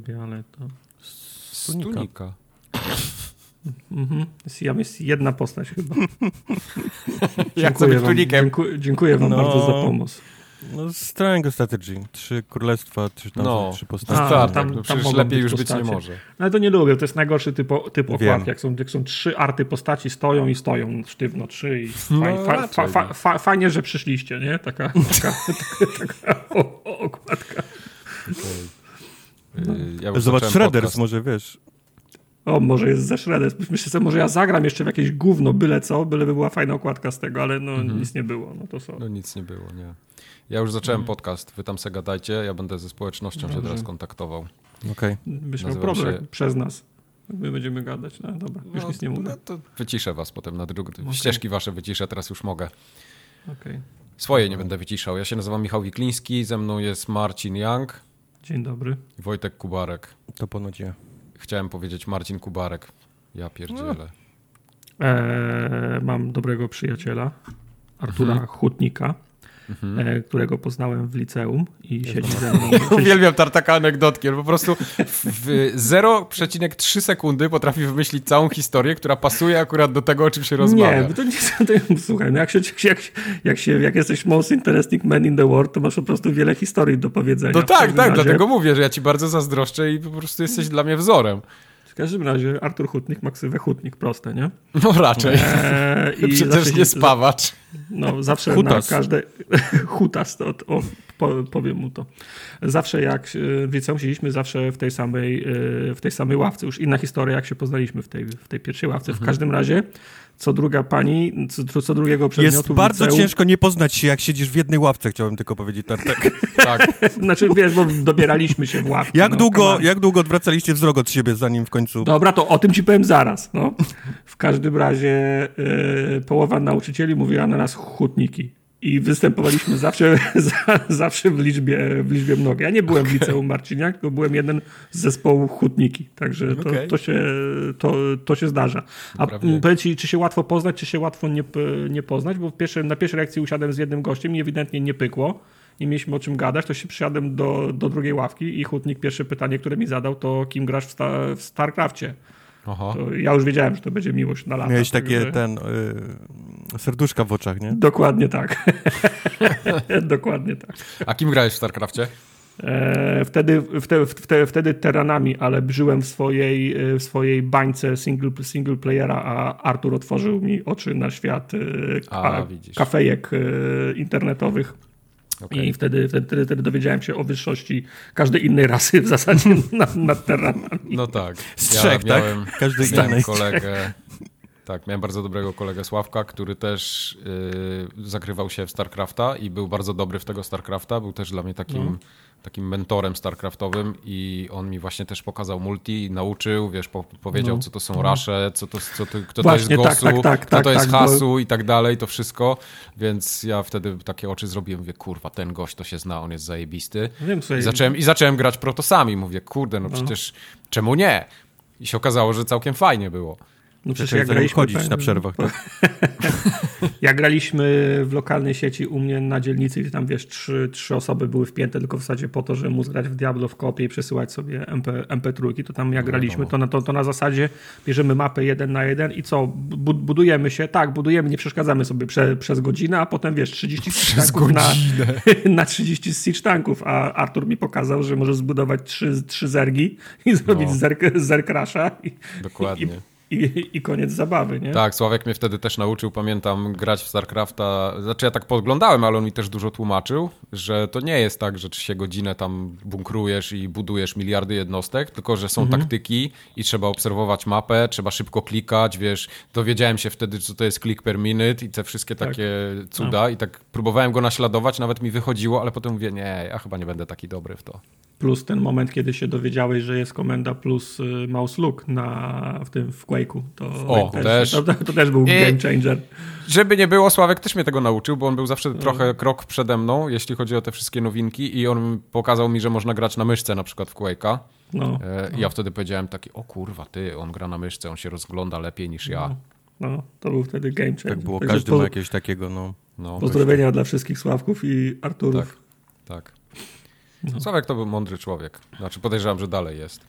sobie, ale to... Z Tunika. Jest jedna postać chyba. Jak sobie Tunikiem. Dziękuję wam bardzo za pomoc. No, Triangle Strategy. 3 królestwa, 3 postaci. Tam przecież lepiej już być nie może. No ale to nie lubię, to jest najgorszy typ okładki, jak są 3 arty postaci, stoją sztywno 3 i fajnie, że przyszliście, nie? Taka okładka. Ja zobacz Shredders, może wiesz. O, może jest ze Shredders. Myślę sobie, może ja zagram jeszcze w jakieś gówno, byle by była fajna okładka z tego, ale nic nie było. No nic nie było, nie. Ja już zacząłem podcast, wy tam se gadajcie, ja będę ze społecznością się teraz kontaktował. Okej. Byś miał problem przez nas. My będziemy gadać. No dobra, już nic nie mówię. No to wyciszę was potem na drugą. Ścieżki wasze wyciszę, teraz już mogę. Okay. Swoje nie będę wyciszał. Ja się nazywam Michał Wikliński, ze mną jest Marcin Young. Dzień dobry. Wojtek Kubarek. To ponoć ja. Chciałem powiedzieć Marcin Kubarek. Ja pierdzielę. Mam dobrego przyjaciela, Artura Hutnika, którego poznałem w liceum i siedzi ze mną. Uwielbiam Tartaka anegdotki. On po prostu w 0,3 sekundy potrafi wymyślić całą historię, która pasuje akurat do tego, o czym się rozmawia. Nie, to słuchaj, no jak jesteś most interesting man in the world, to masz po prostu wiele historii do powiedzenia. No tak, dlatego mówię, że ja ci bardzo zazdroszczę i po prostu jesteś dla mnie wzorem. W każdym razie Artur Hutnik ma ksywę Hutnik, proste, nie? No raczej. I przecież nie spawacz. No zawsze Hutas. Na każde... Hutas, powiem mu to. Zawsze jak w liceum siedzieliśmy zawsze w tej samej ławce. Już inna historia, jak się poznaliśmy w tej pierwszej ławce. W każdym razie co druga pani, co drugiego przedmiotu jest bardzo liceum... ciężko nie poznać się, jak siedzisz w jednej ławce, chciałbym tylko powiedzieć, Tartek. Tak. Znaczy, wiesz, bo dobieraliśmy się w ławki. Jak długo odwracaliście wzrok od siebie, zanim w końcu... Dobra, to o tym ci powiem zaraz. No. W każdym razie połowa nauczycieli mówiła na nas hutniki. I występowaliśmy zawsze w liczbie mnogiej. Ja nie byłem w liceum Marciniak, tylko byłem jeden z zespołu hutniki. Także to się zdarza. A powiedz ci, czy się łatwo poznać, czy się łatwo nie poznać? Bo na pierwszej lekcji usiadłem z jednym gościem i ewidentnie nie pykło. Nie mieliśmy o czym gadać, to się przysiadłem do drugiej ławki i hutnik pierwsze pytanie, które mi zadał, to kim grasz w StarCrafcie? Aha. To ja już wiedziałem, że to będzie miłość na lata. Miałeś takie serduszka w oczach, nie? Dokładnie tak. Dokładnie tak. A kim grałeś w StarCrafcie? Wtedy Terranami, ale żyłem w swojej bańce single playera, a Artur otworzył mi oczy na świat kafejek internetowych. Okay. I wtedy dowiedziałem się o wyższości każdej innej rasy w zasadzie nad Terranami. No tak. Strzech, ja miałem tak? Każdej innej. kolegę. Tak, miałem bardzo dobrego kolegę Sławka, który też zakrywał się w StarCrafta i był bardzo dobry w tego StarCrafta. Był też dla mnie takim mentorem StarCraftowym i on mi właśnie też pokazał multi i nauczył, wiesz, powiedział, co to są rasze, kto to jest Gosu, kto to jest Hasu i tak dalej, to wszystko. Więc ja wtedy takie oczy zrobiłem, mówię, kurwa, ten gość to się zna, on jest zajebisty. I zacząłem grać protosami. Mówię, kurde, no przecież czemu nie? I się okazało, że całkiem fajnie było. No przecież jak graliśmy chodzić na przerwach. Tak? Jak graliśmy w lokalnej sieci u mnie na dzielnicy, gdzie tam wiesz, trzy osoby były wpięte tylko w zasadzie po to, żeby móc grać w Diablo w kopie i przesyłać sobie MP3, to tam jak graliśmy, to na zasadzie bierzemy mapę 1 na 1 i co, budujemy się, nie przeszkadzamy sobie przez godzinę, a potem wiesz, 30 tanków na 30 siege tanków, a Artur mi pokazał, że może zbudować 3 zergi i zrobić zerk crasha. Dokładnie. I koniec zabawy, nie? Tak, Sławek mnie wtedy też nauczył, pamiętam, grać w StarCrafta. Znaczy ja tak podglądałem, ale on mi też dużo tłumaczył, że to nie jest tak, że się godzinę tam bunkrujesz i budujesz miliardy jednostek, tylko że są taktyki i trzeba obserwować mapę, trzeba szybko klikać, wiesz, dowiedziałem się wtedy, co to jest click per minute i te wszystkie takie cuda i tak próbowałem go naśladować, nawet mi wychodziło, ale potem mówię, nie, ja chyba nie będę taki dobry w to. Plus ten moment, kiedy się dowiedziałeś, że jest komenda plus mouse look w Quake'u. To też był game changer. Żeby nie było, Sławek też mnie tego nauczył, bo on był zawsze trochę krok przede mną, jeśli chodzi o te wszystkie nowinki i on pokazał mi, że można grać na myszce na przykład w Quake'a. Ja wtedy powiedziałem taki, o kurwa, on gra na myszce, on się rozgląda lepiej niż ja. No, to był wtedy game changer. Tak było, każdy ma jakiegoś takiego, Pozdrowienia dla wszystkich Sławków i Arturów. Tak. Sławek to był mądry człowiek. Znaczy podejrzewam, że dalej jest.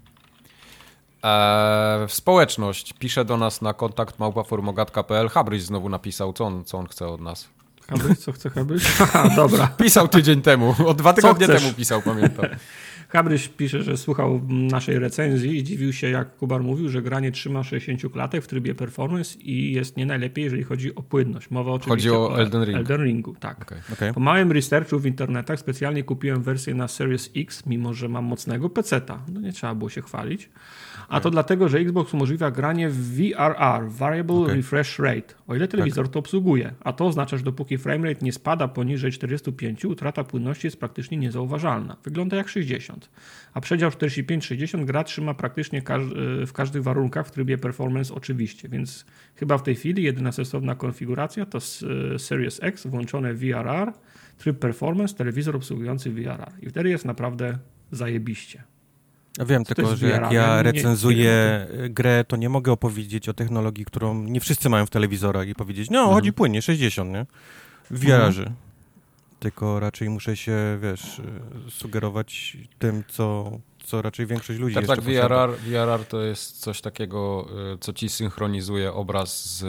Społeczność pisze do nas na kontakt@forumogatka.pl. Habryś znowu napisał, co on chce od nas. Habryś, co chce Habryś? Aha, dobra. Pisał tydzień temu, 2 tygodnie temu pisał, pamiętam. Habryś pisze, że słuchał naszej recenzji i dziwił się, jak Kubar mówił, że granie trzyma 60 klatek w trybie performance i jest nie najlepiej, jeżeli chodzi o płynność. Mowa oczywiście chodzi o Elden Ringu. Tak. Okay. Po małym researchu w internetach specjalnie kupiłem wersję na Series X, mimo że mam mocnego peceta. No nie trzeba było się chwalić. A to dlatego, że Xbox umożliwia granie w VRR, Variable Refresh Rate, o ile telewizor to obsługuje. A to oznacza, że dopóki framerate nie spada poniżej 45, utrata płynności jest praktycznie niezauważalna. Wygląda jak 60. A przedział 45-60 gra trzyma praktycznie w każdych warunkach w trybie performance oczywiście, więc chyba w tej chwili jedyna sensowna konfiguracja to Series X włączone VRR, tryb performance, telewizor obsługujący VRR. I wtedy jest naprawdę zajebiście. Wiem tylko, że jak ja recenzuję grę, to nie mogę opowiedzieć o technologii, którą nie wszyscy mają w telewizorach i powiedzieć, no chodzi płynnie, 60, nie? W VR-ze. Tylko raczej muszę się, sugerować tym, co raczej większość ludzi tak, VRR to jest coś takiego, co ci synchronizuje obraz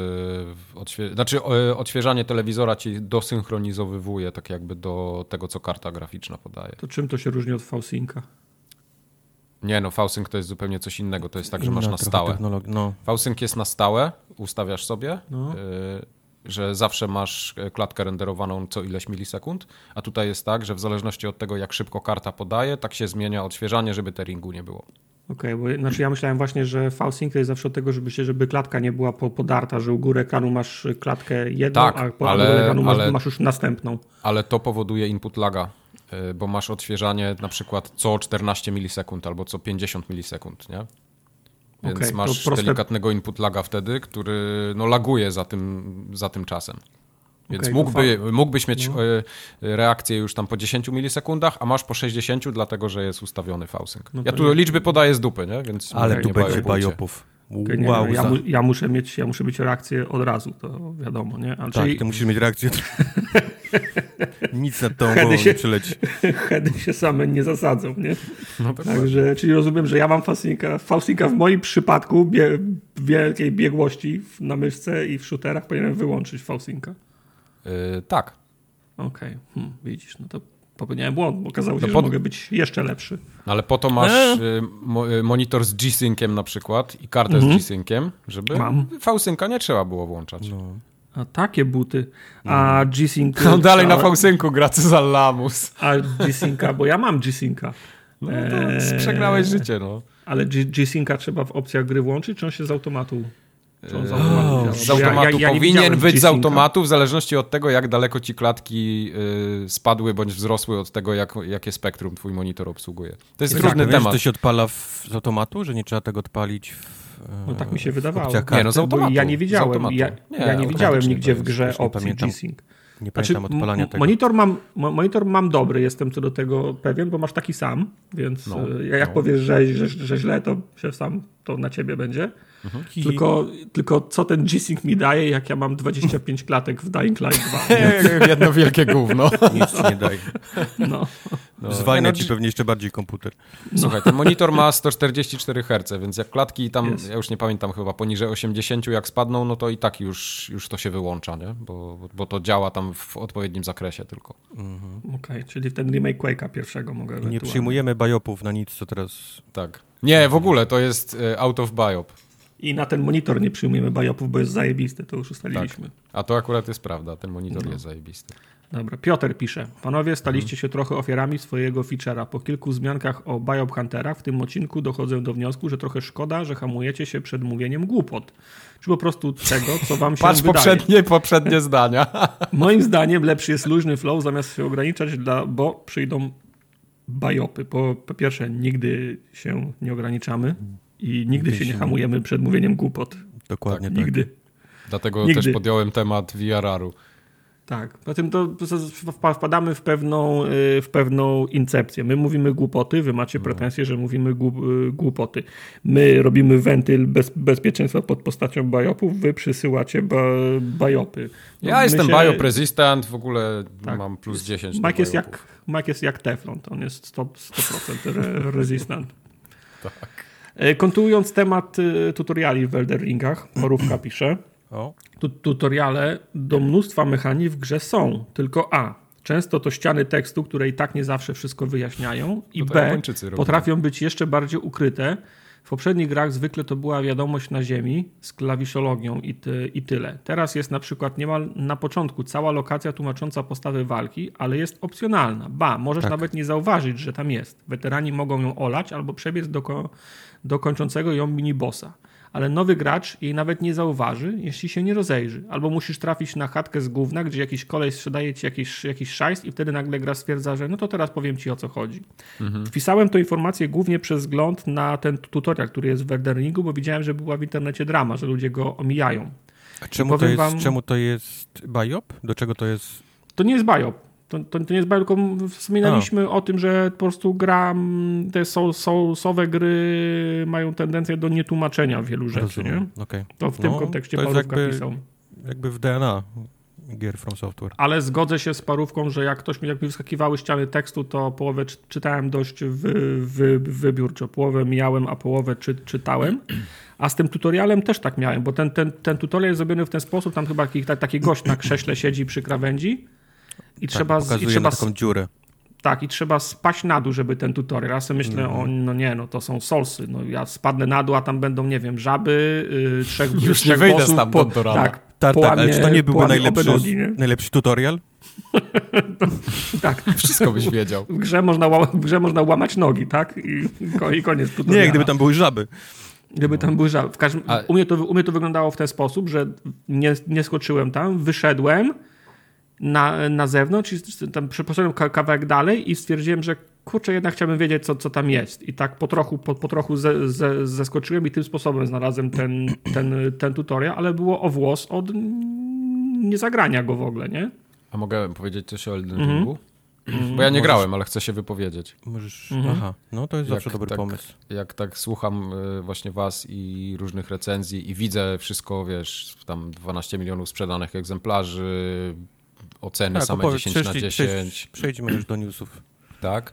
odświeżanie telewizora ci dosynchronizowywuje tak jakby do tego, co karta graficzna podaje. To czym to się różni od V-Synca? Nie, V-Sync to jest zupełnie coś innego. To jest tak, że masz na stałe. V-Sync jest na stałe, ustawiasz sobie, że zawsze masz klatkę renderowaną co ileś milisekund, a tutaj jest tak, że w zależności od tego, jak szybko karta podaje, tak się zmienia odświeżanie, żeby tearingu nie było. Okej, bo ja myślałem właśnie, że V-Sync to jest zawsze od tego, żeby klatka nie była podarta, że u góry ekranu masz klatkę jedną, a po dole ekranu masz już następną. Ale to powoduje input laga, bo masz odświeżanie na przykład co 14 milisekund albo co 50 milisekund, nie? Więc masz delikatnego input laga wtedy, który laguje za tym czasem. Więc mógłbyś mieć reakcję już tam po 10 milisekundach, a masz po 60, dlatego że jest ustawiony V-Sync. Ja tu liczby podaję z dupy, nie? Więc ale tu będzie bajopów. Wow, ja muszę mieć reakcję od razu, to wiadomo, nie? Tak, ty musisz mieć reakcję. Nic nad tą głową nie przyleci. Heady się same nie zasadzą, nie? Także, czyli rozumiem, że ja mam V-Synca w moim przypadku wielkiej biegłości na myszce i w shooterach powinienem wyłączyć V-Synca. Tak. Okej, widzisz, to popełniałem błąd, bo okazało się, że mogę być jeszcze lepszy. Ale po to masz monitor z G-Synciem na przykład i kartę z G-Synciem, żeby V-Synca nie trzeba było włączać. A takie buty. A G-Sync... dalej na V-Syncu gra, co za lamus. A G-Synca, bo ja mam G-Synca. To przegrałeś życie, Ale G-Synca trzeba w opcjach gry włączyć, czy on się z automatu... Z automatu powinien być z automatu, w zależności od tego, jak daleko ci klatki spadły bądź wzrosły od tego, jakie spektrum twój monitor obsługuje. To jest trudny temat. Wiesz, to się odpala z automatu, że nie trzeba tego odpalić tak mi się wydawało. Nie, z automatu. Ja nie widziałem, nie widziałem nigdzie w grze opcji G-Sync. Nie pamiętam odpalania tego. Monitor mam dobry, jestem co do tego pewien, bo masz taki sam, więc jak powiesz, że źle, to się sam to na ciebie będzie. Tylko co ten G-Sync mi daje, jak ja mam 25 klatek w Dying Light 2. Jedno wielkie gówno. Nic ci nie daje. Zwalnia ci pewnie jeszcze bardziej komputer. Słuchaj, ten monitor ma 144 Hz, więc jak klatki tam, ja już nie pamiętam chyba, poniżej 80 jak spadną, no to i tak już to się wyłącza, nie? Bo to działa tam w odpowiednim zakresie tylko. Okej, czyli w ten remake Quake'a pierwszego mogę ewentualnie. Nie przyjmujemy biopów na nic, co teraz... Tak. Nie, w ogóle, to jest out of biop. I na ten monitor nie przyjmujemy biopów, bo jest zajebisty, to już ustaliliśmy. Tak. A to akurat jest prawda, ten monitor jest zajebisty. Dobra, Piotr pisze. Panowie, staliście się trochę ofiarami swojego feature'a. Po kilku wzmiankach o Biop Hunterach w tym odcinku dochodzę do wniosku, że trochę szkoda, że hamujecie się przed mówieniem głupot. Czy po prostu tego, co wam się Patrz wydaje. poprzednie zdania. Moim zdaniem lepszy jest luźny flow, zamiast się ograniczać, bo przyjdą biopy. Po pierwsze, nigdy się nie ograniczamy i nigdy się nie hamujemy przed mówieniem głupot. Dokładnie tak. Nigdy. Dlatego też podjąłem temat VRR-u. Tak, poza tym to wpadamy w pewną incepcję. My mówimy głupoty, wy macie pretensje, że mówimy głupoty. My robimy wentyl bezpieczeństwa pod postacią bajopów, wy przysyłacie bajopy. Ja jestem biop resistant, w ogóle mam plus 10 Mike jest jak Teflon, to on jest 100% resistant. Tak. Kontynuując temat tutoriali w Elden Ringach, Borówka pisze, tutoriale do mnóstwa mechanik w grze są, tylko często to ściany tekstu, które i tak nie zawsze wszystko wyjaśniają i B, potrafią być jeszcze bardziej ukryte. W poprzednich grach zwykle to była wiadomość na ziemi z klawiszologią i tyle. Teraz jest na przykład niemal na początku cała lokacja tłumacząca postawy walki, ale jest opcjonalna. Możesz nawet nie zauważyć, że tam jest. Weterani mogą ją olać albo przebiec do kończącego ją minibossa. Ale nowy gracz jej nawet nie zauważy, jeśli się nie rozejrzy. Albo musisz trafić na chatkę z gówna, gdzie jakiś koleś sprzedaje ci jakiś szajs i wtedy nagle gra stwierdza, że no to teraz powiem ci, o co chodzi. Wpisałem tę informację głównie przez wzgląd na ten tutorial, który jest w Elden Ringu, bo widziałem, że była w internecie drama, że ludzie go omijają. A czemu to jest biop? Do czego to jest? To nie jest biop. To nie jest tylko wspominaliśmy o tym, że po prostu te soulsowe gry mają tendencję do nietłumaczenia wielu rzeczy, nie? Okay. To w tym kontekście Parówka pisał. Jakby w DNA gier From Software. Ale zgodzę się z Parówką, że jak mi wyskakiwały ściany tekstu, to połowę czytałem dość wybiórczo. Połowę mijałem, a połowę czytałem. A z tym tutorialem też tak miałem, bo ten tutorial jest zrobiony w ten sposób, tam chyba taki gość na krześle siedzi przy krawędzi i trzeba taką dziurę. Tak, i trzeba spaść na dół, żeby ten tutorial. Ja sobie myślę, to są solsy. No, ja spadnę na dół, a tam będą, nie wiem, żaby, Już nie wyjdę stamtąd do rana. Tak, ale czy to nie byłby najlepszy tutorial? Tak. Wszystko byś wiedział. W grze można łamać nogi, tak? I koniec tutoriala. Nie, gdyby tam były żaby. Gdyby tam były żaby. U mnie to wyglądało w ten sposób, że nie skoczyłem tam, wyszedłem na zewnątrz i tam poszedłem kawałek dalej i stwierdziłem, że kurczę, jednak chciałbym wiedzieć, co tam jest. I tak po trochu zeskoczyłem i tym sposobem znalazłem ten tutorial, ale było o włos od niezagrania go w ogóle, nie? A mogę powiedzieć coś o Elden Ringu? Bo ja nie grałem, ale chcę się wypowiedzieć. Możesz. Aha, no to jest zawsze dobry pomysł. Jak tak słucham właśnie was i różnych recenzji i widzę wszystko, wiesz, tam 12 milionów sprzedanych egzemplarzy, oceny same 10 na 10. Przejdźmy już do newsów. Tak.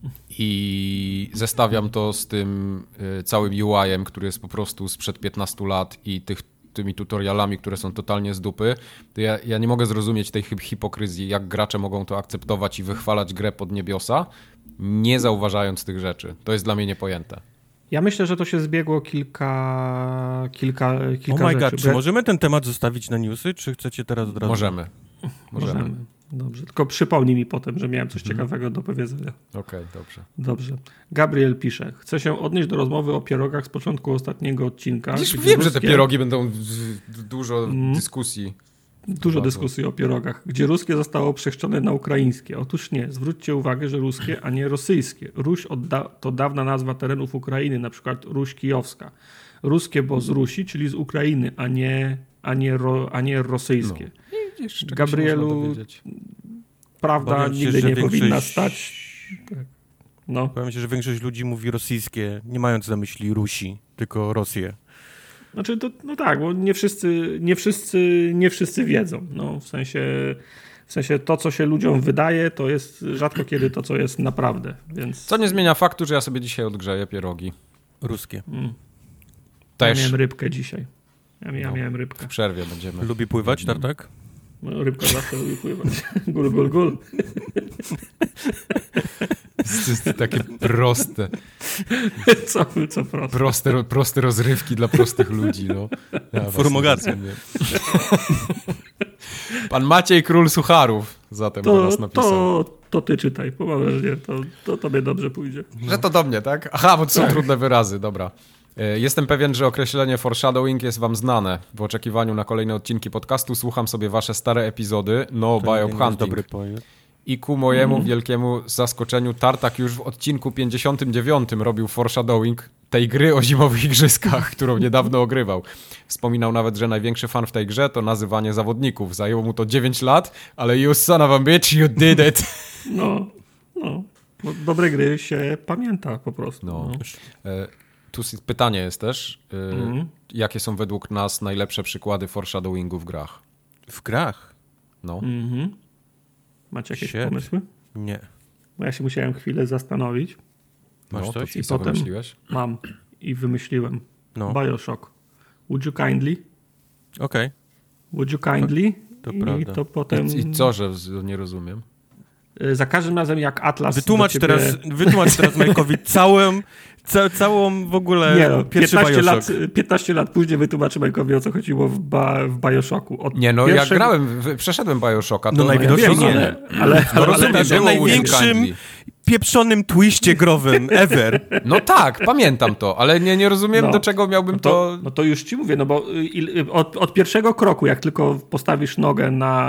I zestawiam to z tym całym UI-em, który jest po prostu sprzed 15 lat i tymi tutorialami, które są totalnie z dupy, to ja nie mogę zrozumieć tej hipokryzji, jak gracze mogą to akceptować i wychwalać grę pod niebiosa, nie zauważając tych rzeczy. To jest dla mnie niepojęte. Ja myślę, że to się zbiegło kilka rzeczy. Czy możemy ten temat zostawić na newsy, czy chcecie teraz od razu? Możemy. Dobrze, tylko przypomnij mi potem, że miałem coś ciekawego do powiedzenia. Okej, dobrze. Gabriel pisze, chcę się odnieść do rozmowy o pierogach z początku ostatniego odcinka. Wiem, że te pierogi będą dużo dyskusji. Dużo dyskusji o pierogach, gdzie ruskie zostało przechrzczone na ukraińskie. Otóż nie, zwróćcie uwagę, że ruskie, a nie rosyjskie. Ruś to dawna nazwa terenów Ukrainy, na przykład Ruś Kijowska. Ruskie, bo z Rusi, czyli z Ukrainy, a nie rosyjskie. Gabrielu, prawda nigdy nie powinna stać. Tak. No. Powiem ci, że większość ludzi mówi rosyjskie, nie mając na myśli Rusi, tylko Rosję. Znaczy, tak, bo nie wszyscy wiedzą. No, w sensie to, co się ludziom wydaje, to jest rzadko kiedy to, co jest naprawdę. Więc... Co nie zmienia faktu, że ja sobie dzisiaj odgrzeję pierogi. Ruskie. Też. Ja miałem rybkę dzisiaj. Ja miałem rybkę. W przerwie będziemy. Lubi pływać, Tartak? No, rybka zawsze lubi pływać. Gul. To jest takie proste. Co proste? Proste rozrywki dla prostych ludzi. No. Formogacja. Pan Maciej Król Sucharów zatem do nas napisał. To ty czytaj, poważnie, to tobie dobrze pójdzie. Że to do mnie, tak? Aha, bo to są trudne wyrazy, dobra. Jestem pewien, że określenie foreshadowing jest wam znane. W oczekiwaniu na kolejne odcinki podcastu słucham sobie wasze stare epizody No Biop Hunting. I ku mojemu wielkiemu zaskoczeniu Tartak już w odcinku 59 robił foreshadowing tej gry o zimowych igrzyskach, którą niedawno ogrywał. Wspominał nawet, że największy fan w tej grze to nazywanie zawodników. Zajęło mu to 9 lat, ale you son of a bitch, you did it. No. Bo dobre gry się pamięta po prostu. No. Tu pytanie jest też, jakie są według nas najlepsze przykłady foreshadowingu w grach? W grach? No. Macie jakieś pomysły? Nie. Bo ja się musiałem chwilę zastanowić. Masz coś? I co wymyśliłeś? Mam i wymyśliłem. No. BioShock. Would you kindly? Okej. Would you kindly? To prawda. To potem... I co, że nie rozumiem? Za każdym razem jak Atlas Wytłumacz ciebie... teraz Majkowi całą w ogóle Nie no, pierwszy 15 lat później wytłumaczy Majkowi, o co chodziło w BioShocku. Ja grałem, przeszedłem BioShocka. No najwidoczniej nie. Ale rozumiem, że największym pieprzonym twiście growym ever. No tak, pamiętam to, ale nie rozumiem, do czego miałbym to... No to już ci mówię, no bo od pierwszego kroku, jak tylko postawisz nogę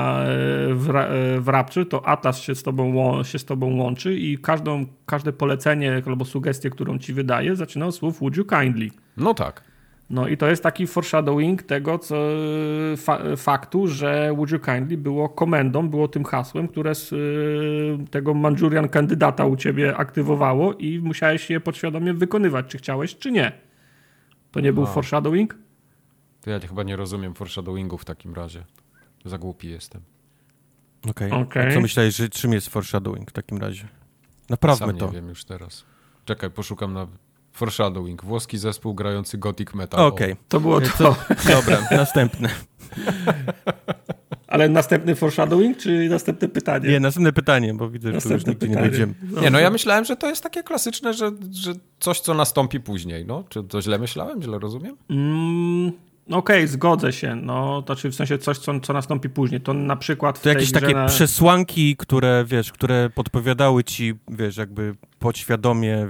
w Rapture, to Atlas się z tobą łączy i każde polecenie albo sugestię, którą ci wydaje, zaczyna od słów would you kindly. No tak. No i to jest taki foreshadowing tego faktu, że would you kindly było komendą, było tym hasłem, które z tego Manchurian kandydata u ciebie aktywowało i musiałeś je podświadomie wykonywać, czy chciałeś, czy nie. To nie był foreshadowing? To ja chyba nie rozumiem foreshadowingu w takim razie. Za głupi jestem. Okej. A co myślałeś, że czym jest foreshadowing w takim razie? Naprawmy Sam to. nie wiem już teraz. Czekaj, poszukam na foreshadowing. Włoski zespół grający gothic metal. Okej. To było to. Dobra, następne. Ale następny foreshadowing, czy następne pytanie? Nie, następne pytanie, bo widzę, że tu już nigdzie nie będziemy. Nie, no ja myślałem, że to jest takie klasyczne, że coś, co nastąpi później. No, czy to źle myślałem? Źle rozumiem? Okej, zgodzę się. No, to czy w sensie coś, co nastąpi później. To na przykład w to tej jakieś takie przesłanki, które podpowiadały ci, jakby podświadomie,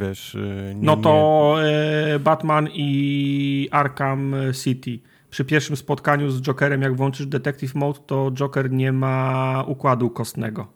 Batman i Arkham City. Przy pierwszym spotkaniu z Jokerem, jak włączysz Detective Mode, to Joker nie ma układu kostnego.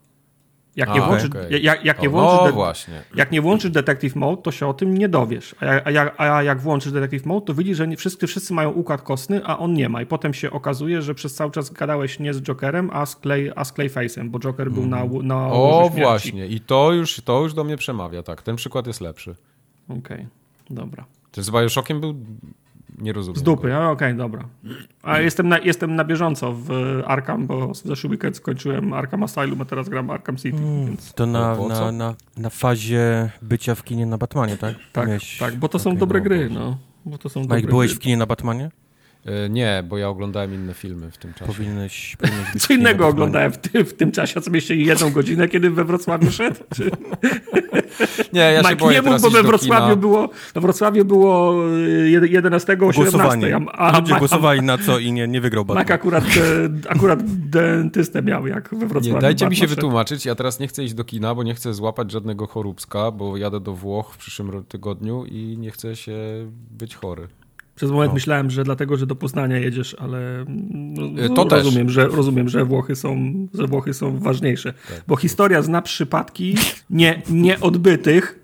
Jak nie włączysz Detective Mode, to się o tym nie dowiesz. A jak włączysz Detective Mode, to widzisz, że wszyscy mają układ kostny, a on nie ma. I potem się okazuje, że przez cały czas gadałeś nie z Jokerem, a z Clayface'em, bo Joker był na łożu śmierci. Właśnie. I to już do mnie przemawia. Tak, ten przykład jest lepszy. Okej, dobra. Ten z BioShockiem był... Nie rozumiem. Z dupy, okej, dobra. A jestem na bieżąco w Arkham, bo w zeszły weekend skończyłem Arkham Asylum, a teraz gram Arkham City. Więc... To na fazie bycia w kinie na Batmanie, tak? Tak, bo to są dobre gry. No. Mike, byłeś w kinie na Batmanie? Nie, bo ja oglądałem inne filmy w tym czasie. Powinieneś być co innego oglądałem w tym czasie, a co mieliście 1 godzinę, kiedy we Wrocławiu szedł? Czy... Nie, ja się boję teraz bo we Wrocławiu było 11 o 17. Ludzie głosowali na co i nie wygrał Batman. Mac akurat dentystę miał, jak we Wrocławiu. Nie, dajcie mi się wytłumaczyć, ja teraz nie chcę iść do kina, bo nie chcę złapać żadnego choróbska, bo jadę do Włoch w przyszłym tygodniu i nie chcę się być chory. Przez moment myślałem, że dlatego, że do Poznania jedziesz, ale rozumiem, że Włochy są ważniejsze. Tak, bo historia zna przypadki nieodbytych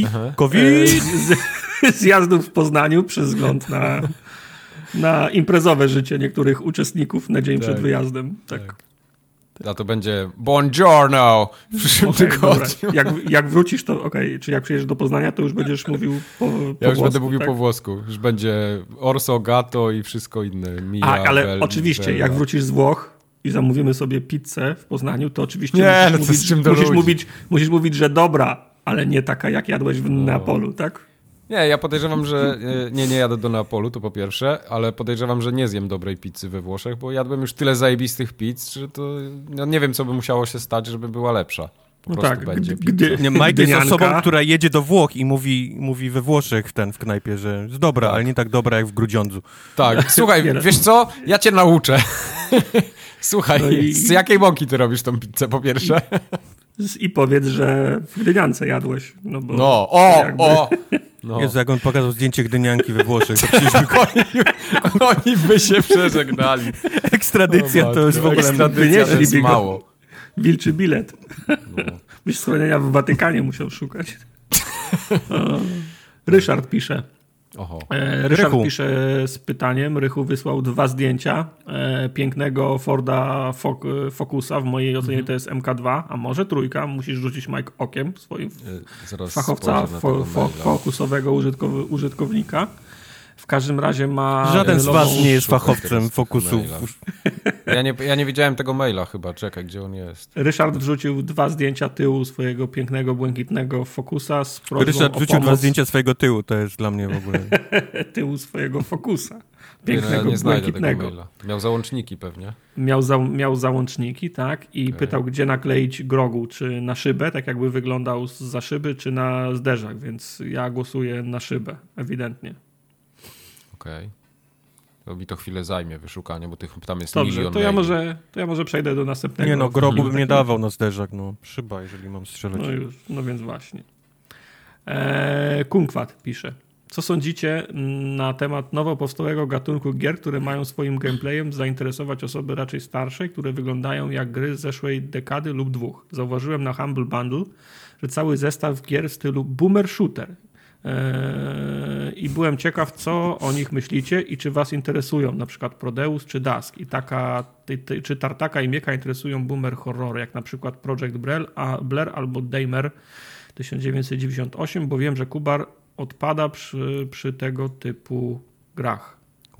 zjazdów w Poznaniu przez wzgląd na imprezowe życie niektórych uczestników na dzień przed wyjazdem. Tak. A to będzie buongiorno w przyszłym tygodniu. Jak wrócisz, to czy jak przyjedziesz do Poznania, to już będziesz mówił po Ja już włosku, będę mówił tak? po włosku. Już będzie orso, gato i wszystko inne. Mia, ale oczywiście, jak wrócisz z Włoch i zamówimy sobie pizzę w Poznaniu, to oczywiście musisz mówić, że dobra, ale nie taka, jak jadłeś w Neapolu, tak? Nie, ja podejrzewam, że nie jadę do Neapolu, to po pierwsze, ale podejrzewam, że nie zjem dobrej pizzy we Włoszech, bo jadłem już tyle zajebistych pizz, że to nie wiem, co by musiało się stać, żeby była lepsza. Po prostu będzie Mike jest osobą, która jedzie do Włoch i mówi we Włoszech w knajpie, że jest dobra, ale nie tak dobra jak w Grudziądzu. Tak, słuchaj, wiesz co? Ja cię nauczę. Słuchaj, z jakiej mąki ty robisz tą pizzę, po pierwsze? I powiedz, że w Gdyniance jadłeś. Jezu, jak on pokazał zdjęcie Gdynianki we Włoszech, to przecież oni by się przeżegnali. Ekstradycja to już w ogóle jest mało. Wilczy bilet. No. Byś schronienia w Watykanie musiał szukać. Ryszard pisze. Ryszard pisze z pytaniem. Rychu wysłał 2 zdjęcia pięknego Forda Focusa. W mojej ocenie to jest MK2, a może 3. Musisz rzucić Mike okiem swoim fachowca fokusowego użytkownika. W każdym razie ma... Żaden z was nie jest fachowcem fokusów. Ja nie widziałem tego maila chyba. Czekaj, gdzie on jest? Ryszard wrzucił 2 zdjęcia tyłu swojego pięknego, błękitnego Focusa z prośbą Ryszard wrzucił 2 zdjęcia swojego tyłu. To jest dla mnie w ogóle... tyłu swojego Focusa. Pięknego, nie błękitnego. Tego maila. Miał załączniki pewnie. Miał załączniki, tak. I pytał, gdzie nakleić grogu. Czy na szybę, tak jakby wyglądał zza szyby, czy na zderzak. Więc ja głosuję na szybę, ewidentnie. Okej. To mi to chwilę zajmie wyszukanie, bo tam jest Dobrze, milion to ja może przejdę do następnego. Nie no, grobu bym nie dawał na zderzak, no szyba, jeżeli mam strzelać. No więc właśnie. Kunkwat pisze. Co sądzicie na temat nowo powstałego gatunku gier, które mają swoim gameplayem zainteresować osoby raczej starsze, które wyglądają jak gry z zeszłej dekady lub 2? Zauważyłem na Humble Bundle, że cały zestaw gier w stylu boomer shooter. I byłem ciekaw, co o nich myślicie i czy was interesują, na przykład Prodeus czy Dusk. I czy Tartaka i Mieka interesują boomer horrory, jak na przykład Project Blair albo Daymare 1998, bo wiem, że Kubar odpada przy tego typu grach.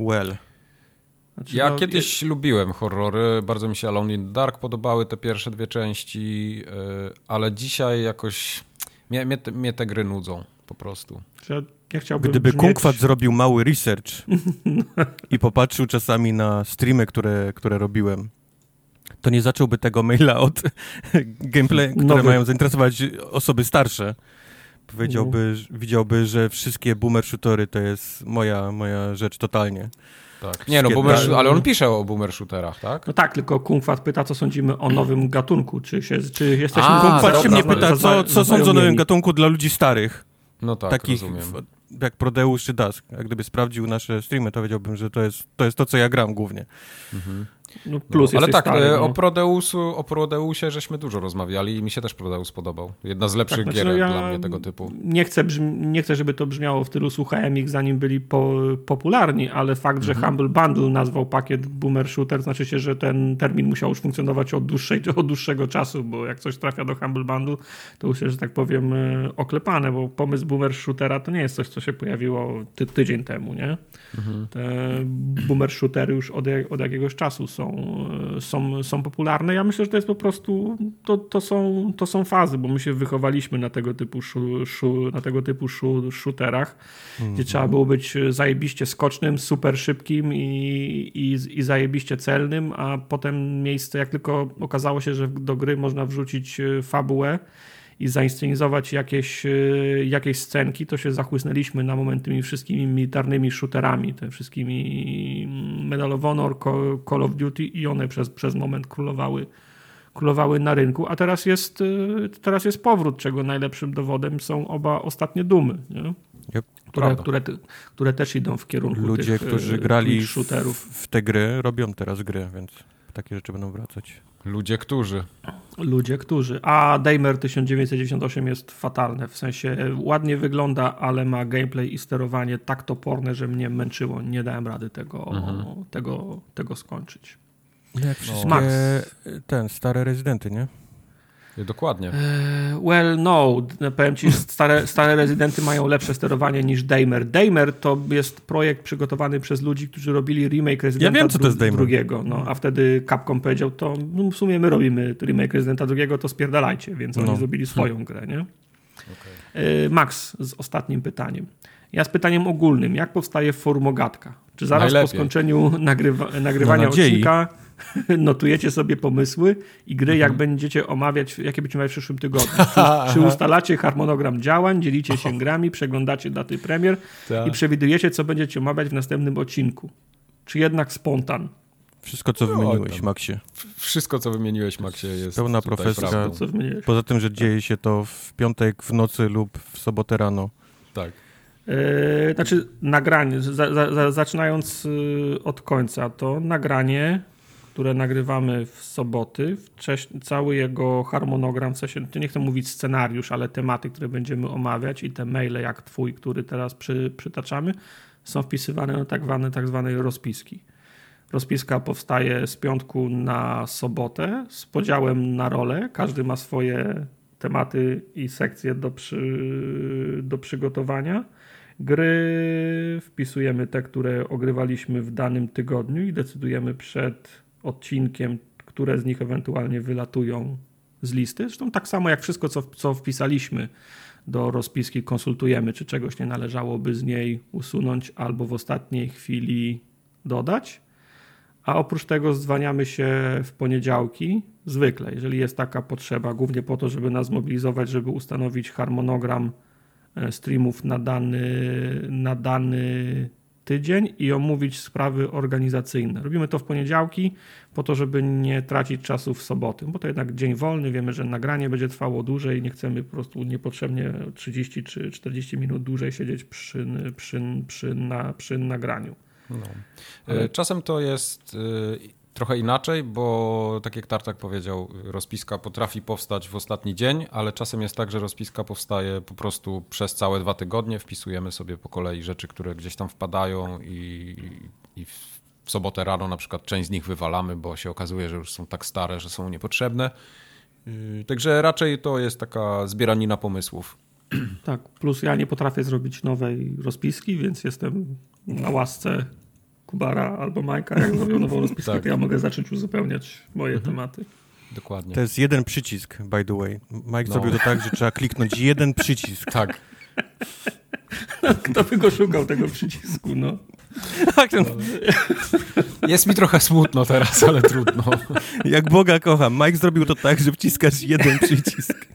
Znaczy, kiedyś lubiłem horrory, bardzo mi się Alone in the Dark podobały te pierwsze 2 części, ale dzisiaj jakoś mnie te gry nudzą po prostu. Gdyby Kunkwat zrobił mały research i popatrzył czasami na streamy, które robiłem, to nie zacząłby tego maila od gameplay, które mają zainteresować osoby starsze. Widziałby, że wszystkie boomer shootery to jest moja rzecz totalnie. Tak. Nie no, ale on pisze o boomer shooterach, tak? No tak, tylko Kunkwat pyta, co sądzimy o nowym gatunku. Czy jesteśmy... Kunkwat się mnie pyta, co sądzą o nowym gatunku dla ludzi starych. No tak, takich rozumiem. Jak Prodeus czy Dusk. Jak gdyby sprawdził nasze streamy, to wiedziałbym, że to jest to, co ja gram głównie. Mhm. No plus ale tak, stary, o Prodeusie żeśmy dużo rozmawiali i mi się też Prodeus podobał. Jedna z lepszych gier dla mnie tego typu. Nie chcę, żeby to brzmiało w tylu słuchałem ich, zanim byli popularni, ale fakt, że Humble Bundle nazwał pakiet Boomer Shooter, znaczy się, że ten termin musiał już funkcjonować od dłuższego czasu, bo jak coś trafia do Humble Bundle, to już jest, że tak powiem, oklepane, bo pomysł Boomer Shootera to nie jest coś, co się pojawiło tydzień temu, nie? Te Boomer Shootery już od jakiegoś czasu są popularne. Ja myślę, że to jest po prostu to są fazy, bo my się wychowaliśmy na tego typu shooterach, gdzie trzeba było być zajebiście skocznym, super szybkim i zajebiście celnym, a potem jak tylko okazało się, że do gry można wrzucić fabułę i zainscenizować jakieś scenki, to się zachłysnęliśmy na moment tymi wszystkimi militarnymi shooterami, te wszystkimi Medal of Honor, Call of Duty i one przez moment królowały na rynku, a teraz jest powrót, czego najlepszym dowodem są oba ostatnie Doomy, nie? Które też idą w kierunku ludzie, którzy grali shooterów. w te gry, robią teraz gry, więc takie rzeczy będą wracać. Ludzie, którzy. A Daymare 1998 jest fatalne. W sensie ładnie wygląda, ale ma gameplay i sterowanie tak toporne, że mnie męczyło. Nie dałem rady tego skończyć. Jak wszystkie stare Rezydenty, nie? Dokładnie. Powiem ci, stare Rezydenty mają lepsze sterowanie niż Daymare. Daymare to jest projekt przygotowany przez ludzi, którzy robili remake Rezydenta drugiego. No, a wtedy Capcom powiedział, to w sumie my robimy remake Rezydenta drugiego, to spierdalajcie, więc oni zrobili swoją grę, nie? Okay. Max z ostatnim pytaniem. Ja z pytaniem ogólnym. Jak powstaje formogatka? Czy zaraz po skończeniu nagrywania odcinka notujecie sobie pomysły i gry, jak będziecie omawiać, jakie będziecie omawiać w przyszłym tygodniu? Czy ustalacie harmonogram działań, dzielicie się grami, przeglądacie daty premier i przewidujecie, co będziecie omawiać w następnym odcinku? Czy jednak spontan? Wszystko, co wymieniłeś, Maxie. Wszystko, co wymieniłeś, Maxie, jest pełna profeska. Poza tym, że dzieje się to w piątek w nocy lub w sobotę rano. Tak. Znaczy nagranie, zaczynając od końca, to nagranie które nagrywamy w soboty, cały jego harmonogram, w sensie, nie chcę mówić scenariusz, ale tematy, które będziemy omawiać i te maile jak twój, który teraz przytaczamy, są wpisywane na tak zwanej rozpiski. Rozpiska powstaje z piątku na sobotę z podziałem na role. Każdy ma swoje tematy i sekcje do przygotowania. Gry wpisujemy te, które ogrywaliśmy w danym tygodniu i decydujemy przed odcinkiem, które z nich ewentualnie wylatują z listy. Zresztą tak samo jak wszystko, co wpisaliśmy do rozpiski, konsultujemy, czy czegoś nie należałoby z niej usunąć albo w ostatniej chwili dodać. A oprócz tego zdzwaniamy się w poniedziałki, zwykle, jeżeli jest taka potrzeba, głównie po to, żeby nas zmobilizować, żeby ustanowić harmonogram streamów na dany tydzień i omówić sprawy organizacyjne. Robimy to w poniedziałki po to, żeby nie tracić czasu w soboty, bo to jednak dzień wolny, wiemy, że nagranie będzie trwało dłużej, nie chcemy po prostu niepotrzebnie 30 czy 40 minut dłużej siedzieć przy nagraniu. No. Czasem to jest trochę inaczej, bo tak jak Tartak powiedział, rozpiska potrafi powstać w ostatni dzień, ale czasem jest tak, że rozpiska powstaje po prostu przez całe 2 tygodnie. Wpisujemy sobie po kolei rzeczy, które gdzieś tam wpadają i w sobotę rano na przykład część z nich wywalamy, bo się okazuje, że już są tak stare, że są niepotrzebne. Także raczej to jest taka zbieranina pomysłów. Tak, plus ja nie potrafię zrobić nowej rozpiski, więc jestem na łasce Kubara albo Majka, jak zrobią nową rozpiskę, tak. To ja mogę zacząć uzupełniać moje tematy. Dokładnie. To jest jeden przycisk, by the way. Mike zrobił to tak, że trzeba kliknąć jeden przycisk. Tak. No, kto by go szukał, tego przycisku, no. Jest mi trochę smutno teraz, ale trudno. Jak Boga kocham. Mike zrobił to tak, że wciskasz jeden przycisk.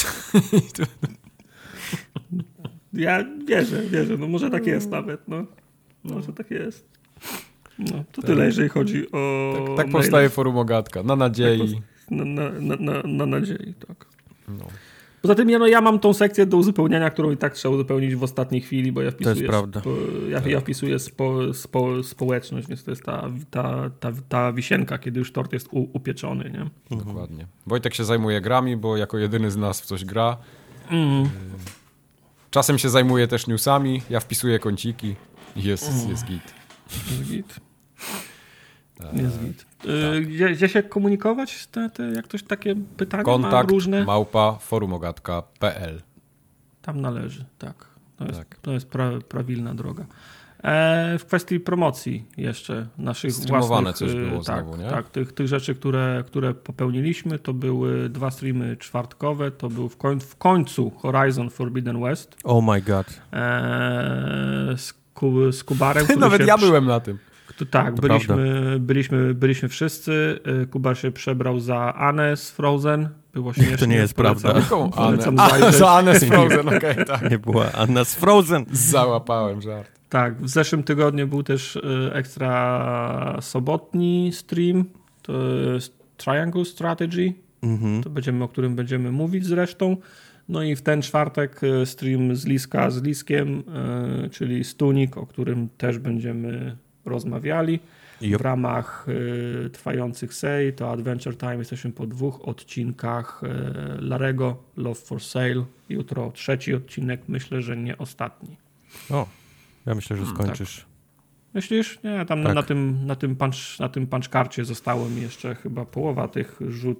Ja wierzę, no może tak jest nawet, no. Może tak jest. No, to tyle, jeżeli chodzi o... Tak powstaje forum Ogatka, na nadziei. Na nadziei, tak. No. Poza tym ja mam tą sekcję do uzupełniania, którą i tak trzeba uzupełnić w ostatniej chwili, bo ja wpisuję, to jest prawda. Ja wpisuję społeczność, więc to jest ta wisienka, kiedy już tort jest upieczony. Nie? Dokładnie. Wojtek się zajmuje grami, bo jako jedyny z nas w coś gra. Czasem się zajmuje też newsami, ja wpisuję kąciki i jest git. Jest git. Jest git. Gdzie się komunikować? Jak ktoś takie pytania Kontakt ma różne? @forumogatka.pl. Tam należy, tak. To jest prawilna droga. W kwestii promocji jeszcze naszych Streamowane własnych... coś było znowu, nie? Tak, tych rzeczy, które popełniliśmy, to były 2 streamy czwartkowe, to był w końcu Horizon Forbidden West. Oh my god. Z Kubarem. Nawet ja byłem na tym. Tak, byliśmy wszyscy. Kubar się przebrał za Annę z Frozen. Było śmiesznie. To nie jest prawda. Za Annę z Frozen, okej, tak. Nie była Anna z Frozen. Załapałem żart. Tak, w zeszłym tygodniu był też ekstra sobotni stream. To jest Triangle Strategy. O którym będziemy mówić zresztą. No i w ten czwartek stream z Liskiem, czyli Stunik, o którym też będziemy rozmawiali. W ramach trwających serii to Adventure Time jesteśmy po 2 odcinkach Larego, Love for Sale. Jutro 3 odcinek, myślę, że nie ostatni. O, ja myślę, że skończysz. Tak. Myślisz? Nie, tam tak. na tym punchkarcie zostało mi jeszcze chyba połowa tych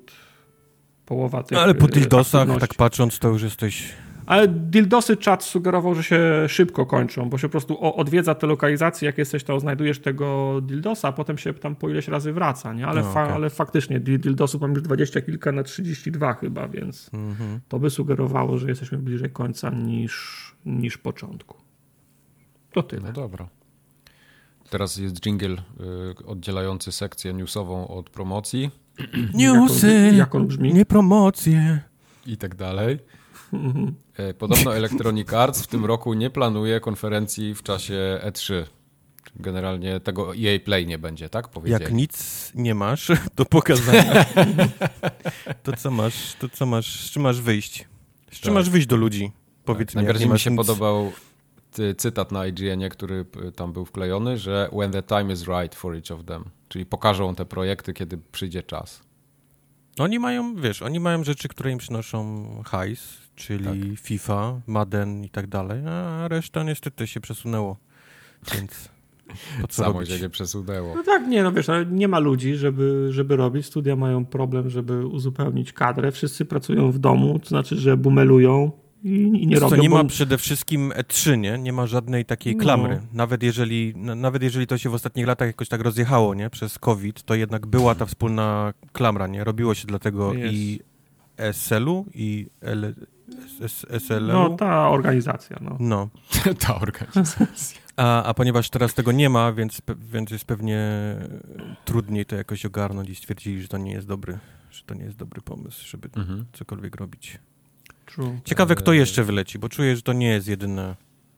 ale po dildosach, tak patrząc, to już jesteś... Ale dildosy czat sugerował, że się szybko kończą, bo się po prostu odwiedza te lokalizacje, jak jesteś tam, znajdujesz tego dildosa, a potem się tam po ileś razy wraca, nie? Ale faktycznie dildosów mam już 20 kilka na 32 chyba, więc to by sugerowało, że jesteśmy bliżej końca niż początku. To tyle. No dobra. Teraz jest dżingiel oddzielający sekcję newsową od promocji. Newsy, jak on brzmi? Nie promocje. I tak dalej. Podobno Electronic Arts w tym roku nie planuje konferencji w czasie E3. Generalnie tego EA Play nie będzie, tak? Powiedzieli. Jak nic nie masz do pokazania, to co masz, z czym masz wyjść? Z czym masz wyjść do ludzi? Powiedz mi, najbardziej mi się podobał cytat na IGN-ie, który tam był wklejony, że when the time is right for each of them. Czyli pokażą te projekty, kiedy przyjdzie czas. Oni mają rzeczy, które im przynoszą hajs, czyli tak. FIFA, Madden i tak dalej, a reszta niestety się przesunęło, więc po co Samo robić? się nie przesunęło. No tak, nie ma ludzi, żeby robić. Studia mają problem, żeby uzupełnić kadrę. Wszyscy pracują w domu, to znaczy, że bumelują i nie robią. Nie ma przede wszystkim E3, nie ma żadnej takiej klamry. Nawet jeżeli to się w ostatnich latach jakoś tak rozjechało, nie? Przez COVID, to jednak była ta wspólna klamra, nie? Robiło się dlatego i SL-u, i SL-u. No, ta organizacja. No. Ta organizacja. A ponieważ teraz tego nie ma, więc jest pewnie trudniej to jakoś ogarnąć i stwierdzili, że to nie jest dobry pomysł, żeby cokolwiek robić. True. Ciekawe, kto jeszcze wyleci, bo czuję, że to nie jest jedyne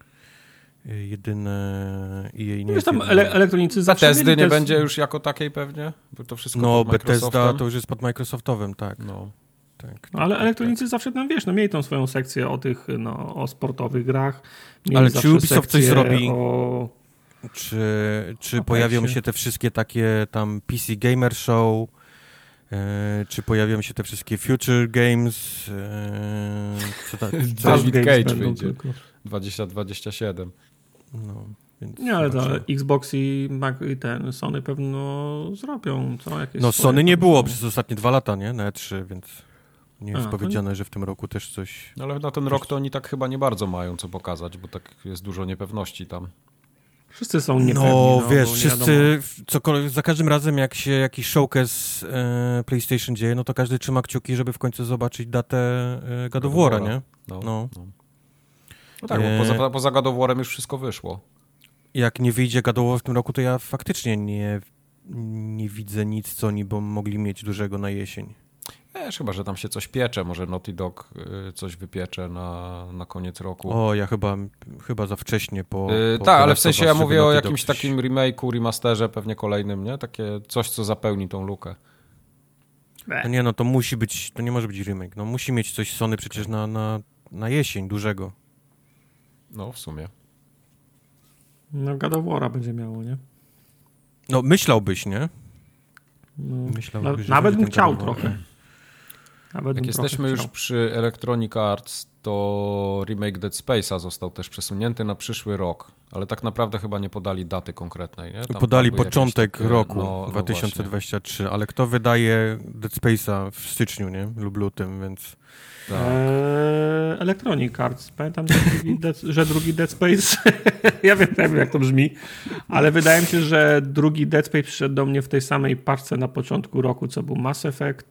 i jej nie jest tam elektronicy zawsze Bethesdy nie będzie już jako takiej pewnie? Bo to wszystko pod Microsoftem. Bethesda to już jest pod Microsoftowym, tak. Tak, ale elektronicy zawsze tam, mieli tą swoją sekcję o sportowych grach. Ale czy Ubisoft coś zrobi? Czy pojawią się te wszystkie takie tam PC Gamer Show? Czy pojawią się te wszystkie Future Games? David Cage wyjdzie. 2027. No, więc nie, ale to Xbox i ten Sony pewno zrobią. Sony nie było przez ostatnie 2 lata, nie? Na E3, więc nie jest powiedziane, że w tym roku też coś... No, ale na ten rok to oni tak chyba nie bardzo mają co pokazać, bo tak jest dużo niepewności tam. Wszyscy są niepewni. Wszyscy, cokolwiek, za każdym razem jak się jakiś showcase PlayStation dzieje, no to każdy trzyma kciuki, żeby w końcu zobaczyć datę God of War'a, nie? No tak, bo poza God of War'em już wszystko wyszło. Jak nie wyjdzie God of War w tym roku, to ja faktycznie nie widzę nic, co oni by mogli mieć dużego na jesień. Chyba, że tam się coś piecze, może Naughty Dog coś wypiecze na koniec roku. O, ja chyba za wcześnie tak, ale w sensie ja mówię o jakimś takim remake'u, remasterze pewnie kolejnym, nie? Takie coś, co zapełni tą lukę. No to musi być, to nie może być remake, no musi mieć coś Sony przecież na jesień dużego. No, w sumie. No, God of War'a będzie miało, nie? No, myślałbyś, nie? Nawet bym chciał trochę. Jak jesteśmy już przy Electronic Arts, to remake Dead Space'a został też przesunięty na przyszły rok, ale tak naprawdę chyba nie podali daty konkretnej. Nie? Podali początek roku 2023, ale kto wydaje Dead Space'a w styczniu, nie? Lub lutym, więc... Tak. Electronic Arts. Pamiętam, że drugi Dead Space, ja wiem jak to brzmi, ale wydaje mi się, że drugi Dead Space przyszedł do mnie w tej samej paczce na początku roku, co był Mass Effect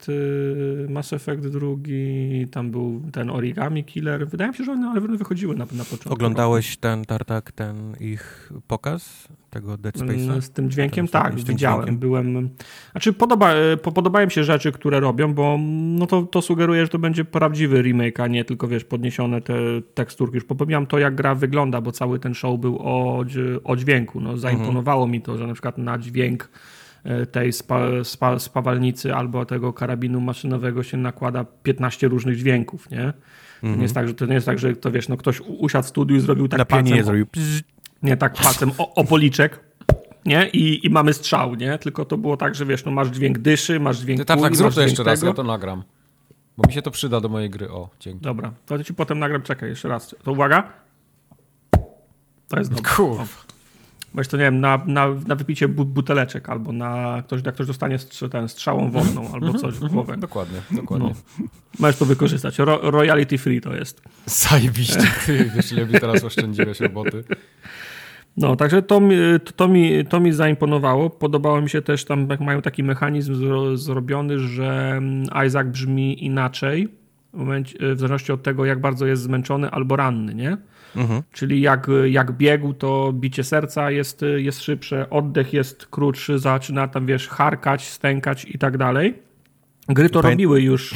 drugi, tam był ten Origami Killer. Wydaje mi się, że one wychodziły na początku. Oglądałeś ten ich pokaz? Tego Dead Space'a? Z tym dźwiękiem? Tak, widziałem. Podobają mi się rzeczy, które robią, bo to sugeruje, że to będzie prawdziwy remake, a nie tylko, podniesione te teksturki. Już pomijam to, jak gra wygląda, bo cały ten show był o dźwięku. Zaimponowało mi to, że na przykład na dźwięk tej spawalnicy albo tego karabinu maszynowego się nakłada 15 różnych dźwięków, nie? To nie jest tak, że to ktoś usiadł w studiu i zrobił tak palcem. Nie tak palcem o policzek, nie? I mamy strzał, nie? Tylko to było tak, że masz dźwięk dyszy, masz dźwięk kuli, tak, zrób to jeszcze raz, ja to nagram. Bo mi się to przyda do mojej gry. O, dzięki. Dobra, to ci potem nagram, czekaj, jeszcze raz. To uwaga. To jest dobre. Weź to, nie wiem, na wypicie buteleczek, albo ktoś dostanie strzałą wodną, albo coś w głowę. Dokładnie. No. Możesz to wykorzystać. Royalty free to jest. Zajebiście. Wiesz, ile mi teraz oszczędziłeś roboty. No, także to mi zaimponowało. Podobało mi się też, tam jak mają taki mechanizm zrobiony, że Isaac brzmi inaczej w zależności od tego, jak bardzo jest zmęczony albo ranny, nie? Czyli jak biegł, to bicie serca jest szybsze, oddech jest krótszy, zaczyna tam, charkać, stękać i tak dalej. Gry to robiły już.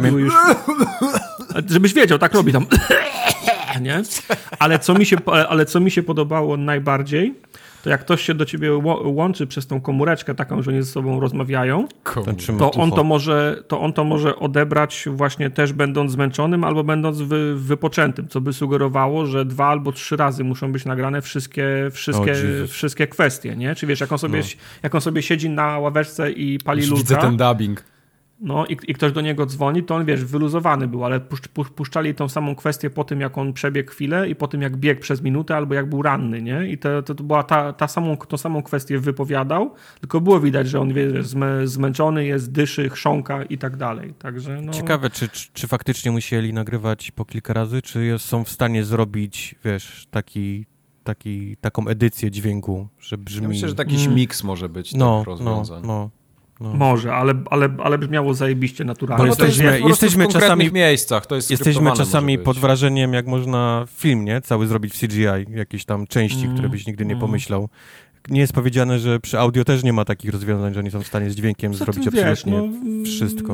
Żebyś wiedział, tak robi tam. Nie? Ale co mi się podobało najbardziej, to jak ktoś się do ciebie łączy przez tą komóreczkę taką, że oni ze sobą rozmawiają, to on to może odebrać właśnie też będąc zmęczonym albo będąc wypoczętym, co by sugerowało, że 2 albo 3 razy muszą być nagrane wszystkie kwestie, nie? Czy wiesz, jak on sobie siedzi na ławeczce i pali lulka. Widzę ten dubbing. No i ktoś do niego dzwoni, to on, wiesz, wyluzowany był, ale puszczali tą samą kwestię po tym, jak on przebiegł chwilę i po tym, jak biegł przez minutę albo jak był ranny, nie? I to była tą samą kwestię wypowiadał, tylko było widać, że on, wiesz, zmęczony jest, dyszy, chrząka i tak dalej. Także, no... Ciekawe, czy faktycznie musieli nagrywać po kilka razy, czy są w stanie zrobić, wiesz, taką edycję dźwięku, że brzmi... Ja myślę, że taki miks może być tych rozwiązań. No. Może, ale brzmiało zajebiście naturalnie. Bo jesteśmy w konkretnych miejscach, to jest jesteśmy czasami pod wrażeniem, jak można film, nie? Cały zrobić w CGI, jakieś tam części, które byś nigdy nie pomyślał. Nie jest powiedziane, że przy audio też nie ma takich rozwiązań, że oni są w stanie z dźwiękiem zrobić absolutnie wszystko.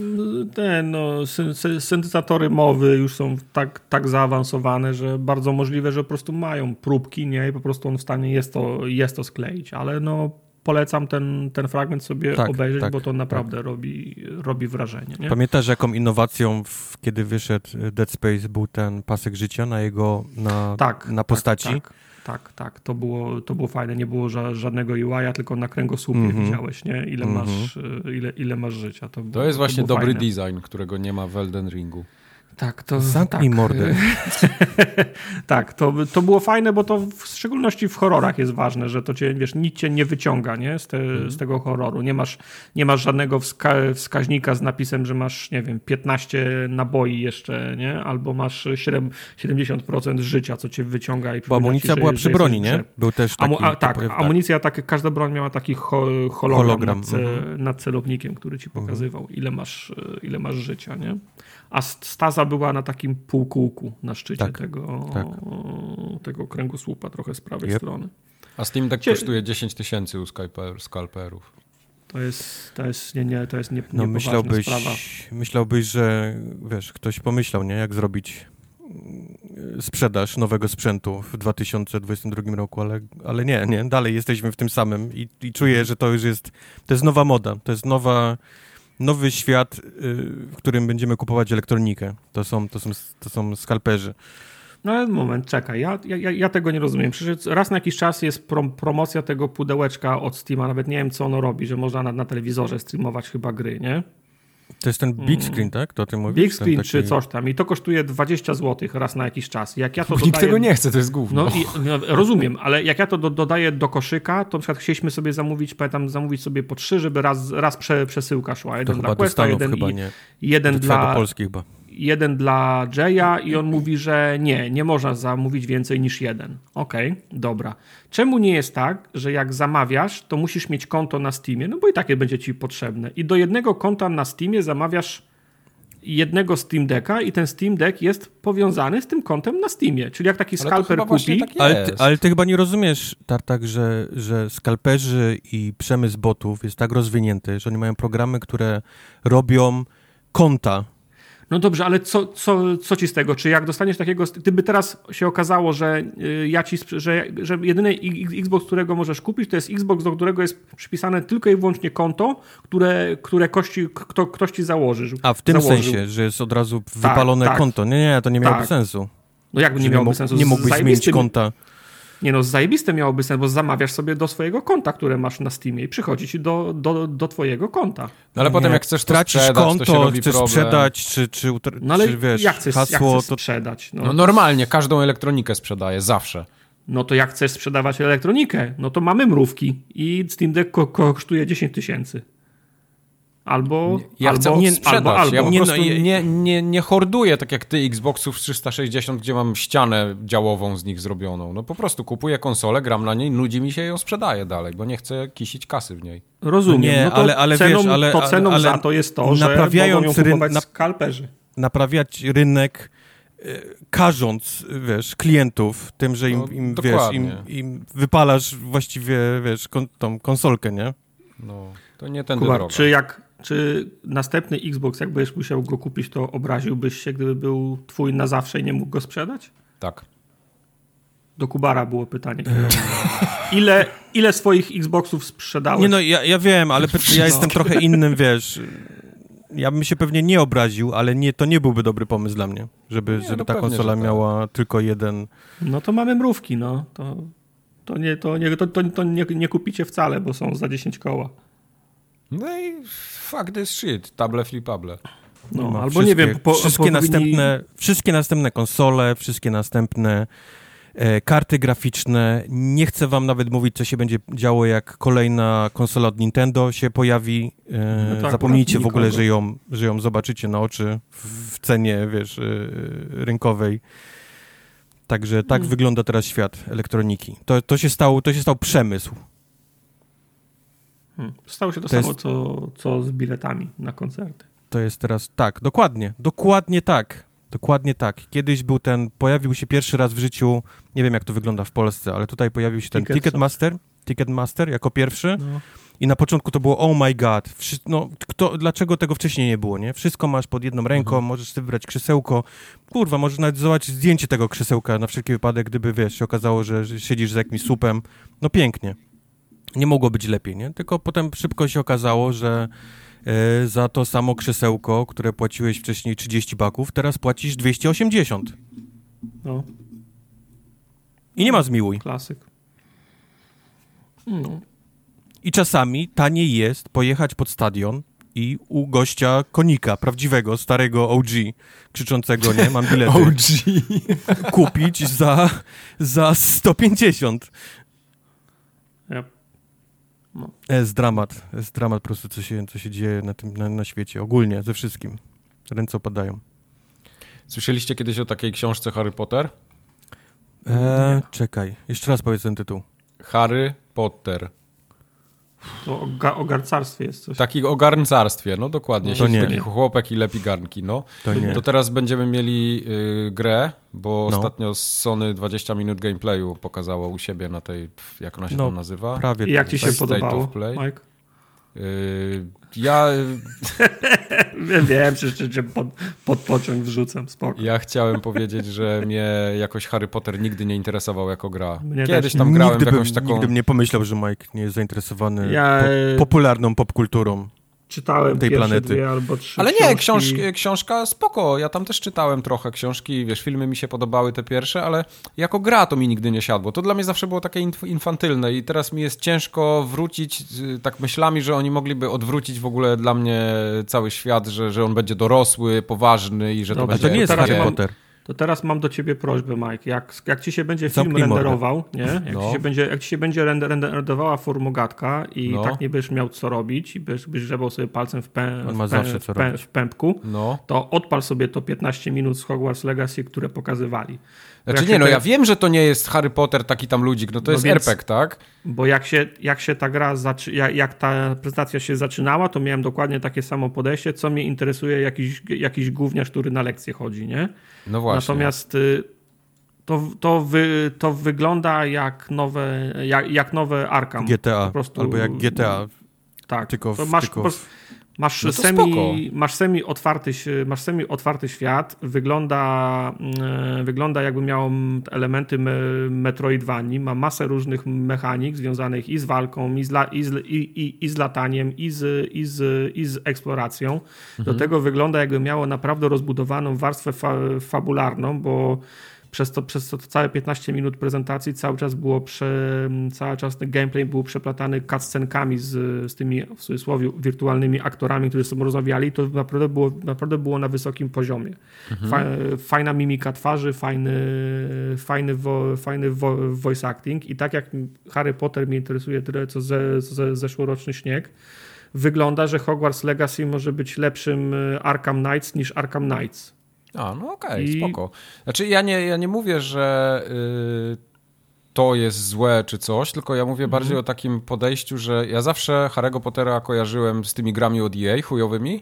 Syntezatory mowy już są tak zaawansowane, że bardzo możliwe, że po prostu mają próbki, nie? I po prostu on w stanie jest to skleić, ale polecam ten fragment sobie obejrzeć, bo to naprawdę robi wrażenie. Nie? Pamiętasz, jaką innowacją, kiedy wyszedł Dead Space, był ten pasek życia na postaci? Tak. To było fajne. Nie było żadnego UI-a, tylko na kręgosłupie widziałeś, nie? Ile masz życia. To jest właśnie dobry design, którego nie ma w Elden Ringu. Tak, Zamknij mordę. Tak, to było fajne, bo to w szczególności w horrorach jest ważne, że to cię, wiesz, nic cię nie wyciąga, nie? Z tego horroru. Nie masz żadnego wskaźnika z napisem, że masz, nie wiem, 15 naboi jeszcze, nie? Albo masz 70% życia, co cię wyciąga. Bo amunicja była przy broni, nie? Był też taki... amunicja, każda broń miała taki hologram nad celownikiem, który ci pokazywał, ile masz życia, nie? A staza była na takim półkółku na szczycie tego kręgosłupa, trochę z prawej strony. A Steam Deck kosztuje 10 000 u skalperów. To jest niepoważna sprawa. Myślałbyś, że wiesz, ktoś pomyślał, nie, jak zrobić sprzedaż nowego sprzętu w 2022 roku, ale nie, dalej jesteśmy w tym samym i czuję, że to już jest nowa moda, to jest nowy świat, w którym będziemy kupować elektronikę. To są skalperzy. No ale moment, czekaj, ja tego nie rozumiem. Przecież raz na jakiś czas jest promocja tego pudełeczka od Steama, nawet nie wiem, co ono robi, że można na telewizorze streamować chyba gry, nie? To jest ten big screen, tak? To o tym mówisz? Big screen czy coś tam i to kosztuje 20 zł raz na jakiś czas. Jak ja to nikt tego nie chce, to jest gówno. Rozumiem, ale jak ja to dodaję do koszyka, to na przykład chcieliśmy sobie zamówić sobie po 3, żeby raz przesyłka szła. Jeden dla Questa, jeden dla Polski chyba. Jeden dla Jaya i on mówi, że nie można zamówić więcej niż jeden. Okej, dobra. Czemu nie jest tak, że jak zamawiasz, to musisz mieć konto na Steamie, no bo i takie będzie ci potrzebne. I do jednego konta na Steamie zamawiasz jednego Steam Decka i ten Steam Deck jest powiązany z tym kontem na Steamie. Czyli jak taki skalper kupi... Tak ale ty chyba nie rozumiesz, Tartak, że skalperzy i przemysł botów jest tak rozwinięty, że oni mają programy, które robią konta. No dobrze, ale co ci z tego? Czy jak dostaniesz takiego... Gdyby teraz się okazało, że że jedyny Xbox, którego możesz kupić, to jest Xbox, do którego jest przypisane tylko i wyłącznie konto, które ktoś ci założył. A w tym sensie, że jest od razu wypalone konto. Nie, to nie miałoby sensu. No jakby nie miałoby sensu? Nie mógłbyś zmienić konta. Nie no, zajebiste miałoby sens, bo zamawiasz sobie do swojego konta, które masz na Steamie i przychodzi ci do twojego konta. No ale potem jak chcesz to sprzedać, konto, to się robi chcesz problem. Sprzedać, no ale czy wiesz, jak chcesz sprzedać? No normalnie, każdą elektronikę sprzedaję, zawsze. No to jak chcesz sprzedawać elektronikę, no to mamy mrówki i Steam Deck kosztuje 10 000. Ja chcę sprzedać. Ja po prostu nie horduję tak jak ty Xboxów 360, gdzie mam ścianę działową z nich zrobioną. No po prostu kupuję konsolę, gram na niej, nudzi mi się i ją sprzedaję dalej, bo nie chcę kisić kasy w niej. Rozumiem. Ceną za to jest to, że mogą ją kupować skalperzy. Naprawiać rynek karząc, wiesz, klientów tym, że im wypalasz właściwie, wiesz, tą konsolkę, nie? No, to nie tędy droga. Czy następny Xbox, jak będziesz musiał go kupić, to obraziłbyś się, gdyby był twój na zawsze i nie mógł go sprzedać? Tak. Do Kubara było pytanie. Ile swoich Xboxów sprzedałeś? Nie no, ja wiem, ale ja jestem trochę innym, wiesz. Ja bym się pewnie nie obraził, ale to nie byłby dobry pomysł dla mnie, żeby ta konsola miała tylko jeden. No to mamy mrówki, no. To nie kupicie wcale, bo są za 10 koła. No i fuck this shit, table flipable. No, albo nie wiem, wszystkie następne konsole, wszystkie następne karty graficzne. Nie chcę wam nawet mówić, co się będzie działo, jak kolejna konsola od Nintendo się pojawi. Zapomnijcie w ogóle, że ją zobaczycie na oczy w cenie, wiesz, rynkowej. Także tak wygląda teraz świat elektroniki. To się stał przemysł. Stało się to samo, co z biletami na koncerty. To jest teraz, tak, dokładnie tak. Kiedyś pojawił się pierwszy raz w życiu, nie wiem jak to wygląda w Polsce, ale tutaj pojawił się ten Ticketmaster jako pierwszy i na początku to było oh my god, dlaczego tego wcześniej nie było, nie? Wszystko masz pod jedną ręką, możesz sobie wybrać krzesełko, kurwa, możesz nawet zobaczyć zdjęcie tego krzesełka na wszelki wypadek, gdyby, wiesz, się okazało, że siedzisz za jakimś słupem, no pięknie. Nie mogło być lepiej, nie? Tylko potem szybko się okazało, że za to samo krzesełko, które płaciłeś wcześniej $30, teraz płacisz 280. No. I nie ma zmiłuj. Klasyk. No. I czasami taniej jest pojechać pod stadion i u gościa konika, prawdziwego, starego OG, krzyczącego, nie, mam bilety. OG. Kupić za 150. Yep. No. Jest dramat po prostu, co się dzieje na świecie, ogólnie, ze wszystkim. Ręce opadają. Słyszeliście kiedyś o takiej książce Harry Potter? Czekaj, jeszcze raz powiedz ten tytuł. Harry Potter. To o garncarstwie jest coś. Taki o garncarstwie, no dokładnie. To nie. Taki chłopek i lepi garnki, no. To teraz będziemy mieli grę, bo ostatnio Sony 20 minut gameplayu pokazało u siebie na tej, jak ona się tam nazywa? Prawie. I jak ci się podobało, Mike? Ja... Wiem, że pod pociąg wrzucam, spoko. Ja chciałem powiedzieć, że mnie jakoś Harry Potter nigdy nie interesował jako gra. Kiedyś tam grałem w jakąś taką... Nigdy bym nie pomyślał, że Mike nie jest zainteresowany popularną popkulturą. Czytałem tej pierwsze planety. 2 albo 3 Ale nie, książka spoko. Ja tam też czytałem trochę książki, wiesz, filmy mi się podobały te pierwsze, ale jako gra to mi nigdy nie siadło. To dla mnie zawsze było takie infantylne i teraz mi jest ciężko wrócić tak myślami, że oni mogliby odwrócić w ogóle dla mnie cały świat, że on będzie dorosły, poważny i że to będzie... To nie jest Harry Potter. To teraz mam do ciebie prośbę, Mike. Jak ci się będzie film renderował, nie? Jak ci się będzie renderowała formogatka i tak nie będziesz miał co robić i byś żebał sobie palcem w pępku, to odpal sobie to 15 minut z Hogwarts Legacy, które pokazywali. Znaczy ja wiem, że to nie jest Harry Potter taki tam ludzik, to jest RPG, tak? Bo jak się ta gra, jak ta prezentacja się zaczynała, to miałem dokładnie takie samo podejście, co mnie interesuje jakiś gówniarz, który na lekcję chodzi, nie? No właśnie. Natomiast to wygląda jak nowe Arkham. GTA, po prostu, albo jak GTA. Tak, tylko masz semi otwarty świat, wygląda jakby miał elementy Metroidvanii, ma masę różnych mechanik związanych i z walką, i z lataniem, i z eksploracją. Do tego wygląda jakby miało naprawdę rozbudowaną warstwę fabularną, bo przez to całe 15 minut prezentacji cały czas ten gameplay był przeplatany cutscenkami z tymi, w cudzysłowie, wirtualnymi aktorami, którzy z sobą rozmawiali. To naprawdę było na wysokim poziomie. Fajna mimika twarzy, fajny voice acting i tak jak Harry Potter mnie interesuje tyle, co zeszłoroczny śnieg, wygląda, że Hogwarts Legacy może być lepszym Arkham Knights niż Arkham Knights. No okej, spoko. Znaczy ja nie mówię, że to jest złe czy coś, tylko ja mówię bardziej o takim podejściu, że ja zawsze Harry'ego Pottera kojarzyłem z tymi grami od EA chujowymi,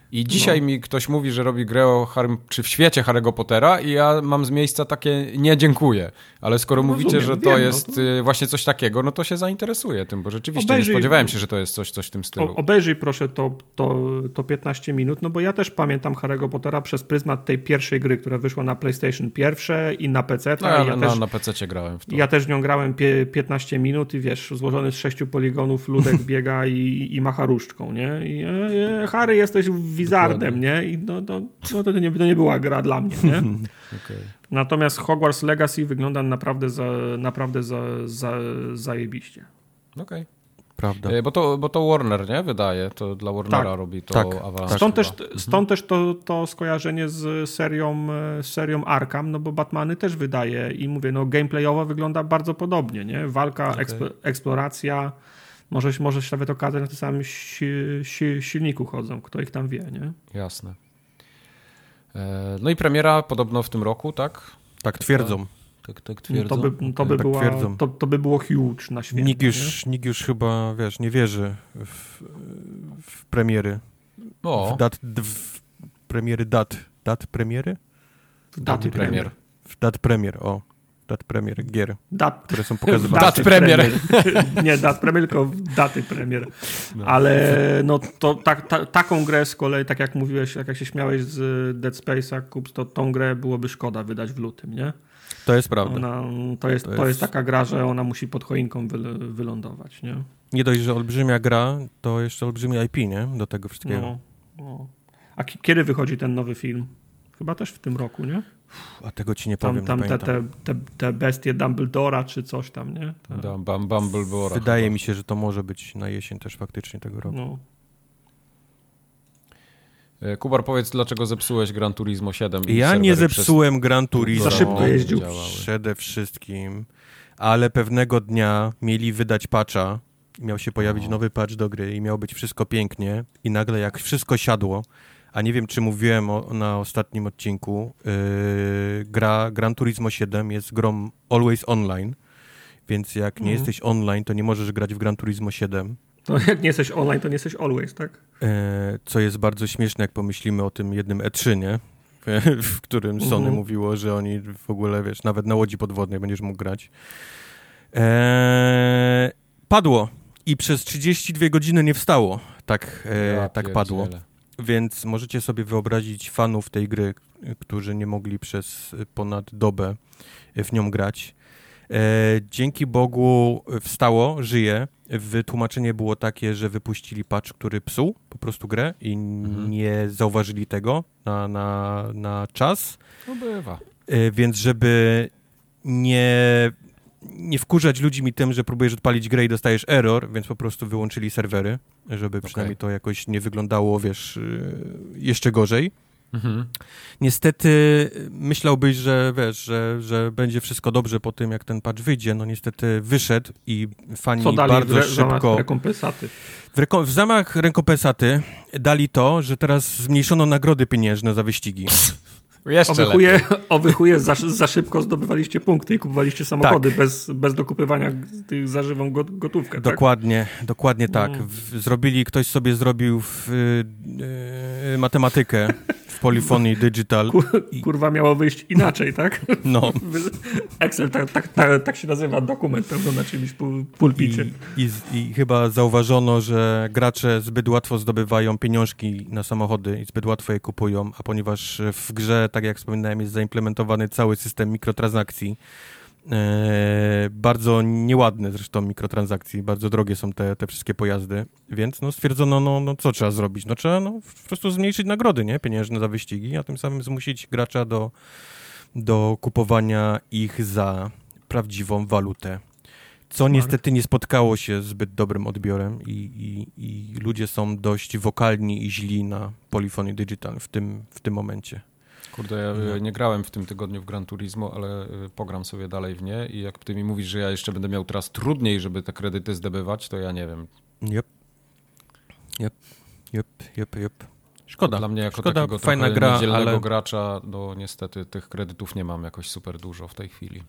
I dzisiaj mi ktoś mówi, że robi grę o czy w świecie Harry'ego Pottera i ja mam z miejsca takie nie dziękuję. Ale skoro mówicie, że to jest właśnie coś takiego, no to się zainteresuję tym, bo rzeczywiście nie spodziewałem się, że to jest coś w tym stylu. Obejrzyj proszę to 15 minut, no bo ja też pamiętam Harry'ego Pottera przez pryzmat tej pierwszej gry, która wyszła na PlayStation 1 i na PC. Na PC grałem w to. Ja też w nią grałem 15 minut i wiesz, złożony z 6 poligonów, ludek biega i macha różdżką, nie? I Harry, jesteś wizardem, nie? I to nie była gra dla mnie, nie? Okay. Natomiast Hogwarts Legacy wygląda naprawdę zajebiście. Okej. Prawda. Bo to Warner, nie? Wydaje. To dla Warnera robi to Avalanche. Stąd też to skojarzenie z serią Arkham, no bo Batmany też wydaje i mówię, no gameplayowo wygląda bardzo podobnie, nie? Walka, eksploracja, może się nawet okazać na tym samym silniku chodzą, kto ich tam wie, nie? Jasne. No i premiera podobno w tym roku, tak? Tak twierdzą. Tak twierdzą. To by było huge na świecie. Nikt już chyba, wiesz, nie wierzy w premiery. W premiery dat. Dat premiery? Daty premier. Dat premier gier, które są pokazywane. Dat premier. Nie dat premier, tylko daty premier. No. Ale no to taką grę z kolei, tak jak mówiłeś, jak się śmiałeś z Dead Space'a, Kups, to tą grę byłoby szkoda wydać w lutym, nie? To jest prawda. To jest taka gra, że ona musi pod choinką wylądować, nie? Nie dość, że olbrzymia gra, to jeszcze olbrzymia IP, nie? Do tego wszystkiego. No. A kiedy wychodzi ten nowy film? Chyba też w tym roku, nie? A tego ci nie powiem, tam te bestie Dumbledora czy coś tam, nie? Dumbledora. Wydaje mi się, że to może być na jesień też faktycznie tego roku. No. Kubar, powiedz, dlaczego zepsułeś Gran Turismo 7? Ja nie zepsułem Gran Turismo. Za szybko jeździł. Przede wszystkim, ale pewnego dnia mieli wydać patcha. Miał się pojawić nowy patch do gry i miało być wszystko pięknie i nagle jak wszystko siadło, a nie wiem, czy mówiłem na ostatnim odcinku, Gran Turismo 7 jest grą Always Online, więc jak nie jesteś online, to nie możesz grać w Gran Turismo 7. To jak nie jesteś online, to nie jesteś always, tak? Co jest bardzo śmieszne, jak pomyślimy o tym jednym E3, nie? W którym Sony mówiło, że oni w ogóle, wiesz, nawet na łodzi podwodnej będziesz mógł grać. Padło i przez 32 godziny nie wstało. Tak padło. Więc możecie sobie wyobrazić fanów tej gry, którzy nie mogli przez ponad dobę w nią grać. Dzięki Bogu wstało, żyje. Wytłumaczenie było takie, że patch, który psuł po prostu grę i nie zauważyli tego na czas. No bywa. Więc żeby nie wkurzać ludzi mi tym, że próbujesz odpalić grę i dostajesz error, więc po prostu wyłączyli serwery, żeby przynajmniej to jakoś nie wyglądało, wiesz, jeszcze gorzej. Niestety myślałbyś, że wiesz, że będzie wszystko dobrze po tym, jak ten patch wyjdzie. No niestety wyszedł i fani bardzo szybko... rekompensaty? W zamach rekompensaty dali to, że teraz zmniejszono nagrody pieniężne za wyścigi. Oby za szybko zdobywaliście punkty i kupowaliście samochody bez dokupywania tych za żywą gotówkę. Dokładnie tak. Ktoś sobie zrobił matematykę w Polyphony Digital. Kurwa, miało wyjść inaczej, tak? No. Excel, tak się nazywa dokument, prawda, na czymś pulpicie. I chyba zauważono, że gracze zbyt łatwo zdobywają pieniążki na samochody i zbyt łatwo je kupują, a ponieważ w grze, tak jak wspominałem, jest zaimplementowany cały system mikrotransakcji, bardzo nieładne zresztą mikrotransakcji, bardzo drogie są te wszystkie pojazdy, więc stwierdzono, co trzeba zrobić? Trzeba po prostu zmniejszyć nagrody, nie? Pieniężne za wyścigi, a tym samym zmusić gracza do kupowania ich za prawdziwą walutę. Co niestety nie spotkało się z zbyt dobrym odbiorem i ludzie są dość wokalni i źli na Polyphony Digital w tym momencie. Kurde, ja nie grałem w tym tygodniu w Gran Turismo, ale pogram sobie dalej w nie i jak ty mi mówisz, że ja jeszcze będę miał teraz trudniej, żeby te kredyty zdobywać, to ja nie wiem. Yep. Szkoda. Dla mnie jako Szkoda, takiego fajna gra, niedzielnego gracza, niestety tych kredytów nie mam jakoś super dużo w tej chwili.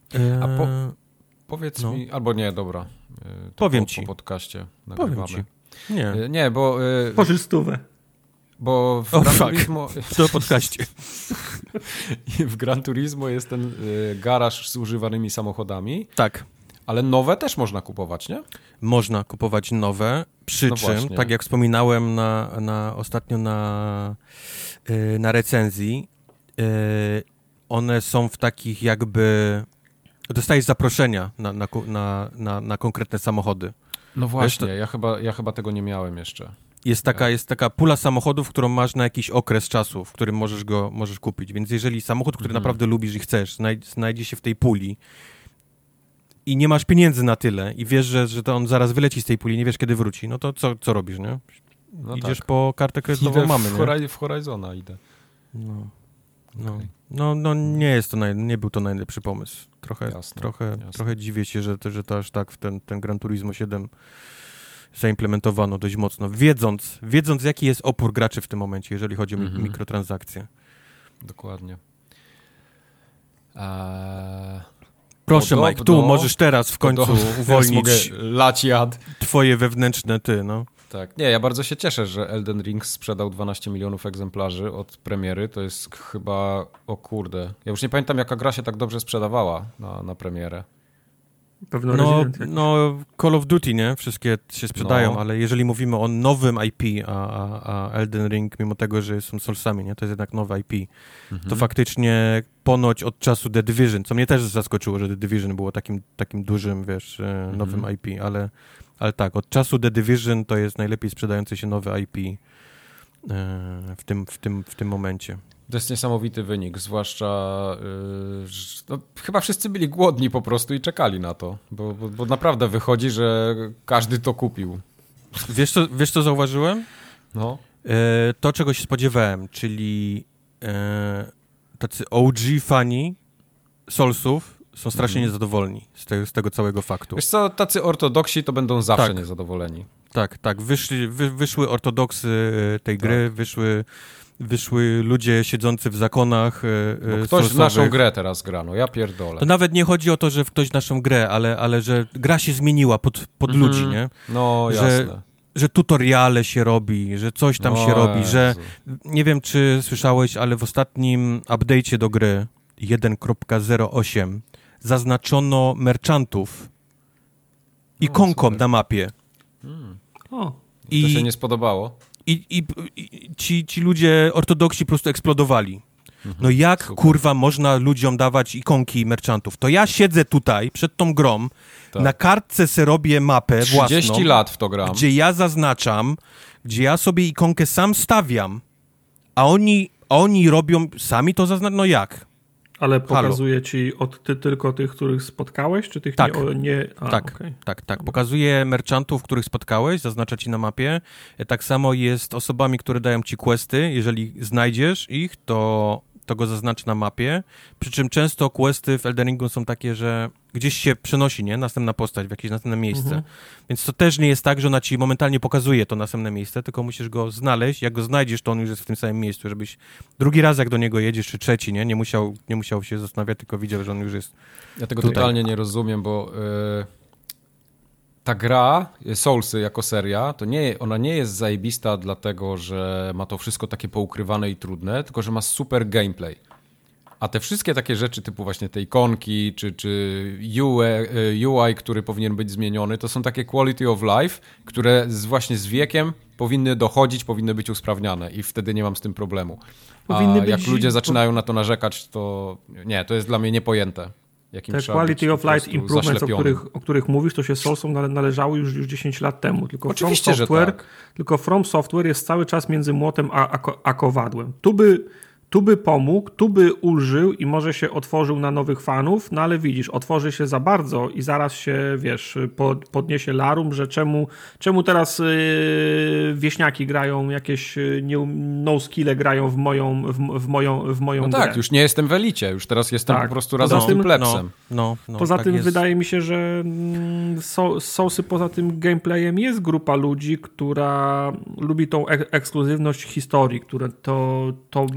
A powiedz mi, albo nie, dobra. Powiem ci. Po podcaście nagrywamy. Nie, bo... Pożycz stówę. Bo w Gran Turismo... To podcaście. W Gran Turismo jest ten garaż z używanymi samochodami. Tak. Ale nowe też można kupować, nie? Można kupować nowe, przy czym, tak jak wspominałem ostatnio na recenzji, one są w takich jakby... Dostajesz zaproszenia na konkretne samochody. No właśnie, ja chyba tego nie miałem jeszcze. Jest taka pula samochodów, którą masz na jakiś okres czasu, w którym możesz kupić. Więc jeżeli samochód, który naprawdę lubisz i chcesz, znajdzie się w tej puli i nie masz pieniędzy na tyle i wiesz, że to on zaraz wyleci z tej puli, nie wiesz kiedy wróci, no to co robisz, nie? No idziesz po kartę kredytową mamy, nie? W Horizona idę. No nie był to najlepszy pomysł. Trochę dziwię się, że to aż tak w ten Gran Turismo 7 zaimplementowano dość mocno, wiedząc jaki jest opór graczy w tym momencie, jeżeli chodzi o mikrotransakcje. Dokładnie. Proszę, Mike, tu możesz teraz w końcu uwolnić lać jad. Twoje wewnętrzne no. Tak. Nie, ja bardzo się cieszę, że Elden Ring sprzedał 12 milionów egzemplarzy od premiery. To jest chyba, o kurde, ja już nie pamiętam jaka gra się tak dobrze sprzedawała na premierę. Pewno no Call of Duty, nie? Wszystkie się sprzedają, ale jeżeli mówimy o nowym IP, a Elden Ring, mimo tego, że są Soulsami, nie? To jest jednak nowe IP, to faktycznie ponoć od czasu The Division, co mnie też zaskoczyło, że The Division było takim dużym, nowym IP, ale tak, od czasu The Division to jest najlepiej sprzedający się nowy IP w tym momencie. To jest niesamowity wynik, zwłaszcza chyba wszyscy byli głodni po prostu i czekali na to, bo naprawdę wychodzi, że każdy to kupił. Wiesz co zauważyłem? No. To, czego się spodziewałem, czyli tacy OG fani Soulsów są strasznie niezadowolni z tego całego faktu. Wiesz co, tacy ortodoksi to będą zawsze niezadowoleni. Tak. Wyszły ortodoksy tej gry, wyszły ludzie siedzący w zakonach bo ktoś w naszą grę teraz gra, no ja pierdolę. To nawet nie chodzi o to, że ktoś naszą grę, ale że gra się zmieniła pod ludzi, nie? No, jasne. Że tutoriale się robi, że coś tam się robi, że nie wiem, czy słyszałeś, ale w ostatnim update'cie do gry 1.08 zaznaczono merchantów ikonką na mapie. To się nie spodobało. I ci ludzie ortodoksi po prostu eksplodowali. No jak, kurwa, można ludziom dawać ikonki merchantów? To ja siedzę tutaj, przed tą grą, na kartce se robię mapę 30 własną, lat w to gram. Gdzie ja zaznaczam, gdzie ja sobie ikonkę sam stawiam, a oni robią, sami to zaznaczają, no jak? Ale pokazuje ci tylko tych, których spotkałeś, czy tych nie... Tak. Pokazuje merchantów, których spotkałeś, zaznacza ci na mapie. Tak samo jest osobami, które dają ci questy. Jeżeli znajdziesz ich, to go zaznacz na mapie. Przy czym często questy w Elden Ringu są takie, że gdzieś się przenosi, nie? Następna postać w jakieś następne miejsce. Więc to też nie jest tak, że ona ci momentalnie pokazuje to następne miejsce, tylko musisz go znaleźć. Jak go znajdziesz, to on już jest w tym samym miejscu, żebyś drugi raz, jak do niego jedziesz, czy trzeci, nie musiał się zastanawiać, tylko widział, że on już jest Ja tego tutaj. Totalnie nie rozumiem, bo ta gra, Soulsy jako seria, ona nie jest zajebista dlatego, że ma to wszystko takie poukrywane i trudne, tylko że ma super gameplay. A te wszystkie takie rzeczy typu właśnie te ikonki, czy UI, który powinien być zmieniony, to są takie quality of life, które właśnie z wiekiem powinny dochodzić, powinny być usprawniane i wtedy nie mam z tym problemu. A jak ludzie zaczynają na to narzekać, to nie, to jest dla mnie niepojęte. Te quality of life improvements, o których mówisz, to się Soulsom należały już 10 lat temu. Tylko oczywiście, że tak. Tylko From Software jest cały czas między młotem a kowadłem. Tu by pomógł, tu by ulżył i może się otworzył na nowych fanów, no ale widzisz, otworzy się za bardzo i zaraz się, podniesie larum, że czemu teraz wieśniaki grają jakieś no-skille grają w moją grę. Tak, już nie jestem w elicie, już teraz jestem po prostu razem z tym plebsem. Poza tak tym jest. wydaje mi się, że Soulsy poza tym gameplayem jest grupa ludzi, która lubi tą ekskluzywność historii, które te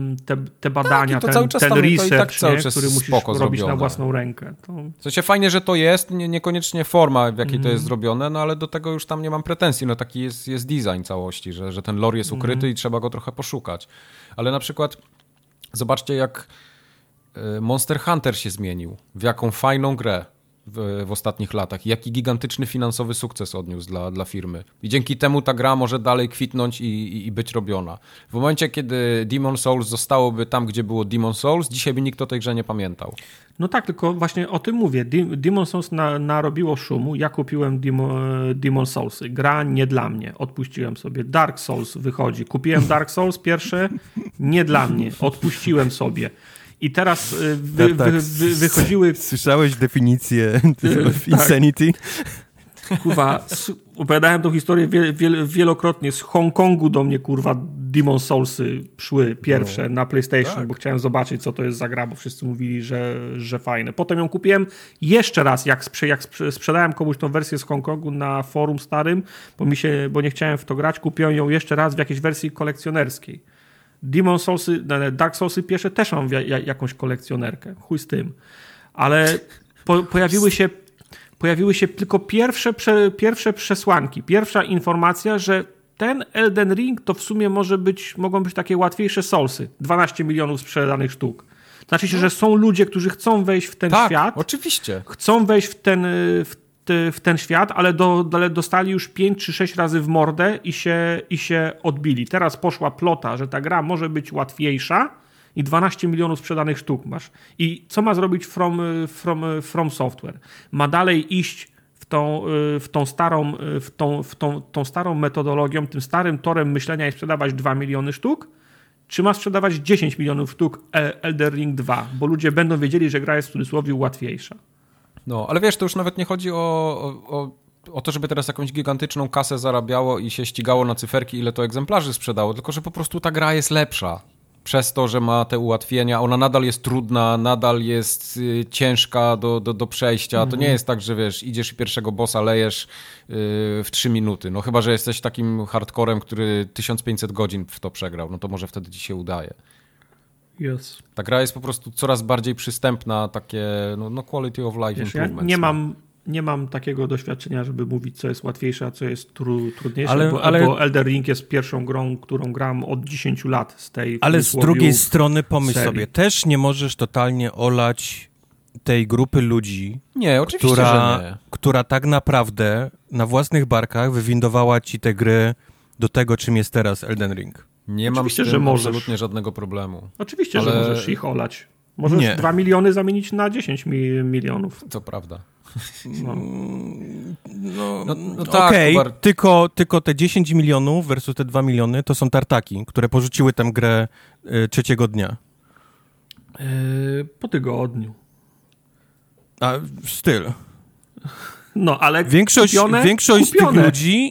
te badania, tak, ten research, który musisz robić zrobione na własną rękę. W sensie fajnie, że to jest, niekoniecznie forma, w jakiej to jest zrobione, no ale do tego już tam nie mam pretensji, no taki jest design całości, że ten lore jest ukryty i trzeba go trochę poszukać. Ale na przykład zobaczcie, jak Monster Hunter się zmienił, w jaką fajną grę w ostatnich latach. Jaki gigantyczny finansowy sukces odniósł dla firmy. I dzięki temu ta gra może dalej kwitnąć i być robiona. W momencie, kiedy Demon's Souls zostałoby tam, gdzie było Demon's Souls, dzisiaj by nikt o tej grze nie pamiętał. No tak, tylko właśnie o tym mówię. Demon's Souls narobiło szumu. Ja kupiłem Demon's Soulsy. Gra nie dla mnie. Odpuściłem sobie. Dark Souls wychodzi. Kupiłem Dark Souls pierwsze. Nie dla mnie. Odpuściłem sobie. I teraz wychodziły... Słyszałeś definicję Insanity? Kurwa, opowiadałem tą historię wielokrotnie. Z Hongkongu do mnie, kurwa, Demon's Soulsy szły pierwsze na PlayStation, bo chciałem zobaczyć, co to jest za gra, bo wszyscy mówili, że fajne. Potem ją kupiłem jeszcze raz, jak sprzedałem komuś tą wersję z Hongkongu na forum starym, bo nie chciałem w to grać, kupiłem ją jeszcze raz w jakiejś wersji kolekcjonerskiej. Demon's Soulsy, Dark Soulsy pierwsze też mam jakąś kolekcjonerkę. Chuj z tym. Ale pojawiły się tylko pierwsze przesłanki. Pierwsza informacja, że ten Elden Ring to w sumie mogą być takie łatwiejsze Soulsy. 12 milionów sprzedanych sztuk. Znaczy się, że są ludzie, którzy chcą wejść w ten świat. Oczywiście. Chcą wejść w ten świat, ale dostali już 5 czy 6 razy w mordę i się odbili. Teraz poszła plota, że ta gra może być łatwiejsza i 12 milionów sprzedanych sztuk masz. I co ma zrobić From Software? Ma dalej iść tą starą metodologią, tym starym torem myślenia i sprzedawać 2 miliony sztuk? Czy ma sprzedawać 10 milionów sztuk Elden Ring 2? Bo ludzie będą wiedzieli, że gra jest w cudzysłowie łatwiejsza. No, ale wiesz, to już nawet nie chodzi o to, żeby teraz jakąś gigantyczną kasę zarabiało i się ścigało na cyferki, ile to egzemplarzy sprzedało, tylko że po prostu ta gra jest lepsza. Przez to, że ma te ułatwienia, ona nadal jest trudna, nadal jest ciężka do przejścia. To nie jest tak, że wiesz, idziesz i pierwszego bossa lejesz w 3 minuty. No chyba, że jesteś takim hardcorem, który 1500 godzin w to przegrał, no to może wtedy ci się udaje. Yes. Ta gra jest po prostu coraz bardziej przystępna, takie no quality of life improvements. Ja nie mam takiego doświadczenia, żeby mówić, co jest łatwiejsze, a co jest trudniejsze, bo Elden Ring jest pierwszą grą, którą gram od 10 lat z tej. Ale z drugiej strony pomyśl sobie, też nie możesz totalnie olać tej grupy ludzi, nie, oczywiście, że nie. Która tak naprawdę na własnych barkach wywindowała ci te gry do tego, czym jest teraz Elden Ring. Nie mam z tym absolutnie żadnego problemu. Oczywiście, że możesz ich olać. Możesz 2 miliony zamienić na 10 milionów. To prawda. Tak, okej, tylko te 10 milionów versus te 2 miliony to są tartaki, które porzuciły tę grę trzeciego dnia. Po tygodniu. A styl. No, ale większość tych ludzi,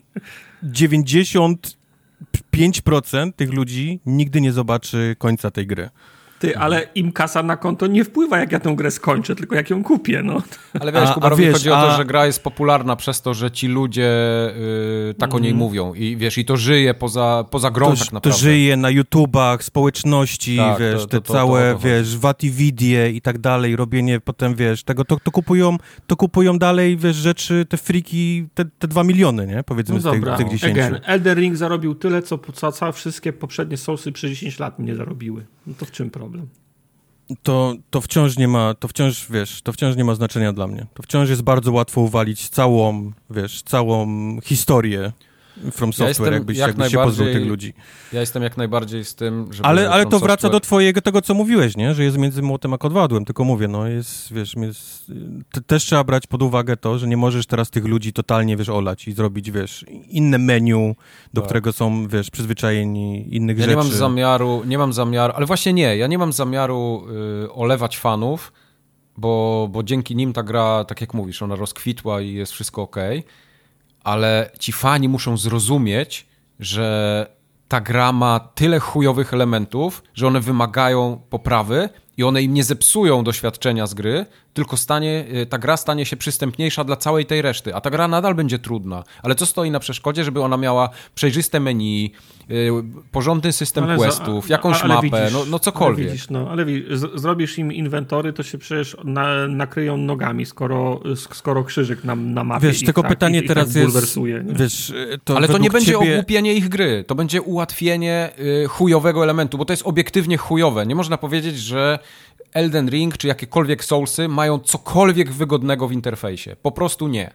95% tych ludzi nigdy nie zobaczy końca tej gry. Ale im kasa na konto nie wpływa, jak ja tę grę skończę, tylko jak ją kupię, no. Ale wiesz, Kubarowi chodzi o to, że gra jest popularna przez to, że ci ludzie tak o niej mówią i wiesz, i to żyje poza grą tak naprawdę. To żyje na YouTubach, społeczności, tak, wiesz, te całe, wiesz, Vatividie i tak dalej, robienie potem, wiesz, tego, to kupują dalej, wiesz, rzeczy, te friki, te 2 miliony, nie? Powiedzmy z tych 10. Elden Ring zarobił tyle, co wszystkie poprzednie Soulsy przez 10 lat nie zarobiły. No to w czym problem? To wciąż nie ma znaczenia dla mnie. To wciąż jest bardzo łatwo uwalić całą historię From Software, jakbyś się pozbył tych ludzi. Ja jestem jak najbardziej z tym, żeby... Ale to wraca do tego, co mówiłeś, nie? Że jest między młotem a kowadłem, tylko mówię, no też trzeba brać pod uwagę to, że nie możesz teraz tych ludzi totalnie, wiesz, olać i zrobić, wiesz, inne menu, do którego są, wiesz, przyzwyczajeni innych rzeczy. Nie mam zamiaru, ale właśnie nie, ja nie mam zamiaru olewać fanów, bo dzięki nim ta gra, tak jak mówisz, ona rozkwitła i jest wszystko okej. Ale ci fani muszą zrozumieć, że ta gra ma tyle chujowych elementów, że one wymagają poprawy i one im nie zepsują doświadczenia z gry, tylko ta gra stanie się przystępniejsza dla całej tej reszty, a ta gra nadal będzie trudna. Ale co stoi na przeszkodzie, żeby ona miała przejrzyste menu, porządny system questów, jakąś mapę, widzisz, no cokolwiek. Ale widzisz, zrobisz im inwentory, to się przecież nakryją nogami, skoro krzyżyk na mapie. Wiesz, tylko pytanie teraz jest... Wiesz, ale to nie będzie ogłupienie ich gry, to będzie ułatwienie chujowego elementu, bo to jest obiektywnie chujowe. Nie można powiedzieć, że Elden Ring czy jakiekolwiek Soulsy mają cokolwiek wygodnego w interfejsie. Po prostu nie.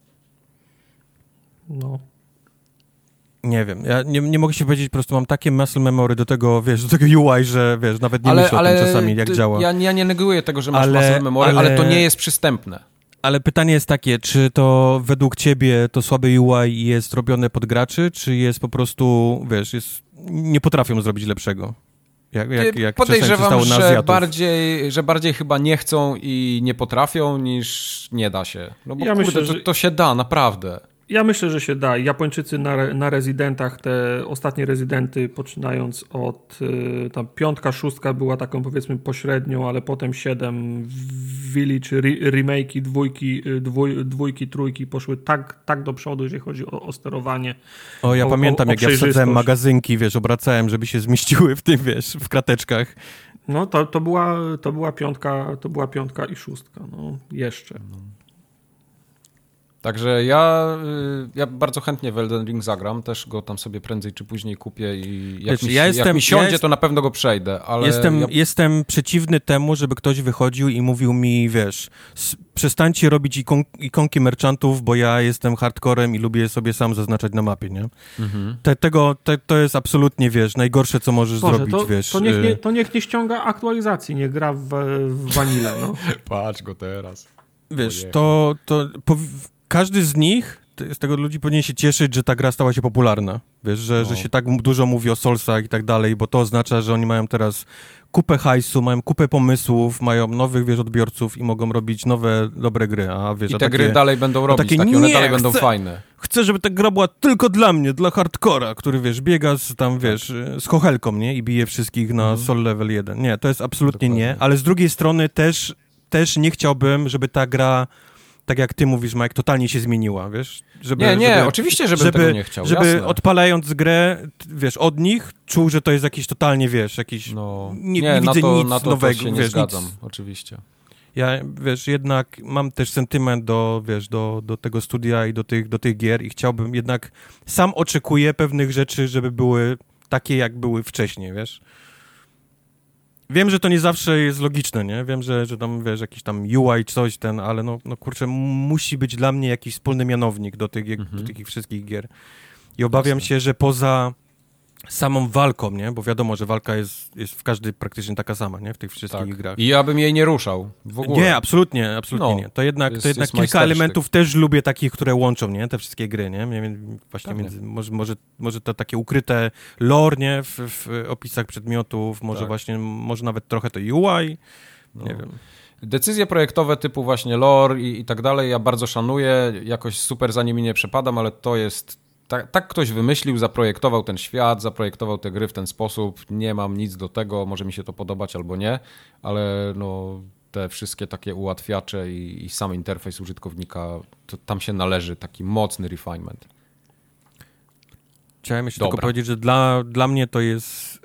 No. Nie wiem, ja nie mogę się powiedzieć, po prostu mam takie muscle memory do tego, wiesz, do tego UI, że wiesz, nawet nie myślę o tym czasami, jak działa. Ja nie neguję tego, że masz muscle memory, ale to nie jest przystępne. Ale pytanie jest takie, czy to według ciebie to słabe UI jest robione pod graczy, czy jest po prostu, wiesz, nie potrafią zrobić lepszego? Jak podejrzewam, że bardziej chyba nie chcą i nie potrafią, niż nie da się. No bo myślę, że to się da, naprawdę. Ja myślę, że się da. Japończycy na rezydentach, te ostatnie rezydenty, poczynając od tam 5, 6 była taką powiedzmy pośrednią, ale potem 7 Village, remake'i, dwójki, trójki poszły tak do przodu, jeżeli chodzi o sterowanie. Ja pamiętam, jak ja wsadzałem magazynki, wiesz, obracałem, żeby się zmieściły w tym, wiesz, w krateczkach. No to była 5 i 6, no jeszcze. Także ja bardzo chętnie w Elden Ring zagram, też go tam sobie prędzej czy później kupię i jak mi siądzie, to na pewno go przejdę, ale... Jestem przeciwny temu, żeby ktoś wychodził i mówił mi, wiesz, przestańcie robić ikonki merchantów, bo ja jestem hardcorem i lubię sobie sam zaznaczać na mapie, nie? Mhm. To jest absolutnie, wiesz, najgorsze, co możesz zrobić, wiesz. To niech nie ściąga aktualizacji, nie gra w vanille, no. Patrz go teraz. Wiesz, każdy z nich, z tego ludzi powinien się cieszyć, że ta gra stała się popularna. Wiesz, że się tak dużo mówi o Soulsach i tak dalej, bo to oznacza, że oni mają teraz kupę hajsu, mają kupę pomysłów, mają nowych, wiesz, odbiorców i mogą robić nowe, dobre gry. I te gry dalej będą robić, one dalej będą fajne. Chcę, żeby ta gra była tylko dla mnie, dla hardcora, który, wiesz, biega z chochelką, nie? I bije wszystkich na Soul Level 1. Nie, to jest absolutnie nie, ale z drugiej strony też nie chciałbym, żeby ta gra, tak jak ty mówisz, Mike, totalnie się zmieniła, wiesz? Oczywiście, żebym tego nie chciał, żeby jasne. odpalając grę, wiesz, od nich, czuł, że to jest jakiś totalnie, wiesz, jakiś... nie widzę nic nowego. To się nie zgadzam, oczywiście. Ja, wiesz, jednak mam też sentyment do tego studia i do tych gier i chciałbym jednak, sam oczekuję pewnych rzeczy, żeby były takie, jak były wcześniej, wiesz? Wiem, że to nie zawsze jest logiczne, nie? Wiem, że tam, wiesz, jakiś tam UI, coś ale no kurczę, musi być dla mnie jakiś wspólny mianownik do tych wszystkich gier. I obawiam się, że poza samą walką, nie? Bo wiadomo, że walka jest w każdej praktycznie taka sama, nie? W tych wszystkich grach. I ja bym jej nie ruszał w ogóle. Nie, absolutnie nie. To jednak kilka elementów też lubię takich, które łączą, nie? Te wszystkie gry, nie? Właśnie może to takie ukryte lore, nie? W opisach przedmiotów, może nawet trochę to UI, nie wiem. Decyzje projektowe typu właśnie lore i tak dalej, ja bardzo szanuję, jakoś super za nimi nie przepadam, ale to jest... Tak ktoś wymyślił, zaprojektował ten świat, zaprojektował te gry w ten sposób, nie mam nic do tego, może mi się to podobać albo nie, ale no te wszystkie takie ułatwiacze i sam interfejs użytkownika, to tam się należy taki mocny refinement. Chciałem jeszcze tylko powiedzieć, że dla mnie to jest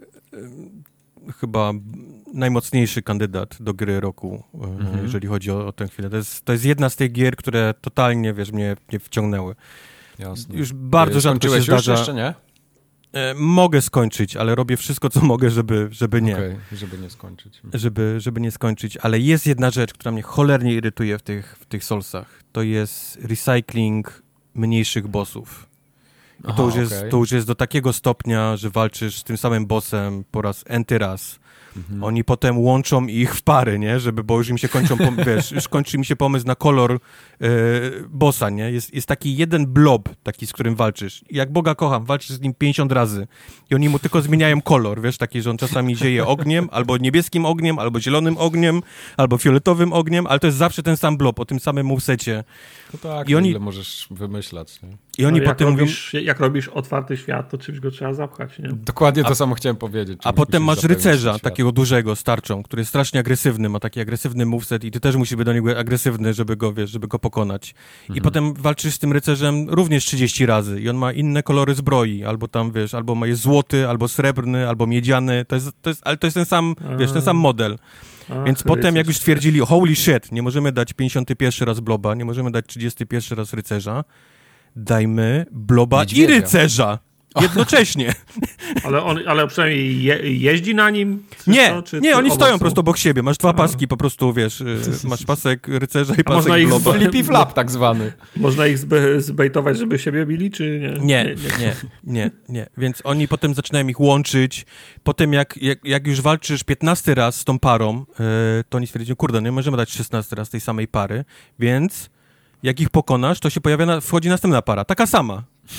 chyba najmocniejszy kandydat do gry roku, jeżeli chodzi o tę chwilę. To jest jedna z tych gier, które totalnie, wiesz, mnie wciągnęły. Jasne. Już bardzo rzadko się zdarza. Jeszcze nie? Mogę skończyć, ale robię wszystko, co mogę, żeby nie. Okej, żeby nie skończyć. Żeby nie skończyć, ale jest jedna rzecz, która mnie cholernie irytuje w tych Soulsach. To jest recycling mniejszych bossów. I to już jest do takiego stopnia, że walczysz z tym samym bossem po raz enty raz. Oni potem łączą ich w pary, nie? Bo już im się już kończy mi się pomysł na kolor bossa, nie? Jest taki jeden blob, taki, z którym walczysz. I jak Boga kocham, walczysz z nim 50 razy. I oni mu tylko zmieniają kolor, wiesz, taki, że on czasami zieje ogniem, albo niebieskim ogniem, albo zielonym ogniem, albo fioletowym ogniem, ale to jest zawsze ten sam blob, o tym samym movesecie. No tak, ile możesz wymyślać, nie? I oni potem jak robisz otwarty świat, to czymś go trzeba zapchać, nie? Dokładnie to samo chciałem powiedzieć. A potem masz rycerza. takiego dużego, starczą, który jest strasznie agresywny, ma taki agresywny moveset i ty też musisz być do niego agresywny, żeby go pokonać. I potem walczysz z tym rycerzem również 30 razy i on ma inne kolory zbroi, albo tam, albo jest złoty, albo srebrny, albo miedziany, ale to jest ten sam, ten sam model. Więc potem jak już stwierdzili, holy shit, nie możemy dać 51 raz bloba, nie możemy dać 31 raz rycerza, dajmy bloba i rycerza jednocześnie. Ale przynajmniej jeździ na nim? Nie, oni stoją prosto obok siebie. Masz dwa paski po prostu, masz pasek rycerza i pasek bloba. Flippy flap tak zwany. Można ich zbejtować, żeby siebie bili, czy nie? Nie. Więc oni potem zaczynają ich łączyć. Potem jak już walczysz 15 raz z tą parą, to oni stwierdzili, kurde, nie możemy dać 16 raz tej samej pary, więc jak ich pokonasz, to się wchodzi następna para, taka sama.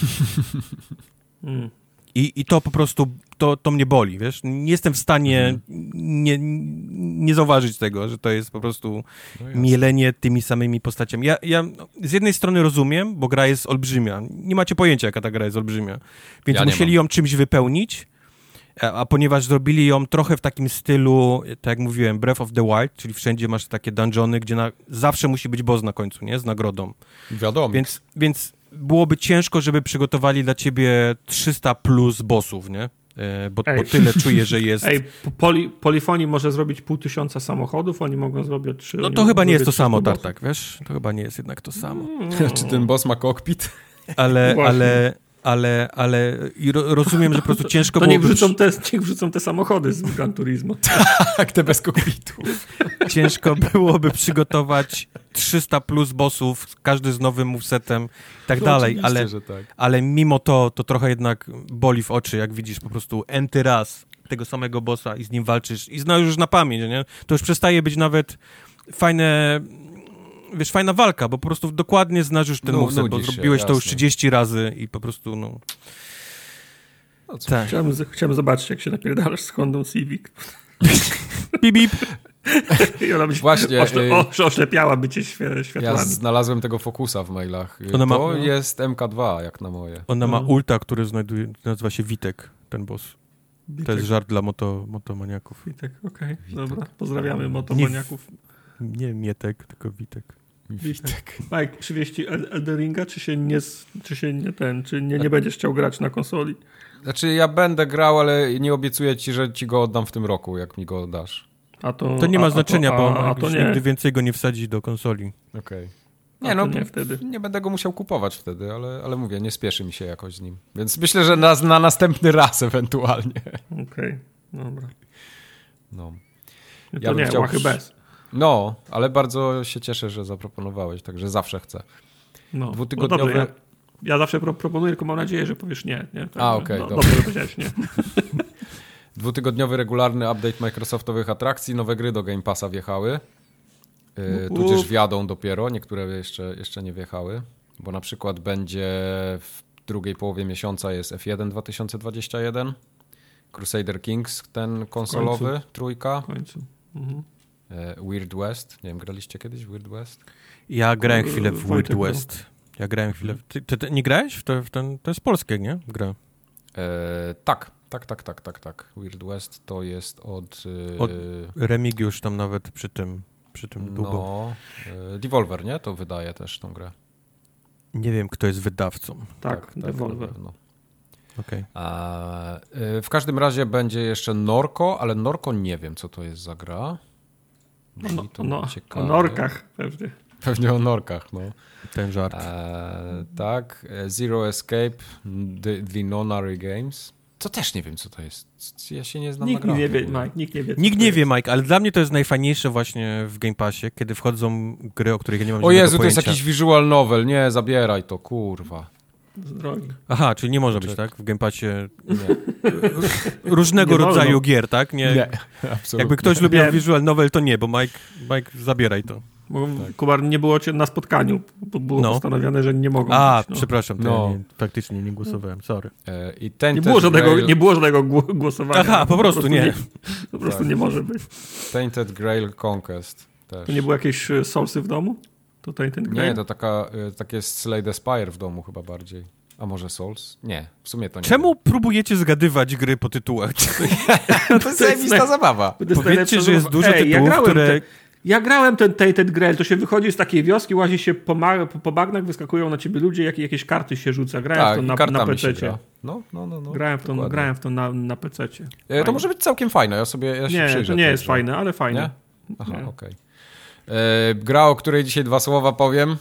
I to po prostu, to mnie boli, wiesz? Nie jestem w stanie nie zauważyć tego, że to jest po prostu mielenie tymi samymi postaciami. Ja z jednej strony rozumiem, bo gra jest olbrzymia. Nie macie pojęcia, jaka ta gra jest olbrzymia. Więc musieli ją czymś wypełnić, a ponieważ zrobili ją trochę w takim stylu, tak jak mówiłem, Breath of the Wild, czyli wszędzie masz takie dungeony, gdzie zawsze musi być boss na końcu, nie? Z nagrodą. Wiadomo. Więc byłoby ciężko, żeby przygotowali dla ciebie 300 plus bossów, nie? Bo tyle czuję, że jest... Polyphony może zrobić 500 samochodów, oni mogą zrobić 3... No to chyba nie jest to samo, Tartak, wiesz? To chyba nie jest jednak to samo. Czy ten boss ma kokpit? Ale rozumiem, że po prostu ciężko było... Niech wrzucą te samochody z Gran Turismo. Tak, te bez kokpitu. Ciężko byłoby przygotować 300 plus bossów, każdy z nowym movesetem i tak dalej, ale mimo to trochę jednak boli w oczy, jak widzisz po prostu enty raz tego samego bossa i z nim walczysz i znasz już na pamięć, nie? To już przestaje być nawet fajna walka, bo po prostu dokładnie znasz już ten moveset, bo zrobiłeś to już 30 razy i po prostu, tak. Chciałem zobaczyć, jak się napierdalasz z Hondą Civic. Bip. I ona właśnie oślepiałaby cię światłami. Ja znalazłem tego Focusa w mailach. Jest MK2, jak na moje. Ona ma ulta, który nazywa się Witek, ten boss. Witek. To jest żart dla motomaniaków. Witek, okej. Dobra, pozdrawiamy motomaniaków. Nie Mietek, tylko Witek. Mike, przywieźć ci Elden Ringa, czy nie będziesz chciał grać na konsoli? Znaczy ja będę grał, ale nie obiecuję ci, że ci go oddam w tym roku, jak mi go dasz. To nie ma znaczenia, bo nigdy więcej go nie wsadzi do konsoli. Okej. Nie wtedy. Nie będę go musiał kupować wtedy, ale mówię, nie spieszy mi się jakoś z nim. Więc myślę, że na następny raz ewentualnie. Okej, dobra. No. To nie, łachy bez. No, ale bardzo się cieszę, że zaproponowałeś, także zawsze chcę. No, dwutygodniowy... No dobrze, ja zawsze proponuję, tylko mam nadzieję, że powiesz nie. Okej, dobrze. Dobrze, że powiedziałeś nie. Dwutygodniowy, regularny update Microsoftowych atrakcji, nowe gry do Game Passa wjechały. Tudzież wjadą dopiero, niektóre jeszcze nie wjechały, bo na przykład będzie w drugiej połowie miesiąca jest F1 2021, Crusader Kings, ten konsolowy, trójka. W końcu. Weird West. Nie wiem, graliście kiedyś w Weird West? Ja grałem chwilę w Weird West. Ty nie grałeś? To jest polskie, nie? Gra. Tak. Weird West to jest od Remigiusz tam nawet przy tym długo. No, Devolver, nie? To wydaje też tą grę. Nie wiem, kto jest wydawcą. Tak, Devolver. No. Okay. W każdym razie będzie jeszcze Norco, ale Norco nie wiem, co to jest za gra. O norkach pewnie. Pewnie o norkach, no. Ten żart. Tak, Zero Escape, The Nonary Games. To też nie wiem, co to jest. Ja się nie znam na grach. Nikt nie wie, Mike, ale dla mnie to jest najfajniejsze właśnie w Game Passie, kiedy wchodzą gry, o których ja nie mam O Jezu, pojęcia. to jest jakiś visual novel. Nie, zabieraj to, kurwa. Drogi. Aha, czyli nie może być, tak? W Game Passie różnego rodzaju gier, tak? Nie, absolutnie. Jakby ktoś lubił visual novel, to nie, bo Mike zabieraj to. Bo Kubar, nie było cię na spotkaniu, bo było postanowione, że nie mogą być, przepraszam, faktycznie nie głosowałem, sorry. Nie było żadnego głosowania. Aha, po prostu nie. Po prostu nie może być. Tainted Grail Conquest też. To nie było jakieś Soulsy w domu? To Tainted Grail? Nie, to takie Slay the Spire w domu chyba bardziej. A może Souls? Nie, w sumie to nie. Czemu próbujecie zgadywać gry po tytułach? To jest zajebista zabawa. Powiedzcie, że jest dużo tytułów, które... Ja grałem ten grę, to się wychodzi z takiej wioski, łazi się po bagnach, wyskakują na ciebie ludzie, jakieś karty się rzuca. Grałem w to na PC-cie. No. Grałem w to na PC-cie. To może być całkiem fajne, ja się przyjrzę. Nie, to nie jest fajne, ale fajne. Nie? Aha, okej. Gra, o której dzisiaj 2 słowa powiem.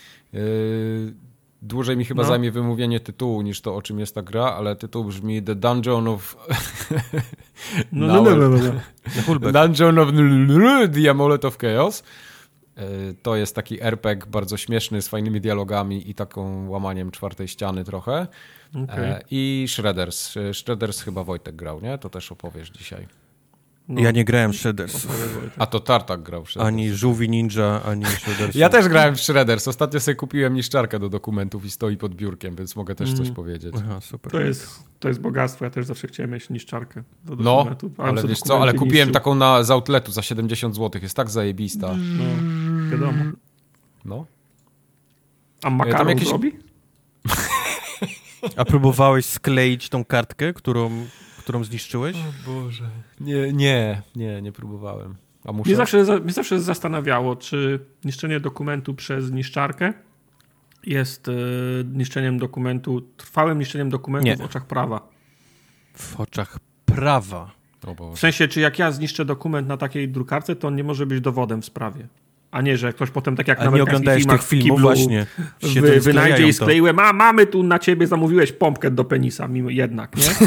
Dłużej mi chyba zajmie wymówienie tytułu niż to, o czym jest ta gra, ale tytuł brzmi The Dungeon of... Dungeon of the Amulet of Chaos. To jest taki RPG bardzo śmieszny, z fajnymi dialogami i taką łamaniem czwartej ściany trochę. Okay. I Shredders. Shredders chyba Wojtek grał, nie? To też opowiesz dzisiaj. No. Ja nie grałem w Shredders. A to Tartak grał w Shredders. Ani Żółwi Ninja, ani Shredders. Ja też grałem w Shredders. Ostatnio sobie kupiłem niszczarkę do dokumentów i stoi pod biurkiem, więc mogę też coś powiedzieć. Aha, super. To jest bogactwo. Ja też zawsze chciałem mieć niszczarkę do dokumentów. Ale wiesz co, ale kupiłem taką z outletu za 70 zł. Jest tak zajebista. No, wiadomo. No. A makaron robi? A próbowałeś skleić tą kartkę, którą zniszczyłeś? O Boże. Nie próbowałem. A muszę? Mnie zawsze zastanawiało, czy niszczenie dokumentu przez niszczarkę jest niszczeniem dokumentu, trwałym niszczeniem dokumentu w oczach prawa. W oczach prawa? W sensie, czy jak ja zniszczę dokument na takiej drukarce, to on nie może być dowodem w sprawie. A nie, że ktoś potem, tak jak na amerykańskich filmach, tych filmów właśnie wynajdzie i skleiłem, a mamy tu na ciebie, zamówiłeś pompkę do penisa, mimo jednak, nie?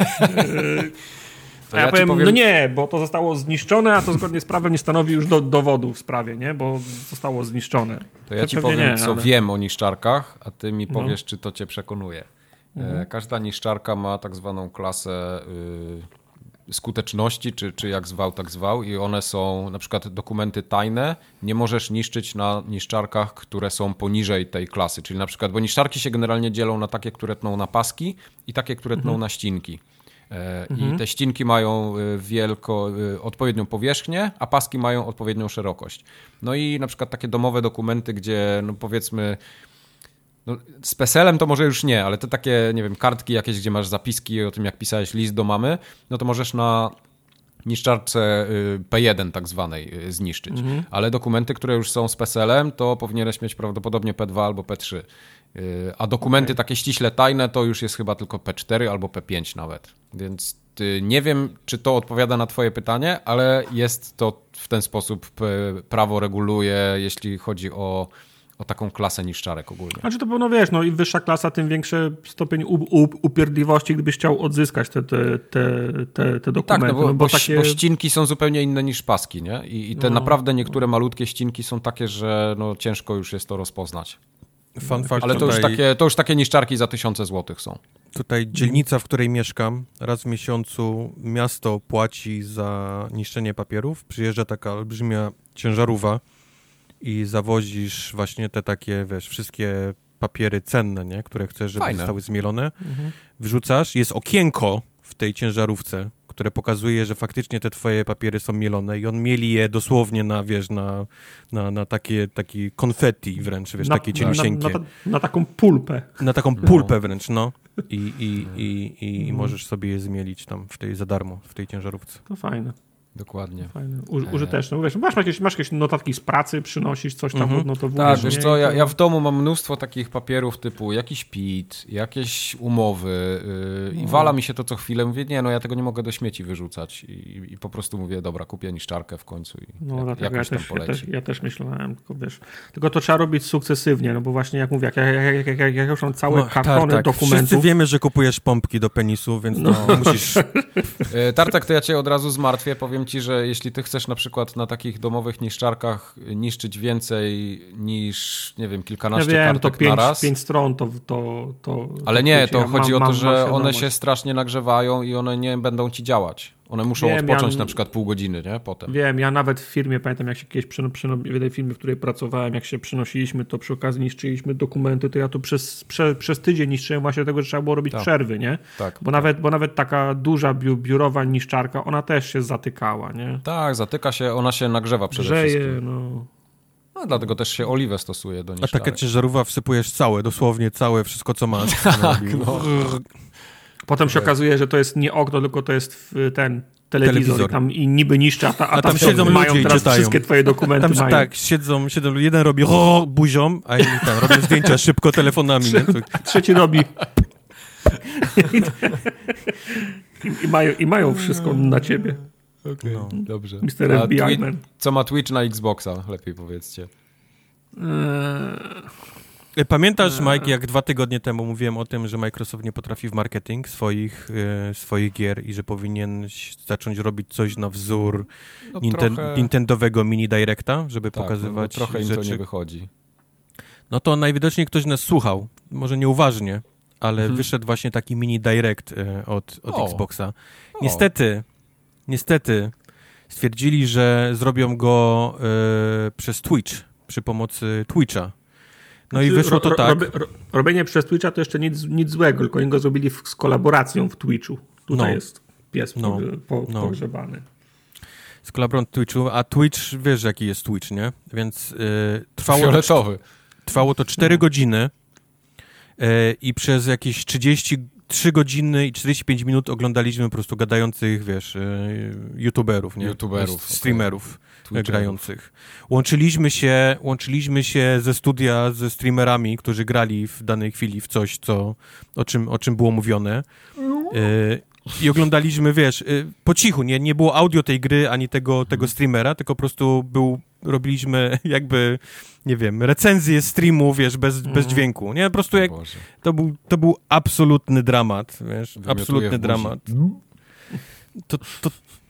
A ja powiem, no nie, bo to zostało zniszczone, a to zgodnie z prawem nie stanowi już dowodu w sprawie, nie? Bo zostało zniszczone. To ja ci powiem, co wiem o niszczarkach, a ty mi powiesz, czy to cię przekonuje. Każda niszczarka ma tak zwaną klasę skuteczności, czy jak zwał, tak zwał, i one są na przykład dokumenty tajne, nie możesz niszczyć na niszczarkach, które są poniżej tej klasy, czyli na przykład, bo niszczarki się generalnie dzielą na takie, które tną na paski i takie, które tną na ścinki. I te ścinki mają odpowiednią powierzchnię, a paski mają odpowiednią szerokość. No i na przykład takie domowe dokumenty, gdzie no powiedzmy z PESEL-em to może już nie, ale te takie, nie wiem, kartki jakieś, gdzie masz zapiski o tym, jak pisałeś list do mamy, no to możesz na niszczarce P1 tak zwanej zniszczyć. Ale dokumenty, które już są z PESEL-em, to powinieneś mieć prawdopodobnie P2 albo P3. A dokumenty takie ściśle tajne to już jest chyba tylko P4 albo P5 nawet. Więc nie wiem, czy to odpowiada na twoje pytanie, ale jest to w ten sposób prawo reguluje, jeśli chodzi o taką klasę niszczarek ogólnie. Znaczy to pewno wiesz, no im wyższa klasa, tym większy stopień upierdliwości, gdybyś chciał odzyskać te dokumenty. Tak, no bo ścinki są zupełnie inne niż paski, nie? I te naprawdę niektóre malutkie ścinki są takie, że no ciężko już jest to rozpoznać. Fun fact, ale to już takie niszczarki za 1000 złotych są. Tutaj dzielnica, w której mieszkam, raz w miesiącu miasto płaci za niszczenie papierów. Przyjeżdża taka olbrzymia ciężarówka i zawozisz właśnie te takie, wiesz, wszystkie papiery cenne, nie? Które chcesz, żeby zostały zmielone. Wrzucasz, jest okienko w tej ciężarówce, które pokazuje, że faktycznie te twoje papiery są mielone i on mieli je dosłownie na, wiesz, na takie konfetti wręcz, wiesz, takie cieniusieńkie. Na taką pulpę. Na taką pulpę wręcz, no. I możesz sobie je zmielić tam za darmo w tej ciężarówce. To fajne. Dokładnie. Fajne. Użyteczne. Wiesz, masz jakieś notatki z pracy, przynosisz coś tam, odnotowujesz. Tak, wiesz co, ja w domu mam mnóstwo takich papierów typu jakiś PIT, jakieś umowy i wala mi się to co chwilę. Mówię, nie, no ja tego nie mogę do śmieci wyrzucać i po prostu mówię, dobra, kupię niszczarkę w końcu i jakoś tam poleci. Ja też myślałem, tylko to trzeba robić sukcesywnie, no bo właśnie jak mówię, jak już mam całe kartony dokumentów. Wszyscy wiemy, że kupujesz pompki do penisu, więc musisz... Tartak, to ja cię od razu zmartwię, powiem ci, że jeśli ty chcesz na przykład na takich domowych niszczarkach niszczyć więcej niż, nie wiem, kilkanaście kartek na raz. 5 stron Ale nie, to chodzi o to, że one się strasznie nagrzewają i one nie będą ci działać. One muszą odpocząć na przykład pół godziny, nie? Potem. Wiem, ja nawet w firmie, pamiętam jak się kiedyś w jednej firmie, w której pracowałem, jak się przenosiliśmy, to przy okazji niszczyliśmy dokumenty, to ja tu przez tydzień niszczyłem właśnie tego, że trzeba było robić przerwy, nie? Tak. Bo nawet taka duża biurowa niszczarka, ona też się zatykała, nie? Tak, zatyka się, ona się nagrzewa przede wszystkim. No. No, dlatego też się oliwę stosuje do niszczarek. A takie ciężarówka wsypujesz dosłownie całe, wszystko co masz. Tak, no. Potem się okazuje, że to jest nie okno, tylko to jest telewizor. I niby niszczy, a tam siedzą mają ludzie teraz czytają. Wszystkie twoje dokumenty tam, mają. Tak, siedzą, jeden robi buzią, a inni tam robią zdjęcia szybko telefonami. Trzeci robi I mają wszystko na ciebie. Okay, no. Dobrze. Mr. FBI Man. Co ma Twitch na Xboxa? Lepiej powiedzcie. Pamiętasz, Mike, jak 2 tygodnie temu mówiłem o tym, że Microsoft nie potrafi w marketing swoich gier i że powinien zacząć robić coś na wzór Nintendowego mini directa, żeby pokazywać trochę im rzeczy. To nie wychodzi. No to najwidoczniej ktoś nas słuchał, może nieuważnie, ale wyszedł właśnie taki mini direct od Xboxa. Niestety stwierdzili, że zrobią go przez Twitch, przy pomocy Twitcha. No i wyszło to tak. Robienie przez Twitcha to jeszcze nic złego, tylko oni go zrobili z kolaboracją w Twitchu. Tutaj jest pies pogrzebany. Z kolaboracją w Twitchu, a Twitch, wiesz jaki jest Twitch, nie? Więc trwało to 4 godziny i przez jakieś 33 godziny i 45 minut oglądaliśmy po prostu gadających, wiesz, youtuberów, nie? Streamerów. Grających. Łączyliśmy się ze studia ze streamerami, którzy grali w danej chwili w coś, o czym było mówione. I oglądaliśmy, wiesz, po cichu, nie było audio tej gry, ani tego streamera, tylko po prostu robiliśmy jakby, nie wiem, recenzję streamu, wiesz, bez dźwięku, nie? Po prostu to był absolutny dramat, wiesz, absolutny dramat. To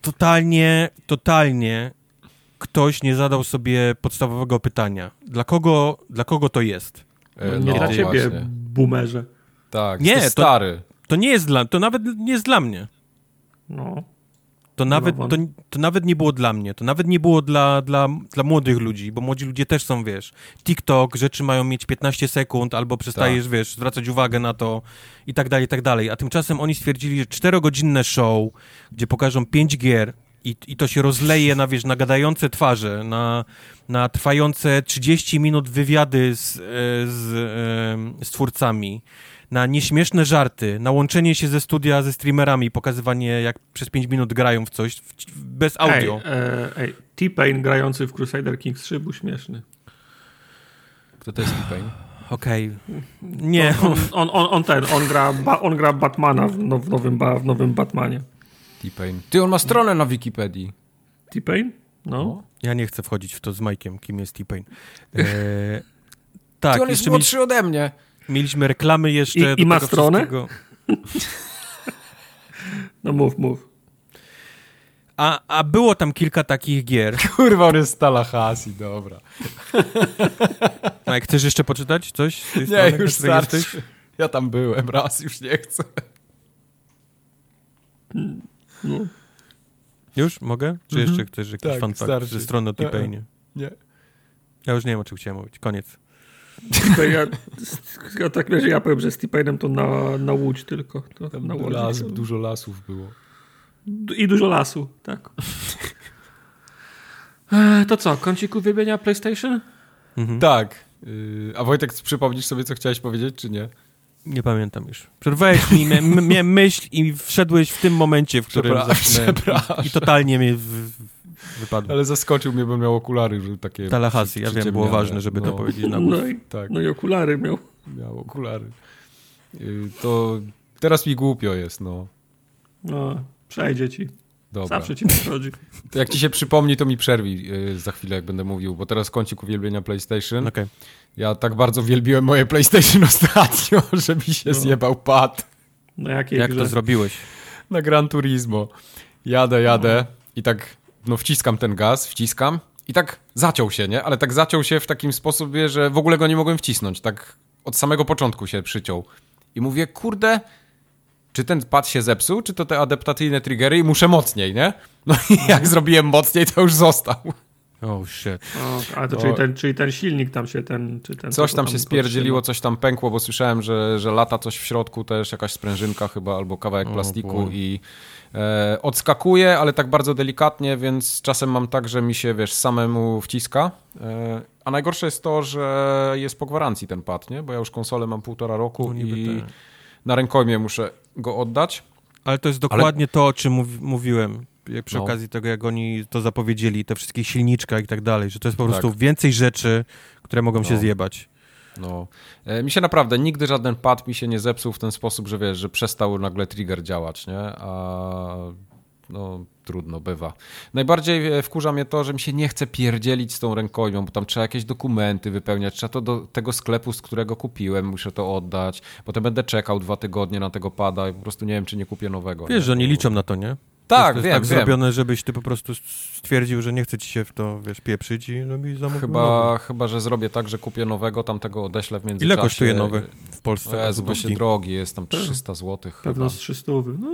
totalnie ktoś nie zadał sobie podstawowego pytania. Dla kogo to jest? Nie dla ciebie, boomerze. Tak, nie, to stary. To nawet nie jest dla mnie. No. To nawet nie było dla mnie. To nawet nie było dla młodych ludzi, bo młodzi ludzie też są, wiesz, TikTok, rzeczy mają mieć 15 sekund, albo przestajesz, wiesz, zwracać uwagę na to i tak dalej, i tak dalej. A tymczasem oni stwierdzili, że 4-godzinne show, gdzie pokażą 5 gier, i to się rozleje na gadające twarze, na trwające 30 minut wywiady z twórcami, na nieśmieszne żarty, na łączenie się ze studia ze streamerami, pokazywanie jak przez 5 minut grają w coś bez audio. T-Pain grający w Crusader Kings 3 był śmieszny. Kto to jest T-Pain? Okej. Nie. On gra Batmana w nowym Batmanie. T-Pain. Ty, on ma stronę na Wikipedii. T-Pain? No. Ja nie chcę wchodzić w to z Mike'iem, kim jest T-Pain. Tak. Ty, on jest młodszy ode mnie. Mieliśmy reklamy jeszcze. I ma stronę? No mów. A było tam kilka takich gier. Kurwa, on jest z Tallahassee, dobra. Mike, chcesz jeszcze poczytać coś? Nie, już starczy. Ja tam byłem raz, już nie chcę. No. Już? Mogę? Czy jeszcze chcesz jakiś fun fact ze strony o T-Painie? Nie. Ja już nie wiem, o czym chciałem mówić. Koniec. Ja tak wiesz, ja powiem, że z T-Painem to na Łódź tylko. To tam na dużo lasów było. I dużo lasu, tak. To co, kącik uwielbienia PlayStation? Tak. A Wojtek, przypomnisz sobie, co chciałeś powiedzieć, czy nie? Nie pamiętam już. Przerwałeś mi, miałem myśl i wszedłeś w tym momencie, w którym i totalnie mnie wypadło. Ale zaskoczył mnie, bo miał okulary, że takie... Tallahassee, ja wiem, było ważne, żeby to powiedzieć na głos. No i okulary miał. Miał okulary. To teraz mi głupio jest, no. No, przejdzie ci. Dobra. Zawsze ci przychodzi. To jak ci się przypomni, to mi przerwij za chwilę, jak będę mówił, bo teraz kącik uwielbienia PlayStation. Okay. Ja tak bardzo wielbiłem moje PlayStation ostatnio, że mi się zjebał pad. Jak to zrobiłeś? Na Gran Turismo. Jadę i tak wciskam ten gaz, i tak zaciął się, nie? Ale tak zaciął się w takim sposobie, że w ogóle go nie mogłem wcisnąć. Tak od samego początku się przyciął. I mówię, kurde, czy ten pad się zepsuł, czy to te adaptacyjne triggery i muszę mocniej, nie? No i jak zrobiłem mocniej, to już został. Oh shit. Ale to czyli ten silnik tam się... Coś tam się spierdzieliło, coś tam pękło, bo słyszałem, że lata coś w środku też, jakaś sprężynka chyba, albo kawałek plastiku i odskakuje, ale tak bardzo delikatnie, więc czasem mam tak, że mi się, samemu wciska. A najgorsze jest to, że jest po gwarancji ten pad, nie? Bo ja już konsolę mam 1,5 roku i na rękojmie muszę go oddać. Ale to jest dokładnie to, o czym mówiłem przy okazji tego, jak oni to zapowiedzieli, te wszystkie silniczka i tak dalej, że to jest po prostu więcej rzeczy, które mogą się zjebać. No. Mi się naprawdę nigdy żaden pad mi się nie zepsuł w ten sposób, że że przestał nagle trigger działać, nie? A trudno bywa. Najbardziej wkurza mnie to, że mi się nie chce pierdzielić z tą rękojmią, bo tam trzeba jakieś dokumenty wypełniać, trzeba to do tego sklepu, z którego kupiłem, muszę to oddać, potem będę czekał 2 tygodnie na tego pada i po prostu nie wiem, czy nie kupię nowego. Wiesz, że oni liczą na to, nie? Tak, to jest tak zrobione, żebyś ty po prostu stwierdził, że nie chce ci się w to, pieprzyć i robi zamówienie. Chyba, że zrobię tak, że kupię nowego, tamtego odeślę w międzyczasie. Ile kosztuje nowy w Polsce? Jezu, bo się drogi, jest tam 300 zł. Pewno z 300.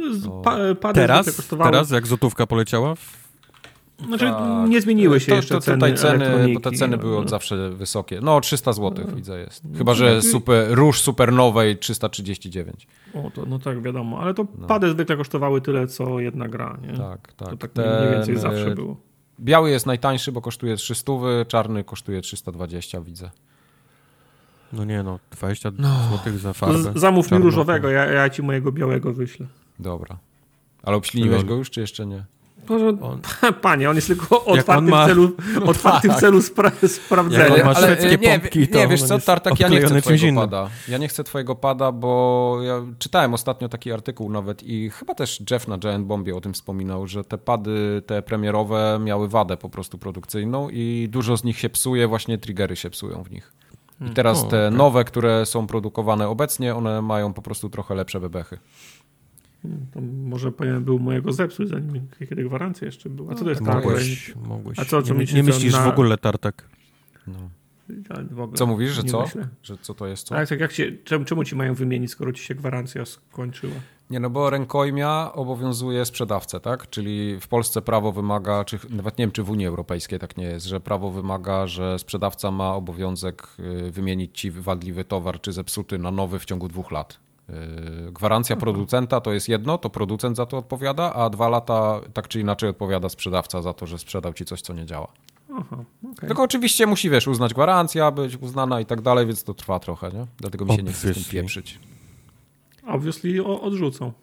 Teraz jak złotówka poleciała? Znaczy nie zmieniły się jeszcze tutaj ceny, bo te ceny były od zawsze wysokie. 300 zł widzę jest. Chyba, że róż super nowej 339. No tak, wiadomo. Ale to pady zwykle kosztowały tyle, co jedna gra, nie? Tak. To tak mniej więcej zawsze było. Biały jest najtańszy, bo kosztuje 300, czarny kosztuje 320, widzę. 20 zł za farbę. Zamów mi różowego, ja ci mojego białego wyślę. Dobra. Ale obśliniłeś go już, czy jeszcze nie? Panie, on jest tylko otwarty w celu sprawdzenia. Ma szwedzkie pompki, nie, wiesz co, Tartak, ja nie chcę twojego pada. Ja nie chcę twojego pada, bo ja czytałem ostatnio taki artykuł nawet i chyba też Jeff na Giant Bombie o tym wspominał, że te pady, te premierowe miały wadę po prostu produkcyjną i dużo z nich się psuje, właśnie triggery się psują w nich. I teraz te nowe, które są produkowane obecnie, one mają po prostu trochę lepsze bebechy. To może powinien był mojego zepsuć, zanim kiedy gwarancja jeszcze była. A co to jest mogłeś. A co nie myślisz w ogóle, Tartak? Co mówisz, że co? Że co to jest co? Tak, czemu ci mają wymienić, skoro ci się gwarancja skończyła? Nie, bo rękojmia obowiązuje sprzedawcę, tak? Czyli w Polsce prawo wymaga, czy nawet nie wiem, czy w Unii Europejskiej tak nie jest, że prawo wymaga, że sprzedawca ma obowiązek wymienić ci wadliwy towar czy zepsuty na nowy w ciągu 2 lat. Gwarancja producenta to jest jedno, to producent za to odpowiada, a 2 lata tak czy inaczej odpowiada sprzedawca za to, że sprzedał ci coś, co nie działa. Okay. Tylko oczywiście musi, uznać gwarancja, być uznana i tak dalej, więc to trwa trochę, nie? Dlatego mi się nie chce z tym pieprzyć. Obviously odrzucą.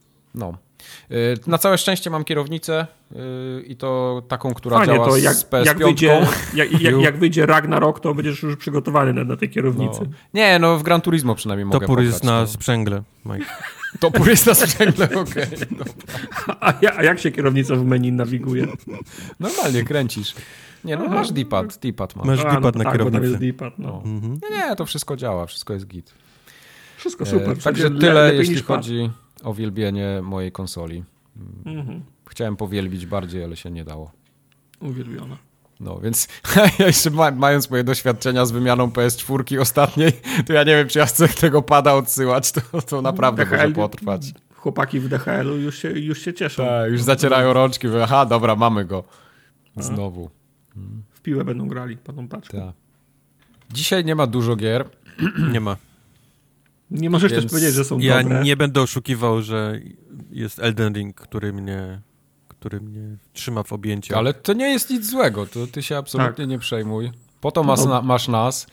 Na całe szczęście mam kierownicę i to taką, która działa to z PS5. Jak wyjdzie Ragnarok, to będziesz już przygotowany na tej kierownicy. Nie, w Gran Turismo przynajmniej mogę Topór jest na sprzęgle, Mike. Topór jest na sprzęgle, okej. A jak się kierownica w menu nawiguje? Normalnie kręcisz. Nie, masz D-pad masz. Masz D-pad na kierownicy. Tam jest D-pad, Nie, to wszystko działa, wszystko jest git. Wszystko super. Także tyle, jeśli chodzi o wielbienie mojej konsoli. Chciałem powielbić bardziej, ale się nie dało. Uwielbiona. Więc ja jeszcze mając moje doświadczenia z wymianą PS4 ostatniej, to ja nie wiem, czy ja chcę tego pada odsyłać, to naprawdę może potrwać. Chłopaki w DHL-u już się cieszą. Tak, już zacierają rączki, mówią, dobra, mamy go. Znowu. W piłę będą grali, paną paczkę. Tak. Dzisiaj nie ma dużo gier. Nie ma. Nie możesz też powiedzieć, że są dobre. Ja nie będę oszukiwał, że jest Elden Ring, który mnie trzyma w objęciu. Ale to nie jest nic złego, to ty się absolutnie nie przejmuj. Po to masz nas.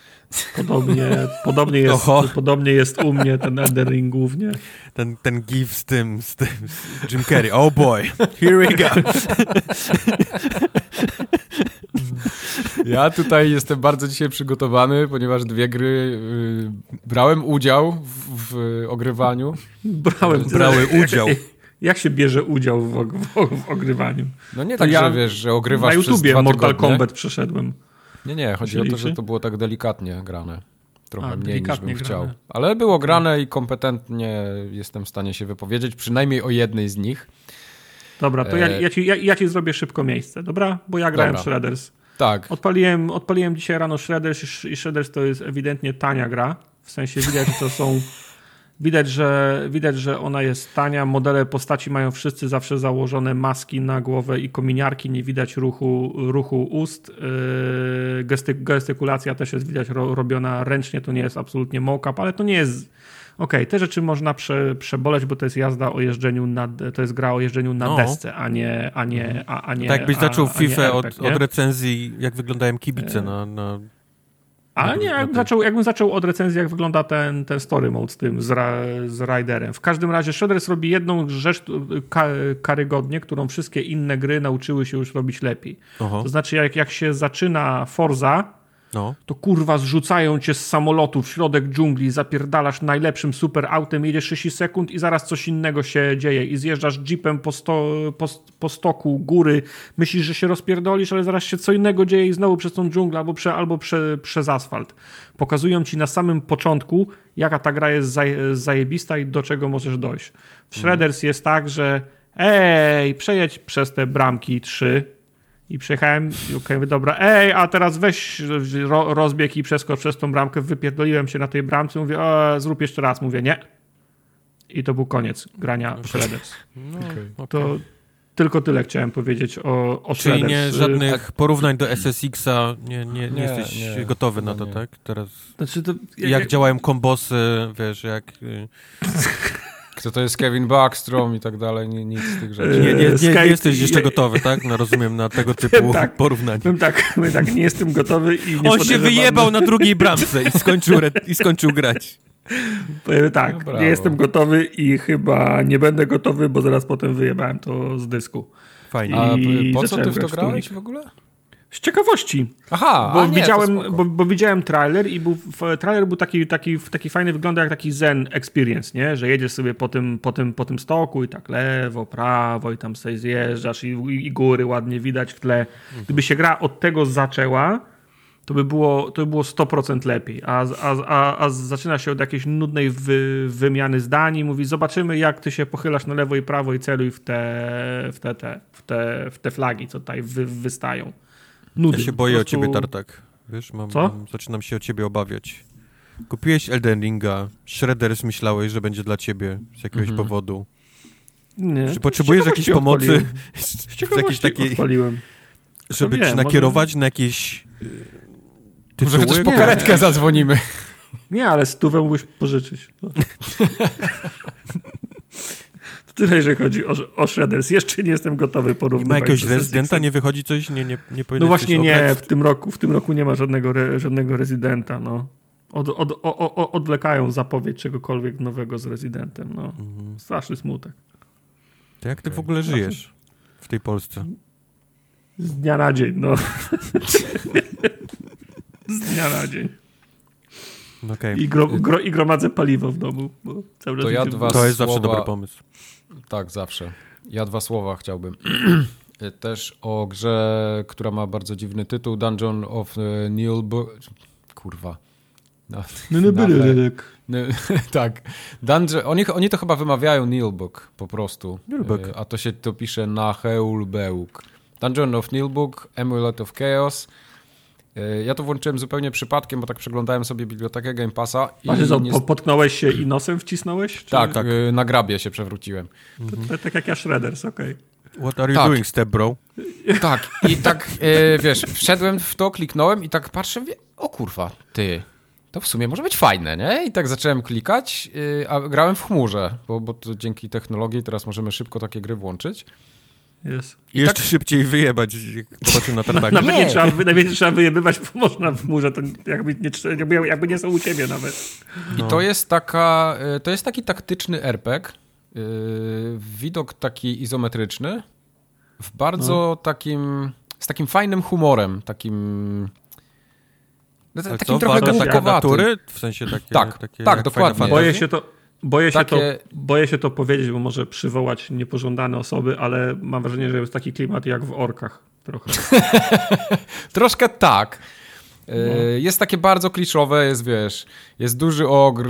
Podobnie jest u mnie ten Elden Ring głównie. Ten gif z Jim Carrey. Oh boy, here we go. Ja tutaj jestem bardzo dzisiaj przygotowany, ponieważ 2 gry brałem udział w ogrywaniu. Brały udział. Jak się bierze udział w ogrywaniu? Nie tak, że wiesz, że ogrywasz na przez 2 tygodnie. Na YouTubie Mortal Kombat przeszedłem. Nie, chodzi o to, że to było tak delikatnie grane. Trochę mniej niż bym chciał. grane. Ale było grane i kompetentnie jestem w stanie się wypowiedzieć, przynajmniej o jednej z nich. Dobra, to ja ci zrobię szybko miejsce, dobra? Bo ja grałem Shredders. Tak. Odpaliłem dzisiaj rano Shredders i Shredders to jest ewidentnie tania gra. W sensie widać, że to są Widać, że ona jest tania. Modele postaci mają wszyscy zawsze założone maski na głowę i kominiarki. Nie widać ruchu ust. Gestykulacja też jest widać robiona ręcznie. To nie jest absolutnie mock-up, ale to nie jest... Okej, te rzeczy można przeboleć, bo to jest jazda o jeżdżeniu to jest gra o jeżdżeniu na desce, a nie tak jakbyś zaczął FIFA od recenzji, jak wyglądają kibice na ale nie, jakbym zaczął od recenzji, jak wygląda ten story mode z tym, z Riderem. W każdym razie Shredders robi jedną rzecz karygodnie, którą wszystkie inne gry nauczyły się już robić lepiej. To znaczy, jak się zaczyna Forza, to kurwa zrzucają cię z samolotu w środek dżungli, zapierdalasz najlepszym super autem, jedziesz 30 sekund i zaraz coś innego się dzieje i zjeżdżasz jeepem po stoku góry, myślisz, że się rozpierdolisz, ale zaraz się co innego dzieje i znowu przez tą dżunglę albo przez asfalt. Pokazują ci na samym początku, jaka ta gra jest zajebista i do czego możesz dojść. W Shredders jest tak, że przejedź przez te bramki 3 i przejechałem, okej, dobra, a teraz weź rozbieg i przeskocz przez tą bramkę, wypierdoliłem się na tej bramce, mówię, zrób jeszcze raz, mówię, nie. I to był koniec grania w Shredders. To tylko tyle chciałem powiedzieć o Czyli Shredders. nie żadnych porównań do SSX-a, nie jesteś gotowy na to, tak? Teraz znaczy to, jak działają kombosy, wiesz, jak... Kto to jest Kevin Backstrom i tak dalej, nic z tych rzeczy. Nie jesteś jeszcze gotowy, tak? No, rozumiem, na tego typu porównanie. Nie jestem gotowy i nie on się wyjebał na drugiej bramce i skończył grać. Tak, nie jestem gotowy i chyba nie będę gotowy, bo zaraz potem wyjebałem to z dysku. Fajnie. A po co ty w to grałeś w ogóle? Z ciekawości. Aha, bo widziałem trailer i trailer był taki fajny, wygląda jak taki zen experience, nie? Że jedziesz sobie po tym stoku i tak lewo, prawo i tam sobie zjeżdżasz i góry ładnie widać w tle. Gdyby się gra od tego zaczęła, to by było 100% lepiej. A zaczyna się od jakiejś nudnej wymiany zdań i mówi, zobaczymy jak ty się pochylasz na lewo i prawo i celuj w te flagi, co tutaj wystają. Nudy. Ja się boję o ciebie, Tartak. Wiesz, zaczynam się o ciebie obawiać. Kupiłeś Elden Ringa, Shredders myślałeś, że będzie dla ciebie z jakiegoś powodu. Nie. Czy potrzebujesz jakiejś pomocy? Z jakiejś takiej odpaliłem. Żeby cię nakierować na jakieś tytuły? Może chociaż po karetkę zadzwonimy. Nie, ale 100 mógłbyś pożyczyć. Tyle, jeżeli chodzi o Shredders. Jeszcze nie jestem gotowy porównywać. Ma jakiegoś Residenta? Nie wychodzi coś? Nie no właśnie nie. W tym roku nie ma żadnego Residenta. No. Odwlekają zapowiedź czegokolwiek nowego z Residentem. No. Straszny smutek. To jak ty w ogóle żyjesz w tej Polsce? Z dnia na dzień, no. Z dnia na dzień. Okay. I gromadzę paliwo w domu. Bo cały czas to jest zawsze dobry pomysł. Tak, zawsze. Ja 2 słowa chciałbym. Też o grze, która ma bardzo dziwny tytuł, Dungeon of Nilbog. Kurwa. Tak. Oni to chyba wymawiają Nilbog po prostu. Nilbog. A to pisze Naheulbeuk. Dungeon of Nilbog, Amulet of Chaos. Ja to włączyłem zupełnie przypadkiem, bo tak przeglądałem sobie bibliotekę Game Passa. Potknąłeś się i nosem wcisnąłeś? Czy... Tak. Na grabie się przewróciłem. Tak jak ja Shredders, okej. What are you doing, step bro? Tak, i tak, wiesz, wszedłem w to, kliknąłem i tak patrzę, o kurwa, to w sumie może być fajne, nie? I tak zacząłem klikać, a grałem w chmurze, bo to dzięki technologii teraz możemy szybko takie gry włączyć. Yes. I jeszcze szybciej wyjebać, jak popatrzymy na tartaki. Nawet nie trzeba wyjebywać, bo można w chmurze, to jakby nie są u ciebie nawet. I to jest taki taktyczny RPG, widok taki izometryczny, w bardzo z takim fajnym humorem, takim trochę głupkowatym. W sensie tak, dokładnie. Boję się to powiedzieć, bo może przywołać niepożądane osoby, ale mam wrażenie, że jest taki klimat jak w Orkach trochę. Troszkę tak. Jest takie bardzo kliszowe, jest, wiesz, jest duży ogr,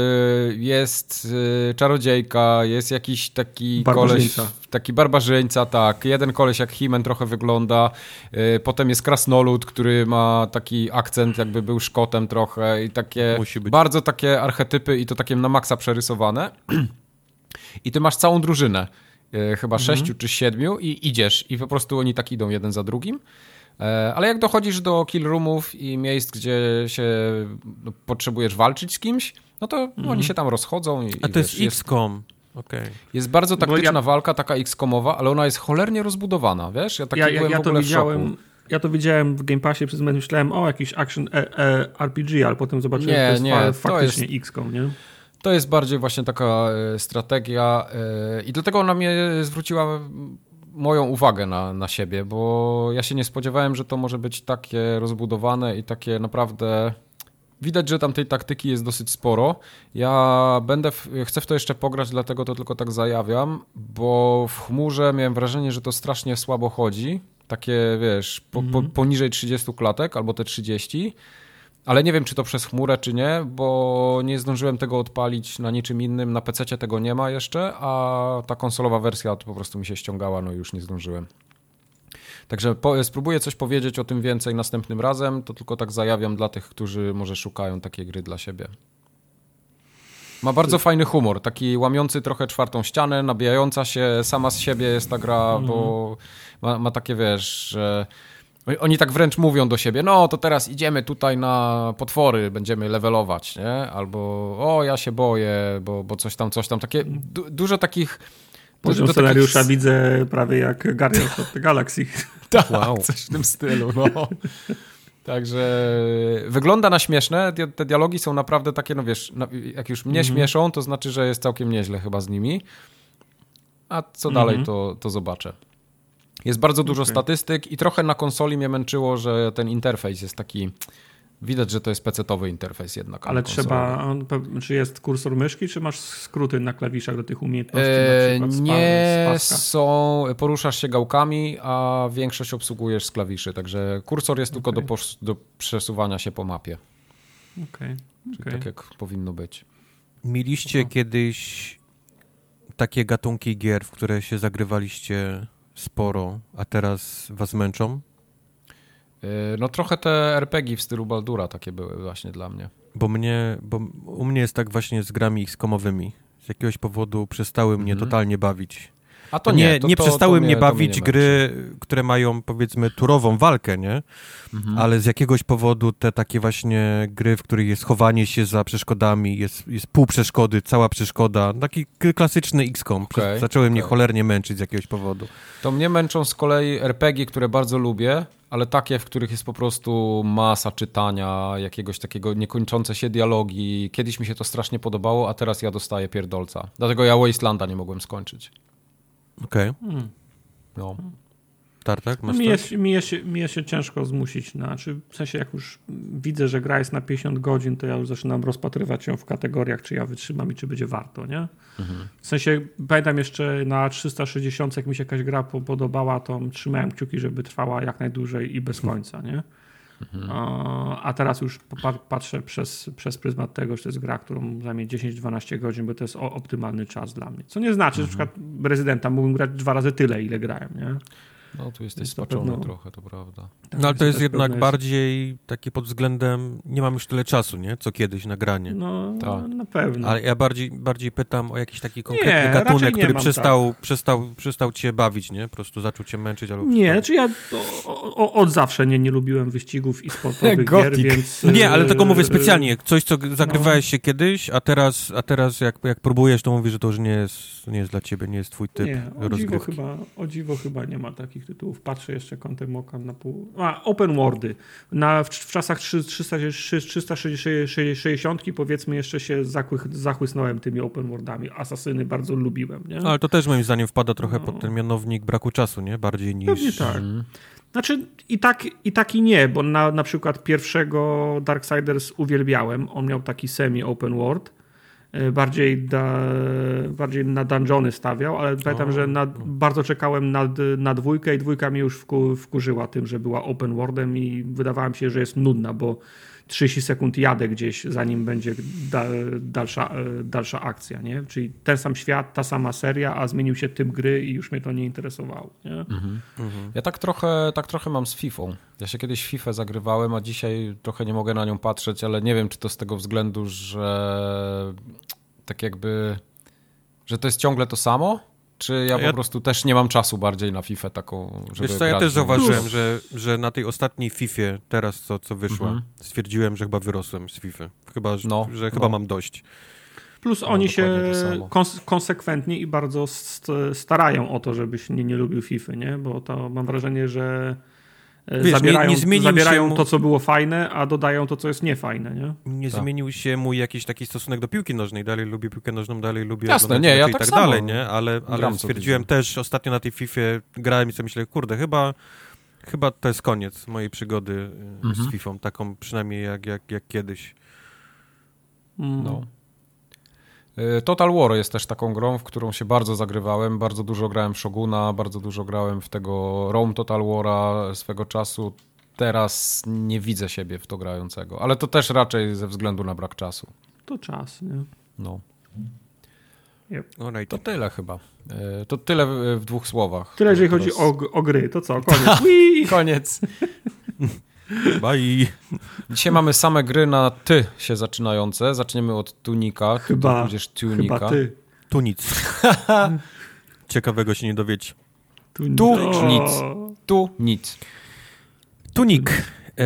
jest czarodziejka, jest jakiś taki koleś, taki barbarzyńca, tak. Jeden koleś jak He-Man trochę wygląda, potem jest krasnolud, który ma taki akcent, jakby był Szkotem trochę i takie bardzo takie archetypy i to takie na maksa przerysowane. I ty masz całą drużynę, chyba 6 czy 7 i idziesz i po prostu oni tak idą jeden za drugim. Ale jak dochodzisz do kill roomów i miejsc, gdzie się potrzebujesz walczyć z kimś, no to oni się tam rozchodzą. A to jest XCOM. Okay. Jest bardzo taktyczna walka, taka XCOMowa, ale ona jest cholernie rozbudowana, wiesz? Ja w ogóle w szoku. Ja to widziałem w Game Passie, przez moment myślałem, jakiś action RPG, ale potem zobaczyłem, że to jest faktycznie XCOM, nie? To jest bardziej właśnie taka strategia i dlatego ona mnie zwróciła moją uwagę na siebie, bo ja się nie spodziewałem, że to może być takie rozbudowane i takie naprawdę... Widać, że tam tej taktyki jest dosyć sporo. Ja chcę w to jeszcze pograć, dlatego to tylko tak zajawiam, bo w chmurze miałem wrażenie, że to strasznie słabo chodzi. Takie, wiesz, poniżej 30 klatek albo te 30. Ale nie wiem, czy to przez chmurę, czy nie, bo nie zdążyłem tego odpalić na niczym innym. Na PC-cie tego nie ma jeszcze, a ta konsolowa wersja to po prostu mi się ściągała, no już nie zdążyłem. Także spróbuję coś powiedzieć o tym więcej następnym razem, to tylko tak zajawiam dla tych, którzy może szukają takiej gry dla siebie. Ma bardzo fajny humor, taki łamiący trochę czwartą ścianę, nabijająca się sama z siebie jest ta gra, bo ma takie, wiesz, że... Oni tak wręcz mówią do siebie, no to teraz idziemy tutaj na potwory, będziemy levelować, nie? Albo ja się boję, bo coś tam, takie dużo takich... Poziom scenariusza widzę prawie jak Guardians of the Galaxy. Tak, coś w tym stylu, no. Także wygląda na śmieszne, te dialogi są naprawdę takie, no wiesz, jak już mnie śmieszą, to znaczy, że jest całkiem nieźle chyba z nimi. A co dalej, to zobaczę. Jest bardzo dużo statystyk i trochę na konsoli mnie męczyło, że ten interfejs jest taki... Widać, że to jest PC-towy interfejs jednak. Ale czy jest kursor myszki, czy masz skróty na klawiszach do tych umiejętności? Na przykład nie są, poruszasz się gałkami, a większość obsługujesz z klawiszy, także kursor jest tylko do przesuwania się po mapie. Czyli tak jak powinno być. Mieliście kiedyś takie gatunki gier, w które się zagrywaliście sporo, a teraz was męczą? No trochę te RPG w stylu Baldura takie były właśnie dla mnie. Bo u mnie jest tak właśnie z grami XCOM-owymi. Z jakiegoś powodu przestały mnie totalnie bawić. A to nie przestały mnie bawić gry, które mają, powiedzmy, turową walkę, nie? Ale z jakiegoś powodu te takie właśnie gry, w których jest chowanie się za przeszkodami, jest pół przeszkody, cała przeszkoda. Taki klasyczny XCOM. Zaczęły mnie cholernie męczyć z jakiegoś powodu. To mnie męczą z kolei RPG, które bardzo lubię, ale takie, w których jest po prostu masa czytania, jakiegoś takiego niekończące się dialogi. Kiedyś mi się to strasznie podobało, a teraz ja dostaję pierdolca. Dlatego ja Wastelanda nie mogłem skończyć. Okej. No. Tartak, masz mnie się ciężko zmusić. W sensie jak już widzę, że gra jest na 50 godzin, to ja już zaczynam rozpatrywać ją w kategoriach, czy ja wytrzymam i czy będzie warto, nie? W sensie pamiętam jeszcze na 360, jak mi się jakaś gra podobała, to trzymałem kciuki, żeby trwała jak najdłużej i bez końca, nie? A teraz już patrzę przez pryzmat tego, że to jest gra, którą zajmie 10-12 godzin, bo to jest optymalny czas dla mnie. Co nie znaczy, że na przykład Rezydenta mógłbym grać 2 razy tyle, ile grałem, nie? No tu jesteś spaczony trochę, to prawda. No ale to jest jednak bardziej takie pod względem, nie mam już tyle czasu, nie? Co kiedyś na granie. No, tak. Na pewno. Ale ja bardziej pytam o jakiś taki konkretny gatunek, który przestał cię bawić, nie? Po prostu zaczął cię męczyć. Albo nie, znaczy ja od zawsze nie lubiłem wyścigów i sportowych gier, więc... Nie, ale tego mówię specjalnie. Coś, co zagrywałeś się kiedyś, a teraz jak próbujesz, to mówisz, że to już nie jest dla ciebie, nie jest twój typ rozgrywki. O dziwo chyba nie ma takich tytułów. Patrzę jeszcze kątem oka na pół... Open worldy. W czasach 360 powiedzmy jeszcze się zachłysnąłem tymi open worldami. Asasyny bardzo lubiłem, nie? Ale to też moim zdaniem wpada trochę pod ten mianownik braku czasu, nie? Bardziej niż... Pewnie tak. Znaczy i tak i nie, bo na przykład pierwszego Darksiders uwielbiałem. On miał taki semi-open world. bardziej na dungeony stawiał, ale pamiętam, że bardzo czekałem na dwójkę i dwójka mnie już wkurzyła tym, że była open worldem i wydawało mi się, że jest nudna, bo 30 sekund jadę gdzieś, zanim będzie dalsza akcja, nie? Czyli ten sam świat, ta sama seria, a zmienił się typ gry i już mnie to nie interesowało. Nie? Ja tak trochę mam z Fifą. Ja się kiedyś w Fifę zagrywałem, a dzisiaj trochę nie mogę na nią patrzeć, ale nie wiem, czy to z tego względu, że tak jakby, że to jest ciągle to samo, czy ja po prostu też nie mam czasu bardziej na Fifę taką, żeby Wiesz co, ja też zauważyłem, że na tej ostatniej Fifie, teraz co wyszła, stwierdziłem, że chyba wyrosłem z Fify. Chyba mam dość. Plus oni się konsekwentnie i bardzo starają o to, żebyś nie lubił Fify, nie? Bo to mam wrażenie, że zabierają to, co było fajne, a dodają to, co jest niefajne, nie? Nie zmienił się mój jakiś taki stosunek do piłki nożnej. Dalej lubię piłkę nożną, dalej lubię Jasne, nie, ja i tak samo dalej, nie? Ale stwierdziłem też, ostatnio na tej Fifie grałem i sobie myślę, kurde, chyba to jest koniec mojej przygody z Fifą, taką przynajmniej jak kiedyś. No. Total War jest też taką grą, w którą się bardzo zagrywałem. Bardzo dużo grałem w Shoguna, bardzo dużo grałem w tego Rome Total War'a swego czasu. Teraz nie widzę siebie w to grającego, ale to też raczej ze względu na brak czasu. To czas, nie? No. Yep. To tyle chyba. To tyle w dwóch słowach. Tyle, jeżeli chodzi o gry. To co? Koniec. Koniec. Bye. Dzisiaj mamy same gry na ty się zaczynające. Zaczniemy od Tunika. Chyba ty. Tu nic. Ciekawego się nie dowiecie. Tu nic. Tunik.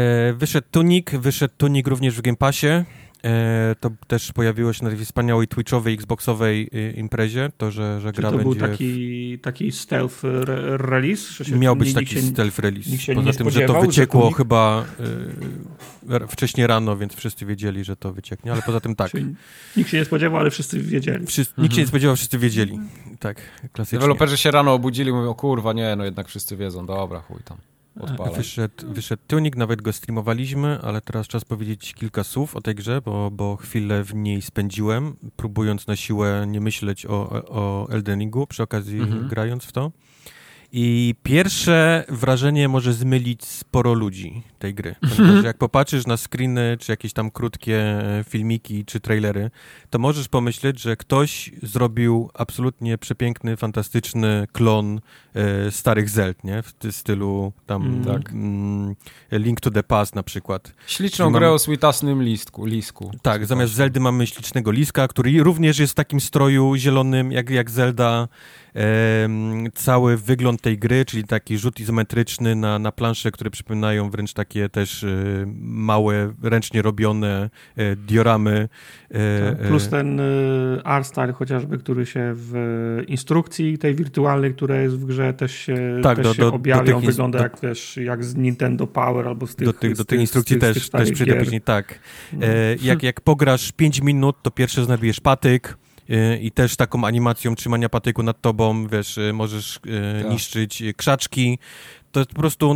Wyszedł Tunik również w Game Passie. To też pojawiło się na tej wspaniałej Twitchowej, Xboxowej imprezie, że gra to będzie... był taki stealth release? Miał być taki stealth release. Poza tym, że to wyciekło chyba wcześniej rano, więc wszyscy wiedzieli, że to wycieknie, ale poza tym tak. Czyli nikt się nie spodziewał, ale wszyscy wiedzieli. Nikt się nie spodziewał, wszyscy wiedzieli. Tak, klasycznie. Deweloperzy się rano obudzili i mówią, o kurwa, nie, no jednak wszyscy wiedzą, dobra, chuj tam. Wyszedł Tunik, nawet go streamowaliśmy, ale teraz czas powiedzieć kilka słów o tej grze, bo chwilę w niej spędziłem, próbując na siłę nie myśleć o Elden Ringu przy okazji grając w to. I pierwsze wrażenie może zmylić sporo ludzi tej gry. Ponieważ jak popatrzysz na screeny, czy jakieś tam krótkie filmiki, czy trailery, to możesz pomyśleć, że ktoś zrobił absolutnie przepiękny, fantastyczny klon starych Zeld, nie? W stylu tam Link to the Past na przykład. Śliczną grę o sweetasnym lisku. Tak, zamiast Zeldy mamy ślicznego liska, który również jest w takim stroju zielonym jak Zelda. Cały wygląd tej gry, czyli taki rzut izometryczny na plansze, które przypominają wręcz takie też małe, ręcznie robione dioramy. Plus ten art style chociażby, który się w instrukcji tej wirtualnej, która jest w grze, też się objawia. Wygląda jak z Nintendo Power albo z tych... Do tych instrukcji też przyjdę później, tak. Jak pograsz 5 minut, to pierwsze znajdujesz patyk, i też taką animacją trzymania patyku nad tobą, wiesz, możesz niszczyć krzaczki. To jest po prostu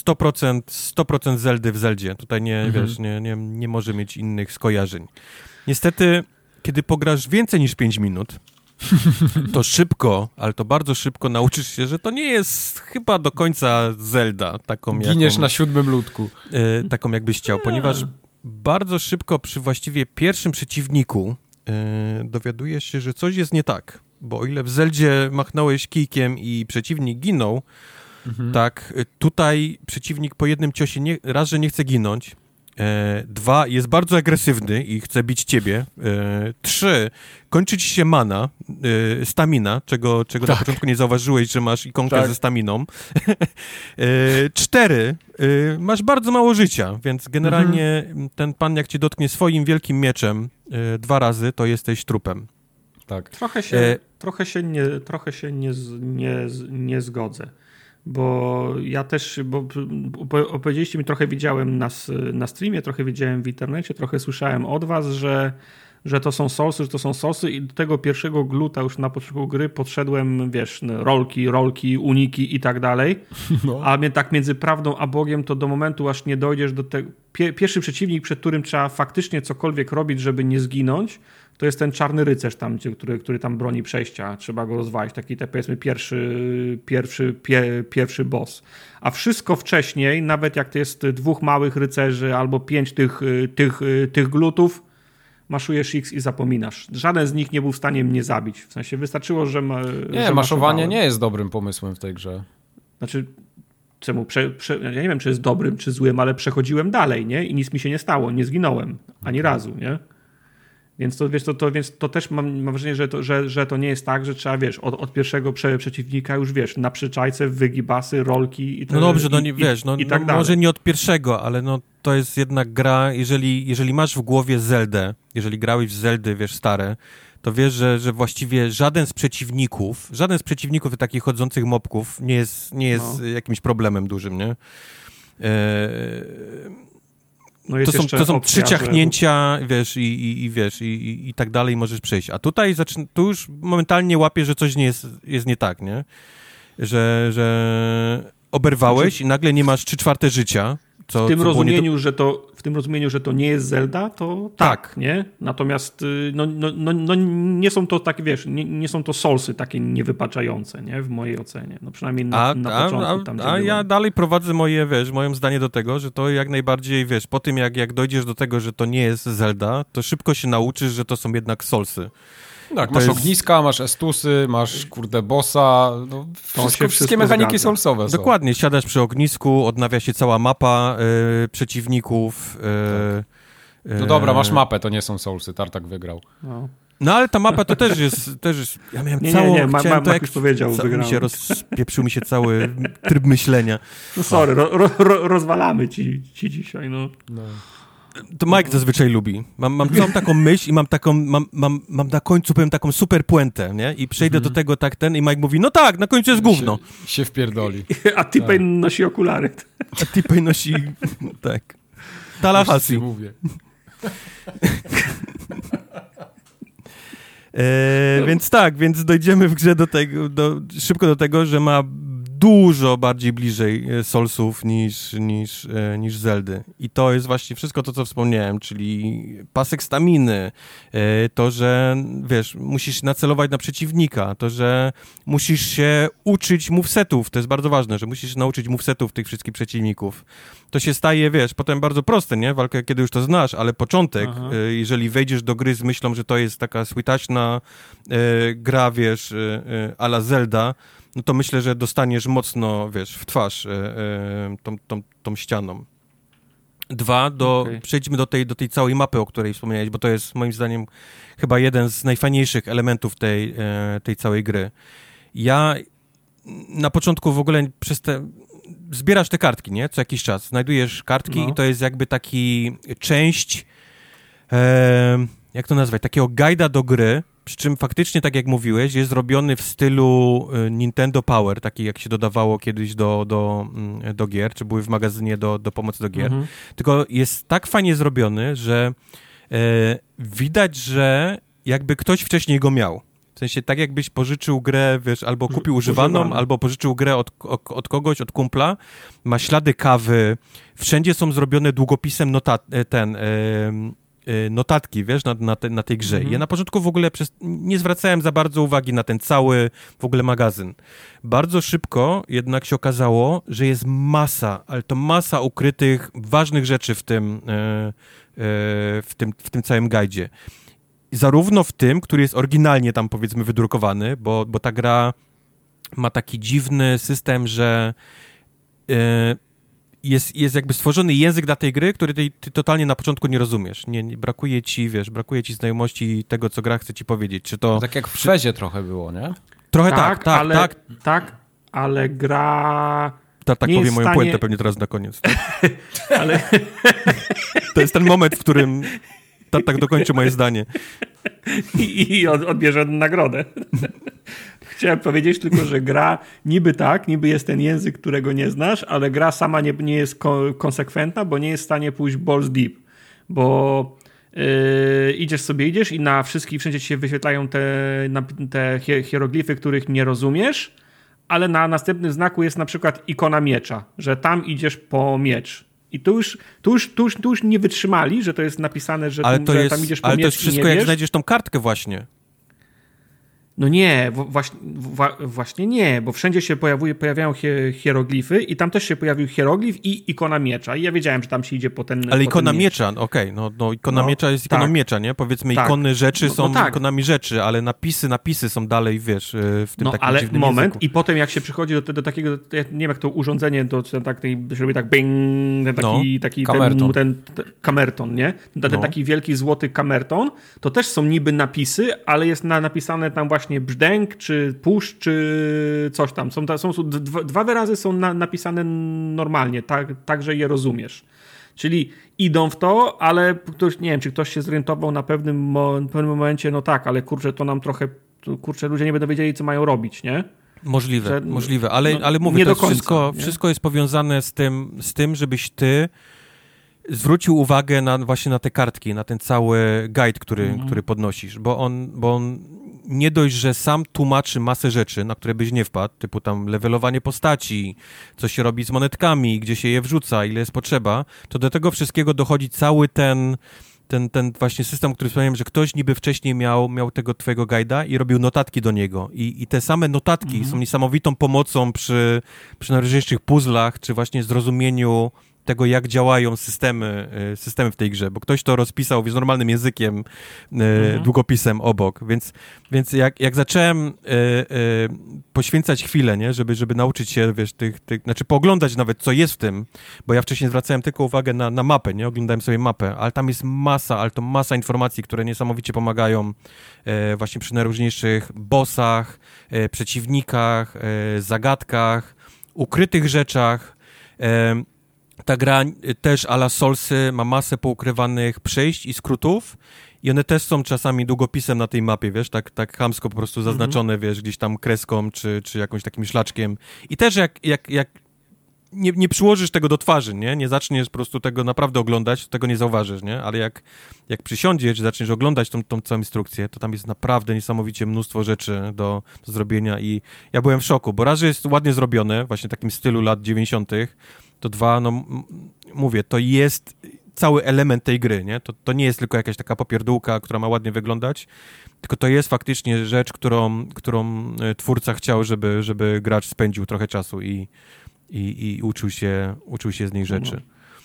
100% Zeldy w Zeldzie. Tutaj nie może mieć innych skojarzeń. Niestety, kiedy pograsz więcej niż 5 minut, to szybko, ale to bardzo szybko nauczysz się, że to nie jest chyba do końca Zelda. Giniesz na 7 ludku. Taką jakbyś chciał, ponieważ bardzo szybko przy właściwie pierwszym przeciwniku dowiadujesz się, że coś jest nie tak, bo o ile w Zeldzie machnąłeś kijkiem i przeciwnik ginął, tak tutaj przeciwnik po jednym ciosie raz, że nie chce ginąć, 2, jest bardzo agresywny i chce bić ciebie, 3, kończy ci się mana, stamina, czego na początku nie zauważyłeś, że masz ikonkę ze staminą, 4, masz bardzo mało życia, więc generalnie ten pan jak cię dotknie swoim wielkim mieczem 2 razy, to jesteś trupem. Tak. Trochę się nie zgodzę. Bo ja też, bo opowiedzieliście mi, trochę widziałem na streamie, trochę widziałem w internecie, trochę słyszałem od was, że że to są soulsy i do tego pierwszego gluta już na początku gry podszedłem, wiesz, rolki, uniki i tak dalej, a tak między prawdą a Bogiem to do momentu, aż nie dojdziesz do tego... Pierwszy przeciwnik, przed którym trzeba faktycznie cokolwiek robić, żeby nie zginąć, to jest ten czarny rycerz tam, który tam broni przejścia. Trzeba go rozwalić. Taki, powiedzmy, pierwszy boss. A wszystko wcześniej, nawet jak to jest 2 małych rycerzy albo 5 tych glutów, maszujesz X i zapominasz. Żaden z nich nie był w stanie mnie zabić. W sensie wystarczyło, że maszowanie nie jest dobrym pomysłem w tej grze. Znaczy, czemu? Ja nie wiem, czy jest dobrym, czy złym, ale przechodziłem dalej, nie? I nic mi się nie stało. Nie zginąłem. Ani razu, nie? Więc to też mam wrażenie, że to nie jest tak, że trzeba, wiesz, od pierwszego przeciwnika już, wiesz, na przyczajce, wygibasy, rolki i tak dalej. No dobrze, tak może nie od pierwszego, ale to jest jednak gra, jeżeli masz w głowie Zeldę, jeżeli grałeś w Zeldy, wiesz, stare, to wiesz, że właściwie żaden z przeciwników takich chodzących mobków nie jest jakimś problemem dużym, nie? To są 3 ciachnięcia, wiesz, i tak dalej możesz przejść. A tutaj tu już momentalnie łapiesz, że coś jest nie tak, nie? Że oberwałeś i nagle nie masz 3/4 życia. W tym rozumieniu, że to nie jest Zelda, to tak, nie? Natomiast nie są to takie, wiesz, nie są to soulsy takie niewypaczające, nie? W mojej ocenie. No przynajmniej na początku tam, gdzie ja dalej prowadzę moje zdanie do tego, że to jak najbardziej, wiesz, po tym jak dojdziesz do tego, że to nie jest Zelda, to szybko się nauczysz, że to są jednak soulsy. Tak, masz ogniska, masz estusy, masz, bossa, wszystkie mechaniki soulsowe są. Dokładnie, siadasz przy ognisku, odnawia się cała mapa przeciwników. No dobra, masz mapę, to nie są soulsy, Tartak wygrał. No ale ta mapa to też jest ja miałem już powiedział, rozpieprzył mi się cały tryb myślenia. No sorry, rozwalamy ci dzisiaj, no. To Mike zazwyczaj lubi. Mam całą taką myśl i mam na końcu powiem taką super puentę, nie? I przejdę do tego i Mike mówi, no tak, na końcu jest gówno. Się wpierdoli. A T-Pain nosi okulary. A T-Pain nosi, tak. Tallahassee. Mówię. Więc dojdziemy w grze szybko do tego, że ma dużo bardziej bliżej Soulsów niż Zeldy. I to jest właśnie wszystko to, co wspomniałem, czyli pasek staminy, to, że wiesz, musisz nacelować na przeciwnika, to, że musisz się uczyć movesetów, to jest bardzo ważne, że musisz nauczyć movesetów tych wszystkich przeciwników. To się staje, wiesz, potem bardzo proste, nie? Walkę, kiedy już to znasz, ale początek, jeżeli wejdziesz do gry z myślą, że to jest taka sweetaśna gra, wiesz, a la Zelda, no to myślę, że dostaniesz mocno, wiesz, w twarz tą ścianą. Przejdźmy do tej całej mapy, o której wspomniałeś, bo to jest moim zdaniem chyba jeden z najfajniejszych elementów tej całej gry. Ja na początku w ogóle zbierasz te kartki, nie? Co jakiś czas. Znajdujesz kartki i to jest jakby taki część, jak to nazwać, takiego guida do gry, przy czym faktycznie, tak jak mówiłeś, jest zrobiony w stylu Nintendo Power, taki jak się dodawało kiedyś do gier, czy były w magazynie do pomocy do gier. Tylko jest tak fajnie zrobiony, że widać, że jakby ktoś wcześniej go miał. W sensie tak jakbyś pożyczył grę, wiesz, albo kupił używaną, albo pożyczył grę od kogoś, od kumpla. Ma ślady kawy. Wszędzie są zrobione długopisem notatki, wiesz, na tej grze. Ja na początku w ogóle nie zwracałem za bardzo uwagi na ten cały w ogóle magazyn. Bardzo szybko jednak się okazało, że jest ale to masa ukrytych, ważnych rzeczy w tym całym guidzie. Zarówno w tym, który jest oryginalnie tam, powiedzmy, wydrukowany, bo ta gra ma taki dziwny system, że jest jakby stworzony język dla tej gry, który ty totalnie na początku nie rozumiesz. Nie brakuje ci, wiesz, znajomości tego, co gra chce ci powiedzieć. Czy to... Tak jak w Fezie trochę było, nie? Trochę tak. Ale gra... Tak powiem moją puentę pewnie teraz na koniec. Ale... To jest ten moment, w którym tak dokończę moje zdanie. I odbierze nagrodę. Chciałem powiedzieć tylko, że gra niby jest ten język, którego nie znasz, ale gra sama nie jest konsekwentna, bo nie jest w stanie pójść balls deep. Bo idziesz i na wszystkich wszędzie ci się wyświetlają te hieroglify, których nie rozumiesz, ale na następnym znaku jest na przykład ikona miecza, że tam idziesz po miecz. I tu już nie wytrzymali, że to jest napisane, że tam idziesz po miecz. Ale to jest wszystko, jak znajdziesz tą kartkę właśnie. No nie, właśnie nie, bo wszędzie się pojawiają hieroglify i tam też się pojawił hieroglif i ikona miecza i ja wiedziałem, że tam się idzie po ten Ale ikona miecza, okej, no ikona miecza jest ikoną miecza, nie? Powiedzmy ikony rzeczy są ikonami rzeczy, ale napisy są dalej, wiesz, w tym takim dziwnym moment języku. I potem jak się przychodzi do takiego, ja nie wiem jak to urządzenie, że robi tak bing, ten kamerton, nie? Ten taki wielki złoty kamerton, to też są niby napisy, ale jest napisane tam właśnie brzdęk, czy pusz, czy coś tam. Są dwa wyrazy są napisane normalnie, tak, że je rozumiesz. Czyli idą w to, ale nie wiem, czy ktoś się zorientował na pewnym momencie, no tak, ale kurczę, to nam trochę, ludzie nie będą wiedzieli, co mają robić, nie? Możliwe, ale mówię, to wszystko jest powiązane z tym, żebyś ty zwrócił uwagę właśnie na te kartki, na ten cały guide, który podnosisz, bo on nie dość, że sam tłumaczy masę rzeczy, na które byś nie wpadł, typu tam levelowanie postaci, co się robi z monetkami, gdzie się je wrzuca, ile jest potrzeba, to do tego wszystkiego dochodzi cały ten właśnie system, który wspomniałem, że ktoś niby wcześniej miał tego twojego guida i robił notatki do niego. I te same notatki są niesamowitą pomocą przy najróżniejszych puzzlach, czy właśnie zrozumieniu tego, jak działają systemy w tej grze, bo ktoś to rozpisał z normalnym językiem, długopisem obok, więc jak zacząłem poświęcać chwilę, nie, żeby nauczyć się, wiesz, znaczy pooglądać nawet, co jest w tym, bo ja wcześniej zwracałem tylko uwagę na mapę, nie, oglądałem sobie mapę, ale tam jest masa informacji, które niesamowicie pomagają właśnie przy najróżniejszych bossach, przeciwnikach, zagadkach, ukrytych rzeczach. Ta gra też a la Soulsy ma masę poukrywanych przejść i skrótów i one też są czasami długopisem na tej mapie, wiesz, tak chamsko po prostu zaznaczone, wiesz, gdzieś tam kreską czy jakimś takim szlaczkiem. I też jak nie przyłożysz tego do twarzy, nie zaczniesz po prostu tego naprawdę oglądać, to tego nie zauważysz, nie? Ale jak przysiądziesz, zaczniesz oglądać tą całą instrukcję, to tam jest naprawdę niesamowicie mnóstwo rzeczy do zrobienia i ja byłem w szoku, bo raz, że jest ładnie zrobione, właśnie w takim stylu lat 90., to dwa, no mówię, to jest cały element tej gry, nie? To nie jest tylko jakaś taka popierdółka, która ma ładnie wyglądać, tylko to jest faktycznie rzecz, którą twórca chciał, żeby gracz spędził trochę czasu i uczył się z niej rzeczy.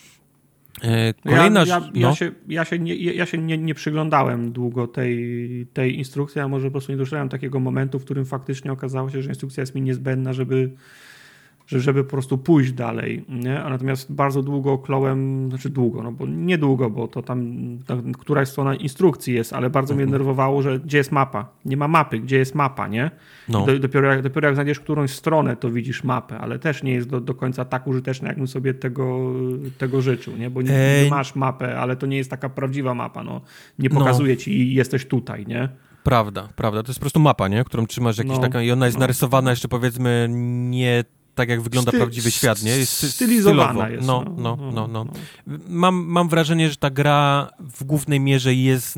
Kolejna... Ja się nie przyglądałem długo tej instrukcji, a może po prostu nie doszedłem takiego momentu, w którym faktycznie okazało się, że instrukcja jest mi niezbędna, żeby po prostu pójść dalej, nie? A natomiast bardzo długo kląłem, znaczy długo, no bo niedługo, bo to tam któraś strona instrukcji jest, ale bardzo mnie denerwowało, że gdzie jest mapa? Nie ma mapy, gdzie jest mapa, nie? No. Dopiero jak znajdziesz którąś stronę, to widzisz mapę, ale też nie jest do końca tak użyteczna, jakbym sobie tego życzył, nie? Bo nie masz mapę, ale to nie jest taka prawdziwa mapa, no. Nie pokazuje ci i jesteś tutaj, nie? Prawda. To jest po prostu mapa, nie? Którą trzymasz taką i ona jest narysowana jeszcze, powiedzmy, nie tak jak wygląda prawdziwy świat, nie? Jest stylizowana jest. No. Mam wrażenie, że ta gra w głównej mierze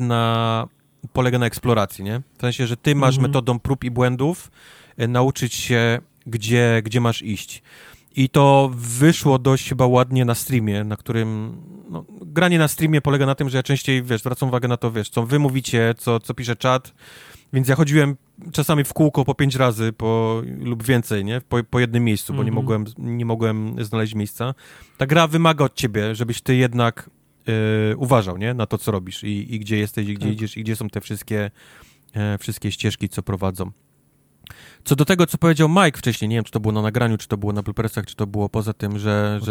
polega na eksploracji, nie? W sensie, że ty masz metodą prób i błędów nauczyć się, gdzie masz iść. I to wyszło dość chyba ładnie na streamie, na którym... No, granie na streamie polega na tym, że ja częściej, zwracam uwagę na to, co wy mówicie, co pisze czat, więc ja chodziłem czasami w kółko po 5 razy lub więcej, nie? Po jednym miejscu, bo nie mogłem znaleźć miejsca. Ta gra wymaga od ciebie, żebyś ty jednak uważał, nie? Na to, co robisz i gdzie jesteś, i gdzie idziesz, i gdzie są te wszystkie ścieżki, co prowadzą. Co do tego, co powiedział Mike wcześniej, nie wiem, czy to było na nagraniu, czy to było na bloopersach, czy to było poza tym, że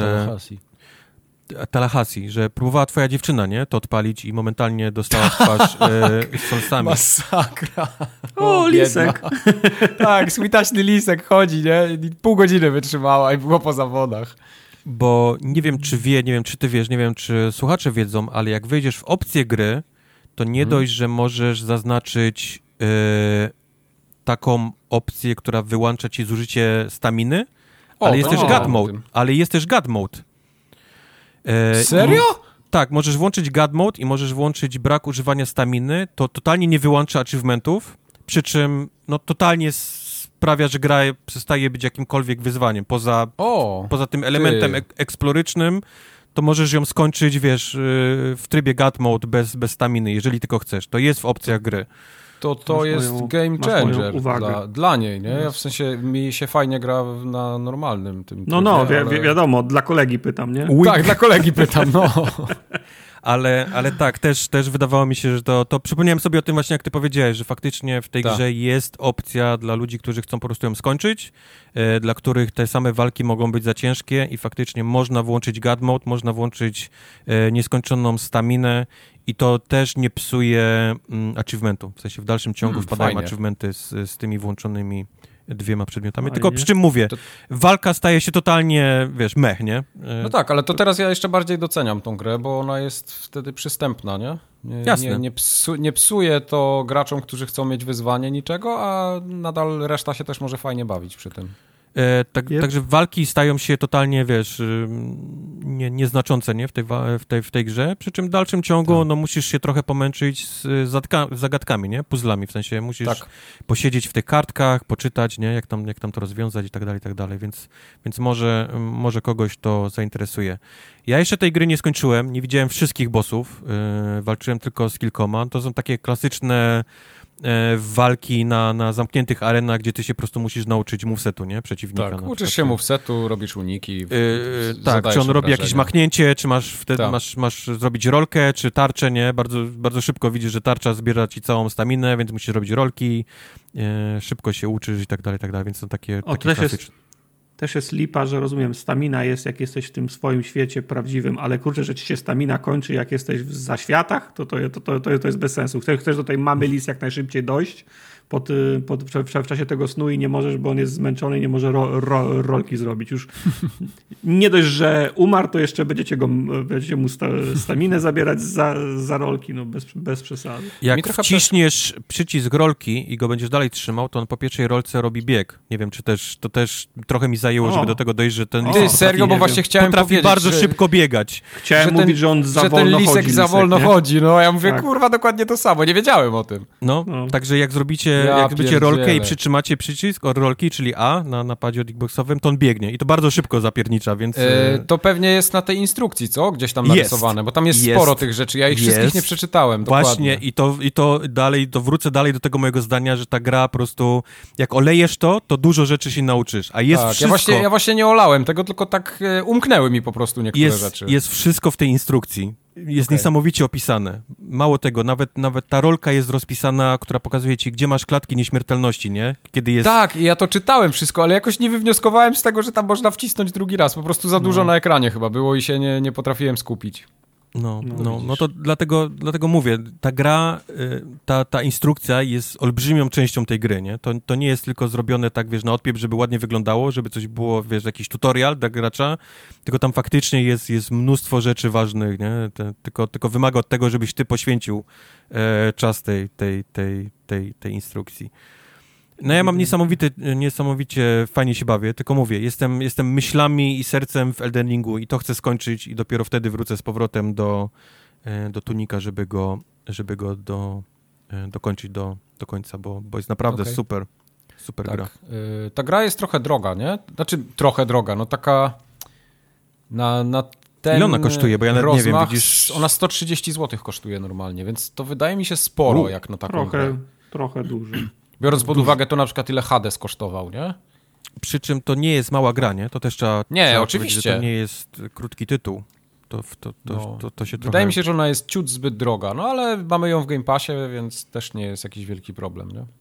Tallahassee, że próbowała twoja dziewczyna, nie? To odpalić i momentalnie dostała w twarz z solsami. Masakra. O, lisek. Tak, sweetaśny lisek chodzi, nie? Pół godziny wytrzymała i było po zawodach. Bo nie wiem, czy ty wiesz, nie wiem, czy słuchacze wiedzą, ale jak wejdziesz w opcję gry, to nie dość, że możesz zaznaczyć taką opcję, która wyłącza ci zużycie staminy, ale jest też God Mode. Serio? Tak, możesz włączyć God Mode i możesz włączyć brak używania staminy. To totalnie nie wyłącza achievementów, przy czym no totalnie sprawia, że gra przestaje być jakimkolwiek wyzwaniem. Poza tym elementem eksplorycznym, to możesz ją skończyć, wiesz, w trybie God Mode bez staminy, jeżeli tylko chcesz. To jest w opcjach gry. To jest game changer dla niej, nie? Ja w sensie mi się fajnie gra na normalnym tym trybie, ale... wiadomo, dla kolegi pytam, nie? Tak, dla kolegi pytam, no. Ale tak, też wydawało mi się, że to przypomniałem sobie o tym właśnie, jak ty powiedziałeś, że faktycznie w tej grze jest opcja dla ludzi, którzy chcą po prostu ją skończyć, dla których te same walki mogą być za ciężkie i faktycznie można włączyć God Mode, można włączyć nieskończoną staminę i to też nie psuje achievementu. W sensie w dalszym ciągu wpadają fajnie achievementy z tymi włączonymi 2 przedmiotami. Fajnie. Tylko przy czym mówię, walka staje się totalnie, wiesz, mech, nie? No tak, ale to teraz ja jeszcze bardziej doceniam tą grę, bo ona jest wtedy przystępna, nie? Jasne. Nie psuje to graczom, którzy chcą mieć wyzwanie niczego, a nadal reszta się też może fajnie bawić przy tym. Także walki stają się totalnie, wiesz, nieznaczące, nie? W tej grze, przy czym w dalszym ciągu no, musisz się trochę pomęczyć z zagadkami, nie? Puzzlami, w sensie musisz posiedzieć w tych kartkach, poczytać, nie? Jak tam to rozwiązać i tak dalej, więc może kogoś to zainteresuje. Ja jeszcze tej gry nie skończyłem, nie widziałem wszystkich bossów, walczyłem tylko z kilkoma. To są takie klasyczne walki na zamkniętych arenach, gdzie ty się po prostu musisz nauczyć movesetu, nie? Przeciwnika. Tak, uczysz się movesetu, robisz uniki. Tak, czy on robi jakieś machnięcie, czy masz wtedy masz zrobić rolkę, czy tarczę, nie? Bardzo, bardzo szybko widzisz, że tarcza zbiera ci całą staminę, więc musisz robić rolki, szybko się uczysz i tak dalej, więc to takie klasyczne. Też jest lipa, że rozumiem, stamina jest, jak jesteś w tym swoim świecie prawdziwym, ale kurczę, że ci się stamina kończy, jak jesteś w zaświatach, to jest bez sensu. Chcesz do tej mamy list jak najszybciej dojść w czasie tego snu i nie możesz, bo on jest zmęczony i nie może rolki zrobić. Już nie dość, że umarł, to jeszcze będziecie mu staminę zabierać za rolki, no bez przesady. Jak wciśniesz przycisk rolki i go będziesz dalej trzymał, to on po pierwszej rolce robi bieg. Nie wiem, czy to też trochę mi zajęło, żeby do tego dojść, że ten lisek serio, bo właśnie chciałem potrafi bardzo szybko biegać. Chciałem mówić, że on za wolno chodzi. Że ten lisek za wolno chodzi, no ja mówię, kurwa, dokładnie to samo, nie wiedziałem o tym. No. Także jak zrobicie rolkę i przytrzymacie przycisk od rolki, czyli A na padzie Xboxowym, to on biegnie i to bardzo szybko zapiernicza, więc... To pewnie jest na tej instrukcji, co? Gdzieś tam narysowane, bo tam jest sporo tych rzeczy, ja ich wszystkich nie przeczytałem. Właśnie i to dalej, to wrócę dalej do tego mojego zdania, że ta gra po prostu, jak olejesz to rzeczy się nauczysz, a jest wszystko... Ja właśnie nie olałem tego, tylko tak umknęły mi po prostu niektóre rzeczy. Jest wszystko w tej instrukcji. Jest niesamowicie opisane. Mało tego, nawet ta rolka jest rozpisana, która pokazuje ci, gdzie masz klatki nieśmiertelności, nie? Kiedy jest... Tak, i ja to czytałem wszystko, ale jakoś nie wywnioskowałem z tego, że tam można wcisnąć drugi raz. Po prostu za dużo na ekranie chyba było i się nie potrafiłem skupić. No to dlatego mówię, ta gra, ta instrukcja jest olbrzymią częścią tej gry, nie? To nie jest tylko zrobione tak, wiesz, na odpieprz, żeby ładnie wyglądało, żeby coś było, wiesz, jakiś tutorial dla gracza, tylko tam faktycznie jest mnóstwo rzeczy ważnych, nie? Tylko wymaga od tego, żebyś ty poświęcił czas tej instrukcji. No ja mam niesamowicie fajnie się bawię, tylko mówię, jestem myślami i sercem w Elden Ringu i to chcę skończyć i dopiero wtedy wrócę z powrotem do Tunika, żeby go dokończyć do końca, bo jest naprawdę super tak. Gra. Ta gra jest trochę droga, nie? Znaczy trochę droga, no taka na ten ile ona kosztuje, bo ja nawet nie wiem, widzisz... Ona 130 zł kosztuje normalnie, więc to wydaje mi się sporo jak na taką grę. Trochę dużo. Biorąc pod uwagę to na przykład ile Hades kosztował, nie? Przy czym to nie jest mała gra, nie? To też trzeba oczywiście. Że to nie jest krótki tytuł. To się wydaje mi się, że ona jest ciut zbyt droga, no ale mamy ją w Game Passie, więc też nie jest jakiś wielki problem, nie?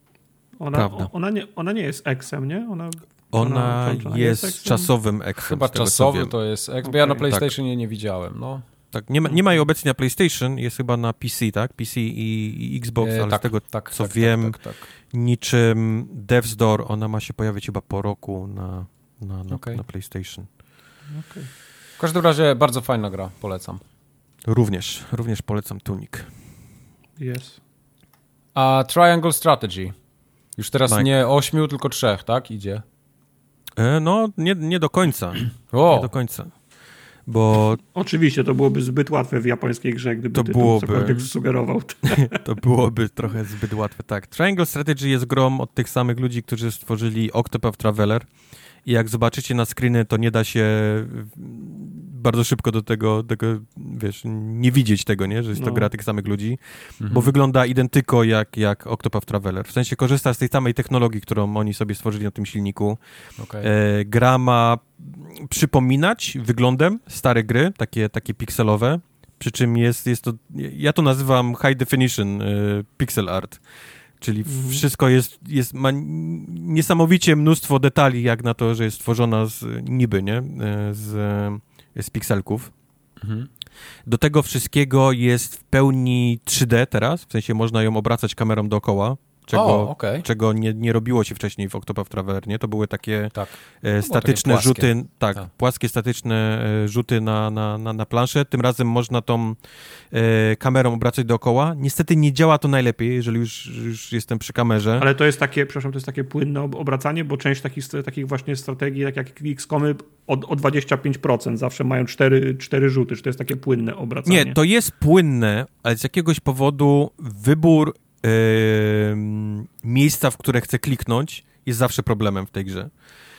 Ona nie jest X-em, nie? Ona jest czasowym X-em. Chyba czasowy to jest X, bo ja na PlayStation nie widziałem, no. Tak, nie ma jej obecnie na PlayStation, jest chyba na PC, tak? PC i Xbox, ale z tego co wiem, niczym Death's Door, ona ma się pojawić chyba po roku na PlayStation. Okay. W każdym razie bardzo fajna gra, polecam. Również polecam Tunic. Jest. A Triangle Strategy? Już teraz nie 8, tylko 3, tak? Idzie? No, nie do końca. Nie do końca. bo... Oczywiście, to byłoby zbyt łatwe w japońskiej grze, gdyby tytuł cokolwiek sugerował. To byłoby trochę zbyt łatwe, tak. Triangle Strategy jest grą od tych samych ludzi, którzy stworzyli Octopath Traveler i jak zobaczycie na screeny, to nie da się bardzo szybko do tego wiesz, nie widzieć tego, nie? Że jest to gra tych samych ludzi, bo wygląda identyko jak Octopath Traveler. W sensie korzysta z tej samej technologii, którą oni sobie stworzyli na tym silniku. Okay. Gra ma przypominać wyglądem stare gry, takie pikselowe, przy czym jest to, ja to nazywam high definition pixel art, czyli wszystko ma niesamowicie mnóstwo detali, jak na to, że jest stworzona z pikselków. Do tego wszystkiego jest w pełni 3D teraz, w sensie można ją obracać kamerą dookoła, czego nie robiło się wcześniej w Octopath Traveler, nie? To były takie statyczne takie rzuty, płaskie statyczne rzuty na planszę. Tym razem można tą kamerą obracać dookoła. Niestety nie działa to najlepiej, jeżeli już jestem przy kamerze. Ale to jest takie płynne obracanie, bo część takich właśnie strategii, tak jak XCOMy, o 25% zawsze mają 4 rzuty. Czy to jest takie płynne obracanie? Nie, to jest płynne, ale z jakiegoś powodu wybór miejsca, w które chcę kliknąć, jest zawsze problemem w tej grze.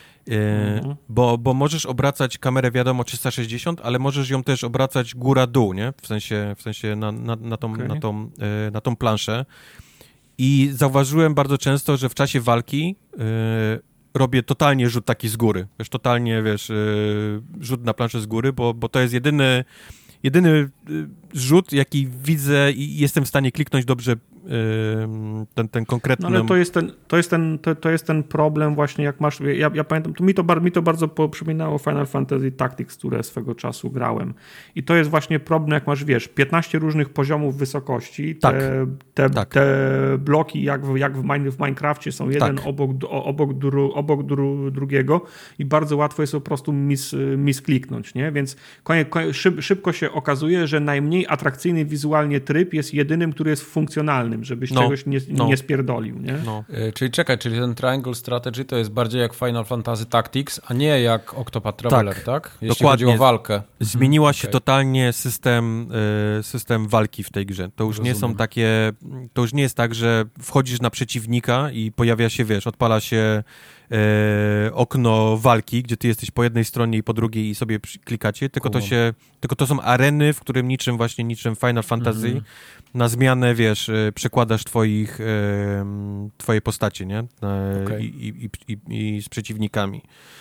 Bo możesz obracać kamerę, wiadomo, 360, ale możesz ją też obracać góra-dół, nie? W sensie na tą planszę. I zauważyłem bardzo często, że w czasie walki robię totalnie rzut taki z góry. Rzut na planszę z góry, bo to jest jedyny rzut, jaki widzę i jestem w stanie kliknąć dobrze ten konkretny... No ale to jest ten problem właśnie, jak masz... Ja pamiętam, mi to bardzo przypominało Final Fantasy Tactics, które swego czasu grałem. I to jest właśnie problem, jak masz, 15 różnych poziomów wysokości. Te bloki, jak w Minecrafcie, są jeden obok drugiego i bardzo łatwo jest po prostu miskliknąć, nie? Więc szybko się okazuje, że najmniej atrakcyjny wizualnie tryb jest jedynym, który jest funkcjonalnym, żebyś czegoś nie spierdolił, nie? Czyli ten Triangle Strategy to jest bardziej jak Final Fantasy Tactics, a nie jak Octopath Traveler, tak? Jeśli dokładnie. chodzi o walkę. Zmieniła się totalnie system walki w tej grze. To już nie są takie, to już nie jest tak, że wchodzisz na przeciwnika i pojawia się, odpala się okno walki, gdzie ty jesteś po jednej stronie i po drugiej i sobie klikacie, tylko to są areny, w którym niczym Final Fantasy na zmianę, przekładasz twoje postacie, nie? I z przeciwnikami.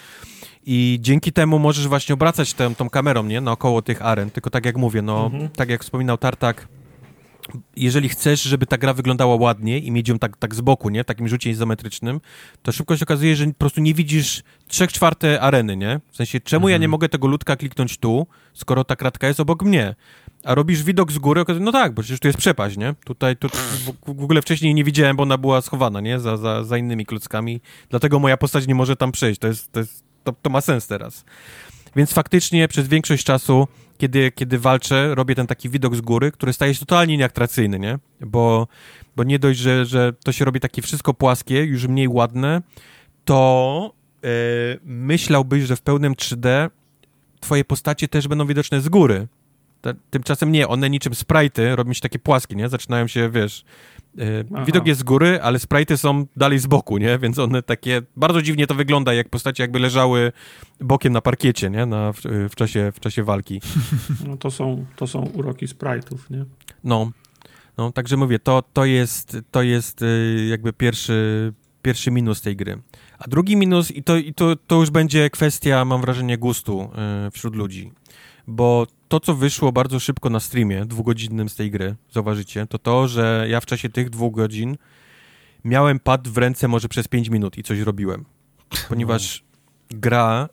I dzięki temu możesz właśnie obracać tą kamerą, nie? Naokoło tych aren, tylko tak jak mówię, tak jak wspominał Tartak, jeżeli chcesz, żeby ta gra wyglądała ładnie i mieć ją tak z boku, nie? Takim rzucie izometrycznym, to szybko się okazuje, że po prostu nie widzisz 3/4 areny, nie? W sensie, czemu ja nie mogę tego ludka kliknąć tu, skoro ta kratka jest obok mnie? A robisz widok z góry, okazuje, no tak, bo przecież tu jest przepaść, nie? Tutaj w ogóle wcześniej nie widziałem, bo ona była schowana, nie? Za innymi klockami, dlatego moja postać nie może tam przejść. To ma sens teraz. Więc faktycznie przez większość czasu, kiedy walczę, robię ten taki widok z góry, który staje się totalnie nieatrakcyjny, nie? Bo nie dość, że to się robi takie wszystko płaskie, już mniej ładne, to myślałbyś, że w pełnym 3D twoje postacie też będą widoczne z góry. Tymczasem nie, one niczym sprite'y robią się takie płaskie, nie? Zaczynają się, widok jest z góry, ale sprite'y są dalej z boku, nie? Więc one takie, bardzo dziwnie to wygląda, jak postacie jakby leżały bokiem na parkiecie, nie? W czasie walki. No to są uroki sprite'ów, nie? No, także mówię, to jest jakby pierwszy minus tej gry. A drugi minus, to już będzie kwestia, mam wrażenie, gustu wśród ludzi. Bo to, co wyszło bardzo szybko na streamie 2-godzinnym z tej gry, zauważycie, to, że ja w czasie tych 2 godzin miałem pad w ręce może przez 5 minut i coś robiłem. Ponieważ gra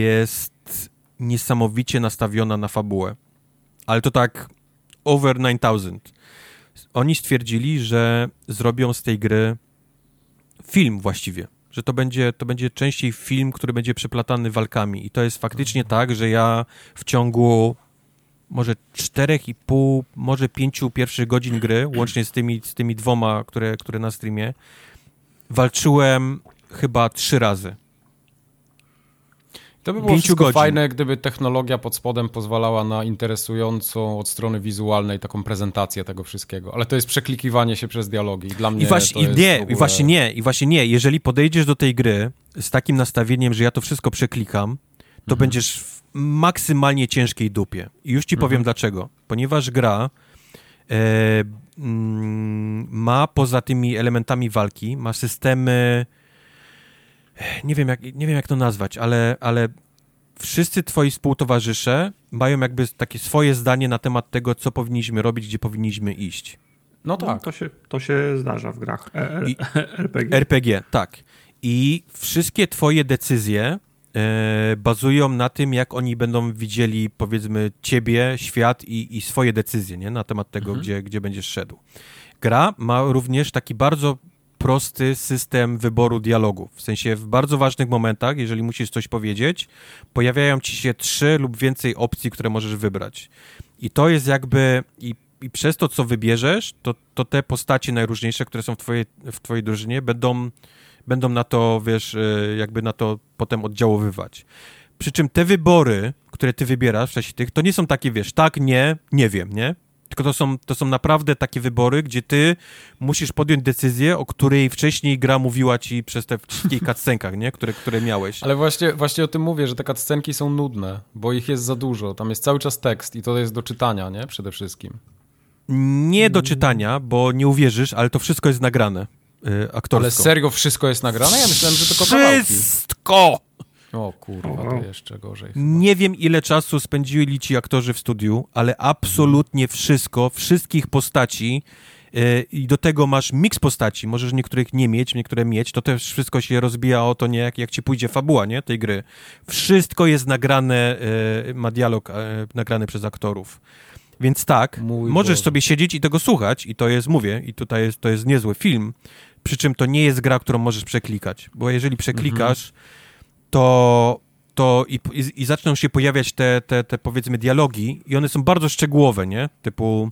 jest niesamowicie nastawiona na fabułę. Ale to tak over 9000. Oni stwierdzili, że zrobią z tej gry film właściwie. Że to będzie częściej film, który będzie przeplatany walkami. I to jest faktycznie tak, że ja w ciągu może 4,5, może 5 pierwszych godzin gry, łącznie z tymi 2, które na streamie, walczyłem chyba 3 razy. To by było wszystko fajne, gdyby technologia pod spodem pozwalała na interesującą od strony wizualnej taką prezentację tego wszystkiego, ale to jest przeklikiwanie się przez dialogi. Dla mnie I właśnie nie. Jeżeli podejdziesz do tej gry z takim nastawieniem, że ja to wszystko przeklikam, to będziesz w maksymalnie ciężkiej dupie. I już ci powiem dlaczego. Ponieważ gra ma poza tymi elementami walki, ma systemy... Nie wiem jak to nazwać, ale wszyscy twoi współtowarzysze mają jakby takie swoje zdanie na temat tego, co powinniśmy robić, gdzie powinniśmy iść. No tak. To się zdarza w grach RPG. RPG, tak. I wszystkie twoje decyzje bazują na tym, jak oni będą widzieli, powiedzmy, ciebie, świat i swoje decyzje, nie? Na temat tego, gdzie będziesz szedł. Gra ma również taki bardzo prosty system wyboru dialogów. W sensie w bardzo ważnych momentach, jeżeli musisz coś powiedzieć, pojawiają ci się 3 lub więcej opcji, które możesz wybrać. I to jest jakby... I przez to, co wybierzesz, to te postacie najróżniejsze, które są w twojej drużynie, będą na to, wiesz, jakby na to potem oddziaływać. Przy czym te wybory, które ty wybierasz w czasie tych, to nie są takie, wiesz, tak, nie wiem, nie? Tylko to są naprawdę takie wybory, gdzie ty musisz podjąć decyzję, o której wcześniej gra mówiła ci przez te wszystkich cutscenkach, nie? Które miałeś. Ale właśnie o tym mówię, że te cutscenki są nudne, bo ich jest za dużo. Tam jest cały czas tekst i to jest do czytania, nie? Przede wszystkim. Nie do czytania, bo nie uwierzysz, ale to wszystko jest nagrane aktorsko. Ale serio wszystko jest nagrane? Ja myślałem, że tylko kawałki. Wszystko! O kurwa, to jeszcze gorzej chyba. Nie wiem, ile czasu spędzili ci aktorzy w studiu, ale absolutnie wszystko, wszystkich postaci i do tego masz miks postaci, możesz niektórych nie mieć, niektóre mieć, to też wszystko się rozbija o to, nie, jak ci pójdzie fabuła, nie, tej gry. Wszystko jest nagrane, ma dialog nagrany przez aktorów. Więc tak, możesz sobie siedzieć i tego słuchać i to jest, mówię, i tutaj to jest niezły film, przy czym to nie jest gra, którą możesz przeklikać, bo jeżeli przeklikasz, to zaczną się pojawiać te powiedzmy dialogi i one są bardzo szczegółowe, nie? Typu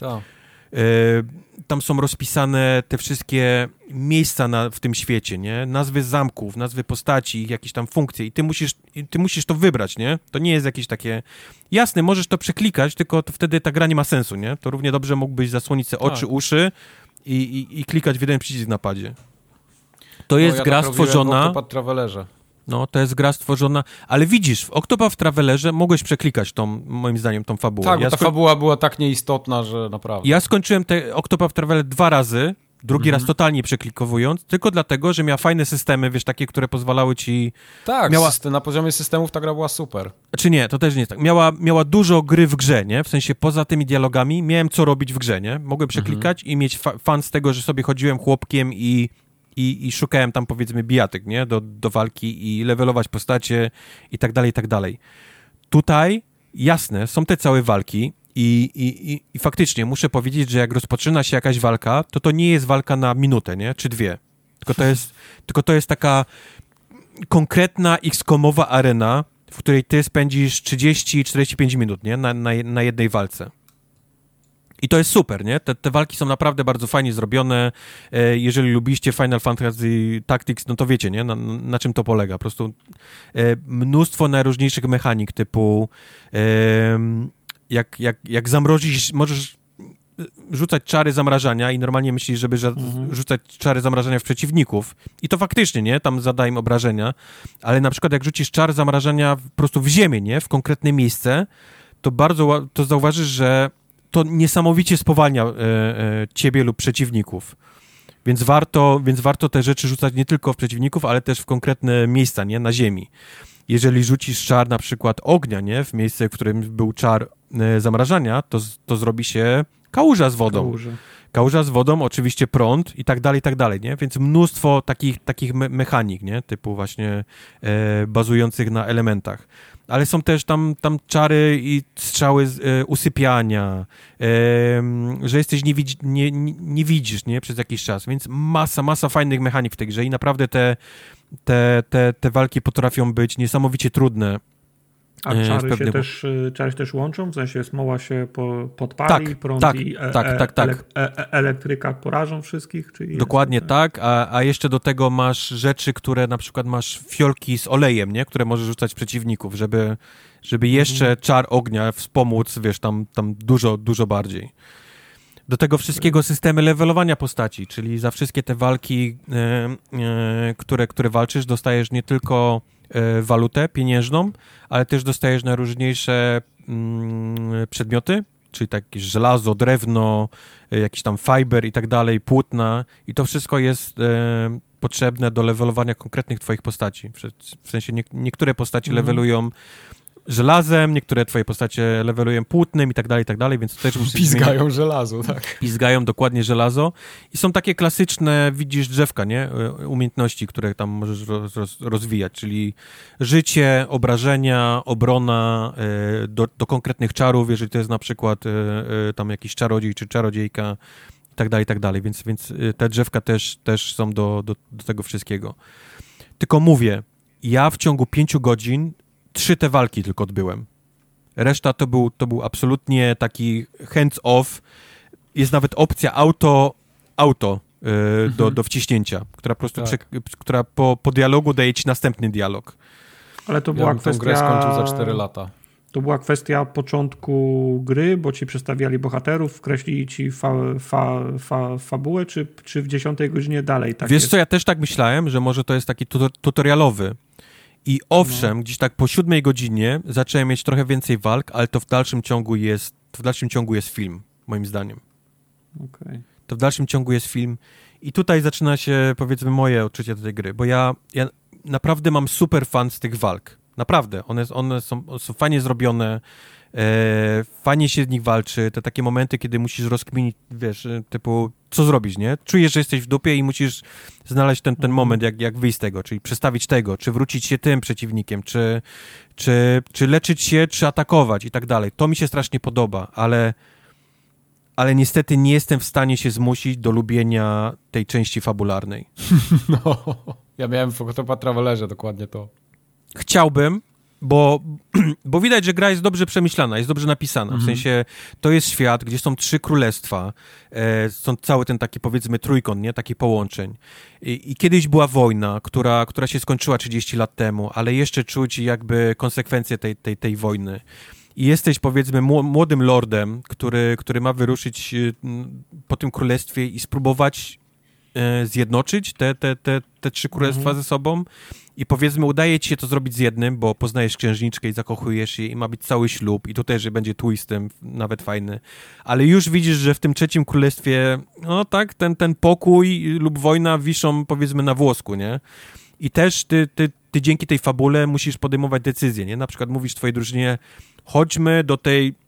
tam są rozpisane te wszystkie miejsca w tym świecie, nie? Nazwy zamków, nazwy postaci, jakieś tam funkcje i ty musisz to wybrać, nie? To nie jest jakieś takie... Jasne, możesz to przeklikać, tylko to wtedy ta gra nie ma sensu, nie? To równie dobrze mógłbyś zasłonić sobie oczy, uszy i klikać w jeden przycisk na padzie. To jest gra stworzona... w Octopath Travelerze. No, to jest gra stworzona, ale widzisz, w Octopath Travelerze mogłeś przeklikać moim zdaniem, tą fabułę. Tak, bo ta fabuła była tak nieistotna, że naprawdę. Ja skończyłem Octopath Traveler 2 razy, drugi raz totalnie przeklikowując, tylko dlatego, że miała fajne systemy, wiesz, takie, które pozwalały ci... Tak, na poziomie systemów ta gra była super. Czy nie, to też nie jest tak. Miała dużo gry w grze, nie? W sensie poza tymi dialogami miałem co robić w grze, nie? Mogłem przeklikać i mieć fan z tego, że sobie chodziłem chłopkiem i szukałem tam, powiedzmy, bijatyk, nie? Do walki i levelować postacie i tak dalej, i tak dalej. Tutaj, jasne, są te całe walki i faktycznie muszę powiedzieć, że jak rozpoczyna się jakaś walka, to nie jest walka na minutę, nie? Czy 2. Tylko to jest taka konkretna XCOM-owa arena, w której ty spędzisz 30-45 minut, nie? Na jednej walce. I to jest super, nie? Te walki są naprawdę bardzo fajnie zrobione. Jeżeli lubiliście Final Fantasy Tactics, no to wiecie, nie? Na czym to polega. Po prostu mnóstwo najróżniejszych mechanik, typu jak zamrozisz, możesz rzucać czary zamrażania i normalnie myślisz, żeby rzucać czary zamrażania w przeciwników. I to faktycznie, nie? Tam zadaje im obrażenia. Ale na przykład jak rzucisz czar zamrażania po prostu w ziemię, nie? W konkretne miejsce, to zauważysz, że to niesamowicie spowalnia ciebie lub przeciwników. Więc warto te rzeczy rzucać nie tylko w przeciwników, ale też w konkretne miejsca, nie? Na ziemi. Jeżeli rzucisz czar na przykład ognia, nie? W miejsce, w którym był czar zamrażania, to zrobi się kałuża z wodą. Kałuża z wodą, oczywiście prąd i tak dalej, nie? Więc mnóstwo takich mechanik, nie? Typu właśnie bazujących na elementach. Ale są też tam czary i strzały usypiania, że jesteś nie widzisz, nie? Przez jakiś czas, więc masa fajnych mechanik w tej grze i naprawdę te walki potrafią być niesamowicie trudne A czary się też łączą? W sensie smoła się podpali, prąd i elektryka porażą wszystkich? Dokładnie tak, a jeszcze do tego masz rzeczy, które na przykład masz fiolki z olejem, nie? Które możesz rzucać przeciwników, żeby jeszcze czar ognia wspomóc, wiesz, tam dużo bardziej. Do tego wszystkiego systemy levelowania postaci, czyli za wszystkie te walki, które walczysz, dostajesz nie tylko walutę pieniężną, ale też dostajesz najróżniejsze przedmioty, czyli takie żelazo, drewno, jakiś tam fiber i tak dalej, płótna i to wszystko jest potrzebne do levelowania konkretnych twoich postaci. W sensie niektóre postaci levelują żelazem, niektóre twoje postacie levelują płótnem i tak dalej, więc też musisz pizgają żelazo, tak. Pizgają dokładnie żelazo i są takie klasyczne, widzisz, drzewka, nie? Umiejętności, które tam możesz rozwijać, czyli życie, obrażenia, obrona do konkretnych czarów, jeżeli to jest na przykład tam jakiś czarodziej czy czarodziejka i tak dalej, więc te drzewka też są do tego wszystkiego. Tylko mówię, ja w ciągu 5 godzin 3 te walki tylko odbyłem. Reszta to był absolutnie taki hands-off. Jest nawet opcja auto do wciśnięcia, która po prostu która po dialogu daje ci następny dialog. Ale to była kwestia... Tą grę skończył za 4 lata. To była kwestia początku gry, bo ci przedstawiali bohaterów, kreślili ci fabułę, czy w 10 godzinie dalej? Tak Wiesz co, ja też tak myślałem, że może to jest taki tutorialowy. I owszem, gdzieś tak po 7 godzinie zacząłem mieć trochę więcej walk, ale to w dalszym ciągu jest film, moim zdaniem. Okay. To w dalszym ciągu jest film i tutaj zaczyna się, powiedzmy, moje odczucie do tej gry, bo ja naprawdę mam super fan z tych walk. Naprawdę. One są fajnie zrobione, fajnie się z nich walczy. Te takie momenty, kiedy musisz rozkminić, wiesz, typu, co zrobić, nie? Czujesz, że jesteś w dupie i musisz znaleźć ten moment, jak wyjść z tego, czyli przestawić tego, czy wrócić się tym przeciwnikiem, czy leczyć się, czy atakować i tak dalej. To mi się strasznie podoba, ale niestety nie jestem w stanie się zmusić do lubienia tej części fabularnej. No, ja miałem w Octopath Travelerze dokładnie to. Chciałbym, bo widać, że gra jest dobrze przemyślana, jest dobrze napisana. W sensie to jest świat, gdzie są 3 królestwa, są cały ten taki, powiedzmy, trójkąt, nie? Taki połączeń. I kiedyś była wojna, która się skończyła 30 lat temu, ale jeszcze czuć jakby konsekwencje tej wojny. I jesteś, powiedzmy, młodym lordem, który ma wyruszyć po tym królestwie i spróbować zjednoczyć te 3 królestwa ze sobą. I powiedzmy, udaje ci się to zrobić z jednym, bo poznajesz księżniczkę i zakochujesz jej i ma być cały ślub i to też będzie twistem, nawet fajny. Ale już widzisz, że w tym 3 królestwie, no tak, ten pokój lub wojna wiszą, powiedzmy, na włosku, nie? I też ty dzięki tej fabule musisz podejmować decyzje, nie? Na przykład mówisz twojej drużynie, chodźmy do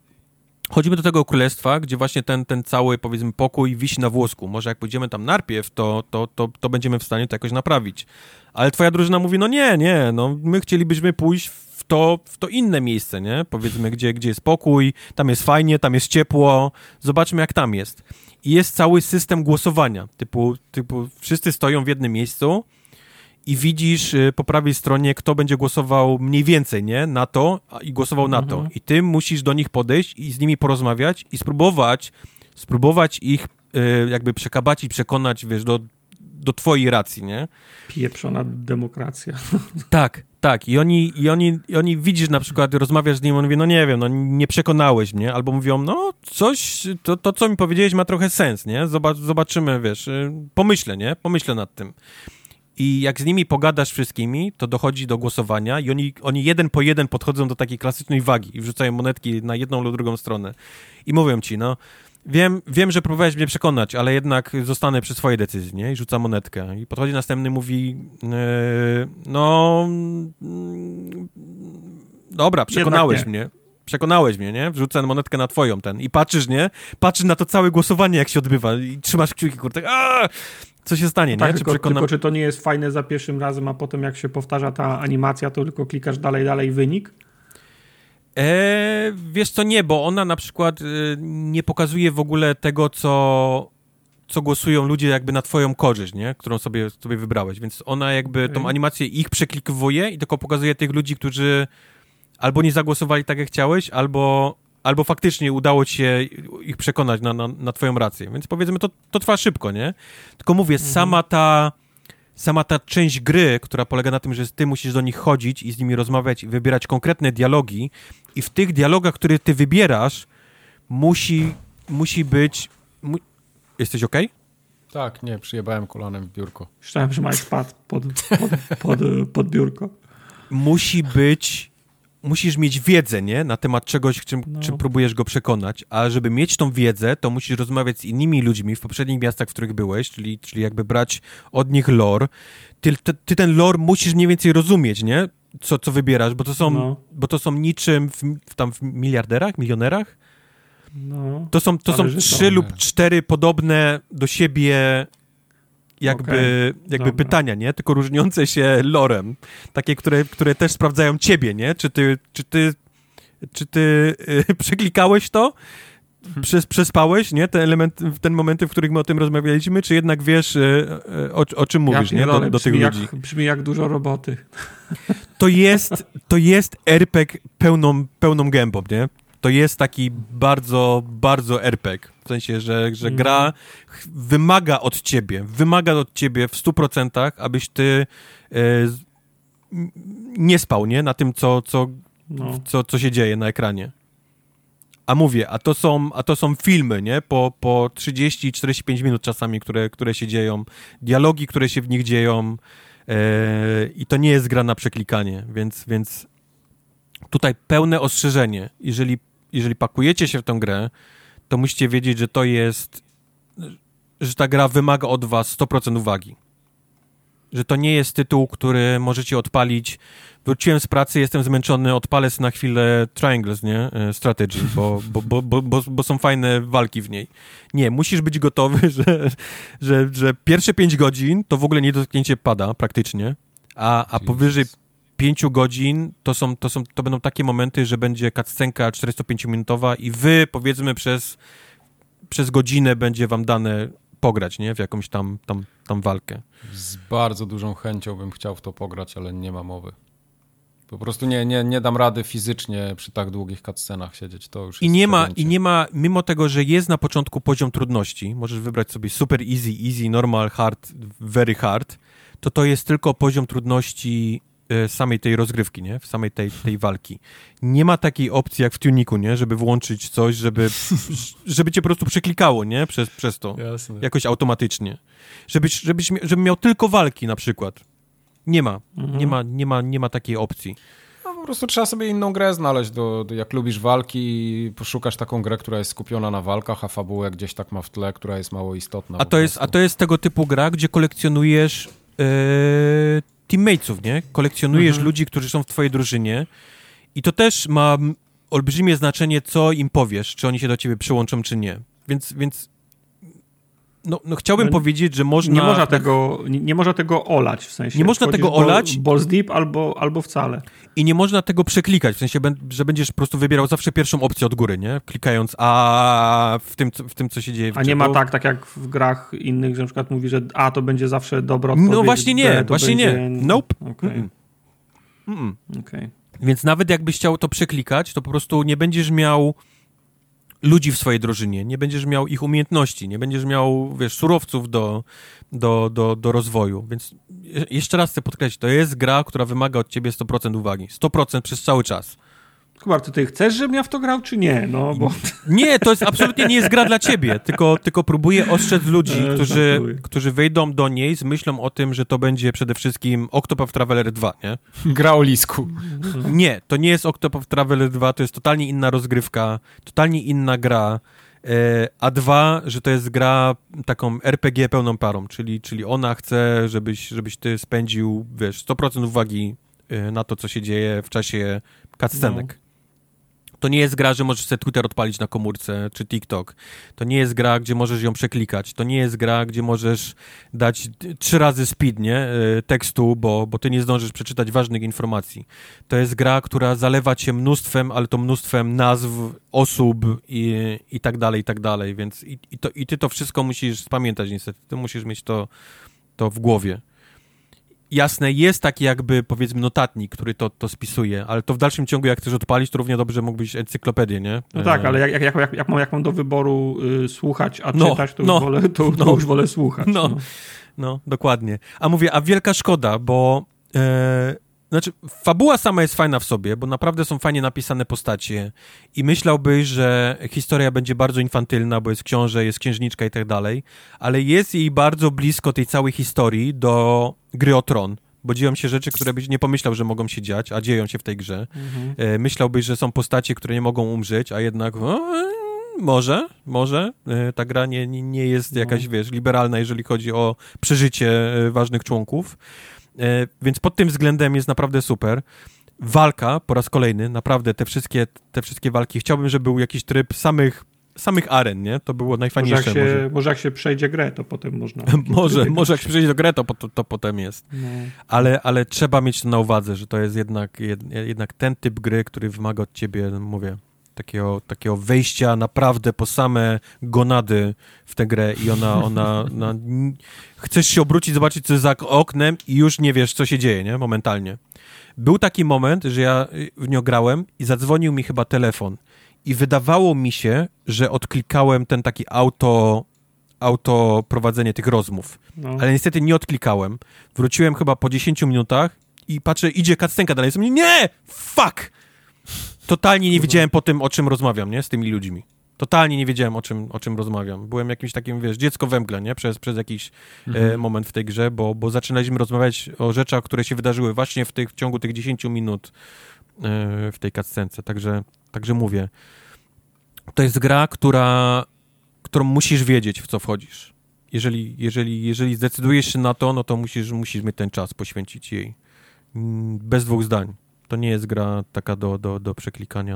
tego królestwa, gdzie właśnie ten cały, powiedzmy, pokój wisi na włosku. Może jak pójdziemy tam najpierw, to będziemy w stanie to jakoś naprawić. Ale twoja drużyna mówi, no nie, no my chcielibyśmy pójść w to inne miejsce, nie? Powiedzmy, gdzie jest pokój, tam jest fajnie, tam jest ciepło, zobaczmy jak tam jest. I jest cały system głosowania, typu wszyscy stoją w jednym miejscu i widzisz po prawej stronie, kto będzie głosował mniej więcej, nie? Na to i głosował na to. I ty musisz do nich podejść i z nimi porozmawiać i spróbować ich jakby przekabacić, przekonać, wiesz, do twojej racji, nie? Pieprzona demokracja. Tak. I oni widzisz, na przykład rozmawiasz z nim, on mówi, no nie wiem, no nie przekonałeś mnie, albo mówią, no coś, to co mi powiedziałeś ma trochę sens, nie? Zobaczymy, wiesz, pomyślę nad tym. I jak z nimi pogadasz wszystkimi, to dochodzi do głosowania i oni jeden po jeden podchodzą do takiej klasycznej wagi i wrzucają monetki na jedną lub drugą stronę. I mówią ci, no, wiem, że próbowałeś mnie przekonać, ale jednak zostanę przy swojej decyzji, nie? I rzuca monetkę. I podchodzi następny, mówi, dobra, przekonałeś mnie, nie? Wrzucę monetkę na twoją i patrzysz, nie? Patrzysz na to całe głosowanie, jak się odbywa i trzymasz kciuki, kurde, co się stanie, tak, nie? Tylko czy to nie jest fajne za pierwszym razem, a potem jak się powtarza ta animacja, to tylko klikasz dalej wynik? Wiesz co, nie, bo ona na przykład nie pokazuje w ogóle tego, co głosują ludzie jakby na twoją korzyść, nie? Którą sobie wybrałeś, więc ona jakby tą animację ich przeklikowuje i tylko pokazuje tych ludzi, którzy albo nie zagłosowali tak, jak chciałeś, albo faktycznie udało ci się ich przekonać na twoją rację. Więc powiedzmy, to trwa szybko, nie? Tylko mówię, sama ta część gry, która polega na tym, że ty musisz do nich chodzić i z nimi rozmawiać i wybierać konkretne dialogi i w tych dialogach, które ty wybierasz, musi być... Jesteś okej? Tak, nie, przyjebałem kolanem w biurko. Myślałem, że Mike spadł pod biurko. Musisz mieć wiedzę, nie? Na temat czegoś, czym próbujesz go przekonać, a żeby mieć tą wiedzę, to musisz rozmawiać z innymi ludźmi w poprzednich miastach, w których byłeś, czyli jakby brać od nich lore. Ty ten lore musisz mniej więcej rozumieć, nie? Co wybierasz, bo to są niczym w miliarderach, milionerach? No, to są 3 lub 4 podobne do siebie jakby pytania, nie? Tylko różniące się lorem. Takie, które też sprawdzają ciebie, nie? Czy ty przeklikałeś to? Przespałeś, nie? Ten momenty, w których my o tym rozmawialiśmy, czy jednak wiesz, o czym mówisz, nie? Do tych ludzi. Brzmi jak dużo roboty. To jest RPG pełną gębą, nie? To jest taki bardzo, bardzo RPG. W sensie, że gra wymaga od ciebie w 100%, abyś ty nie spał, nie? Na tym, co się dzieje na ekranie. A mówię, a to są filmy, nie? Po 30-45 minut czasami, które się dzieją. Dialogi, które się w nich dzieją. I to nie jest gra na przeklikanie, więc tutaj pełne ostrzeżenie. Jeżeli pakujecie się w tę grę, to musicie wiedzieć, że ta gra wymaga od was 100% uwagi. Że to nie jest tytuł, który możecie odpalić. Wróciłem z pracy, jestem zmęczony, odpalę sobie na chwilę Triangles, nie? Strategy, bo są fajne walki w niej. Nie, musisz być gotowy, że pierwsze 5 godzin to w ogóle nie dotknięcie pada praktycznie, a powyżej 5 godzin to będą takie momenty, że będzie cutscenka 45-minutowa i wy, powiedzmy, przez godzinę będzie wam dane pograć, nie? W jakąś tam walkę. Z bardzo dużą chęcią bym chciał w to pograć, ale nie ma mowy. Po prostu nie dam rady fizycznie przy tak długich cutscenach siedzieć. To już jest I nie ma, mimo tego, że jest na początku poziom trudności, możesz wybrać sobie super easy, normal, hard, very hard, to jest tylko poziom trudności samej tej rozgrywki, nie? W samej tej walki. Nie ma takiej opcji jak w Tuniku, nie? Żeby włączyć coś, żeby cię po prostu przeklikało, nie? Przez to. Jasne. Jakoś automatycznie. Żeby miał tylko walki na przykład. Nie ma. Nie ma takiej opcji. No po prostu trzeba sobie inną grę znaleźć, jak lubisz walki, poszukasz taką grę, która jest skupiona na walkach, a fabułę gdzieś tak ma w tle, która jest mało istotna. A to jest tego typu gra, gdzie kolekcjonujesz teammatesów, nie? Kolekcjonujesz ludzi, którzy są w twojej drużynie i to też ma olbrzymie znaczenie, co im powiesz, czy oni się do ciebie przyłączą, czy nie. Więc chciałbym powiedzieć, że można... Nie można tego olać, w sensie... Nie można tego olać. Balls deep albo wcale. I nie można tego przeklikać, w sensie, że będziesz po prostu wybierał zawsze pierwszą opcję od góry, nie? Klikając w tym, co się dzieje w A nie ma tak jak w grach innych, że na przykład mówi, że A to będzie zawsze dobra odpowiedź, no właśnie nie, nie. Nope. Okay. Więc nawet jakbyś chciał to przeklikać, to po prostu nie będziesz miał ludzi w swojej drużynie, nie będziesz miał ich umiejętności, nie będziesz miał, surowców do rozwoju. Więc jeszcze raz chcę podkreślić, to jest gra, która wymaga od ciebie 100% uwagi. 100% przez cały czas. Kubar, ty chcesz, żebym ja w to grał, czy nie? No, bo... Nie, to jest absolutnie nie jest gra dla ciebie, tylko próbuję ostrzec ludzi, którzy wejdą do niej z myślą o tym, że to będzie przede wszystkim Octopath Traveler 2, nie? Gra o lisku. Nie, to nie jest Octopath Traveler 2, to jest totalnie inna rozgrywka, totalnie inna gra, a dwa, że to jest gra taką RPG pełną parą, czyli ona chce, żebyś ty spędził, 100% uwagi na to, co się dzieje w czasie cutscenek. To nie jest gra, że możesz sobie Twitter odpalić na komórce, czy TikTok. To nie jest gra, gdzie możesz ją przeklikać. To nie jest gra, gdzie możesz dać 3 razy speed, nie? Tekstu, bo ty nie zdążysz przeczytać ważnych informacji. To jest gra, która zalewa cię mnóstwem, ale to mnóstwem nazw, osób i tak dalej, więc i ty to wszystko musisz pamiętać niestety. Ty musisz mieć to w głowie. jasne, jest taki jakby, powiedzmy, notatnik, który to spisuje, ale to w dalszym ciągu, jak chcesz odpalić, to równie dobrze mógłbyś encyklopedię, nie? No tak, ale jak mam do wyboru słuchać, a czytać, to już wolę słuchać. No, dokładnie. A mówię, a wielka szkoda, bo znaczy, fabuła sama jest fajna w sobie, bo naprawdę są fajnie napisane postacie i myślałbyś, że historia będzie bardzo infantylna, bo jest książę, jest księżniczka i tak dalej, ale jest jej bardzo blisko tej całej historii do Gry o Tron, bo dzieją się rzeczy, które byś nie pomyślał, że mogą się dziać, a dzieją się w tej grze. Myślałbyś, że są postacie, które nie mogą umrzeć, a jednak może. Ta gra nie jest jakaś, wiesz, liberalna, jeżeli chodzi o przeżycie ważnych członków. Więc pod tym względem jest naprawdę super. Walka po raz kolejny, naprawdę te wszystkie walki. Chciałbym, żeby był jakiś tryb samych aren, nie? To było najfajniejsze. Może jak się przejdzie grę, to potem można... może jak się przejdzie do grę, to potem jest. No. Ale trzeba mieć to na uwadze, że to jest jednak ten typ gry, który wymaga od ciebie, mówię, takiego wejścia naprawdę po same gonady w tę grę i ona chcesz się obrócić, zobaczyć, co jest za oknem i już nie wiesz, co się dzieje, nie? Momentalnie. Był taki moment, że ja w nią grałem i zadzwonił mi chyba telefon i wydawało mi się, że odklikałem ten taki auto prowadzenie tych rozmów. No. Ale niestety nie odklikałem. Wróciłem chyba po 10 minutach i patrzę, idzie cutscenka dalej. Mówię, nie! Fuck! Totalnie nie wiedziałem po tym, o czym rozmawiam, nie? Z tymi ludźmi. Totalnie nie wiedziałem, o czym rozmawiam. Byłem jakimś takim, wiesz, dziecko we mgle, nie? Przez jakiś moment w tej grze, bo zaczynaliśmy rozmawiać o rzeczach, które się wydarzyły właśnie w ciągu tych 10 minut w tej cutscence. Także mówię, to jest gra, którą musisz wiedzieć, w co wchodzisz. Jeżeli zdecydujesz się na to, no to musisz mieć ten czas poświęcić jej. Bez dwóch zdań. To nie jest gra taka do przeklikania,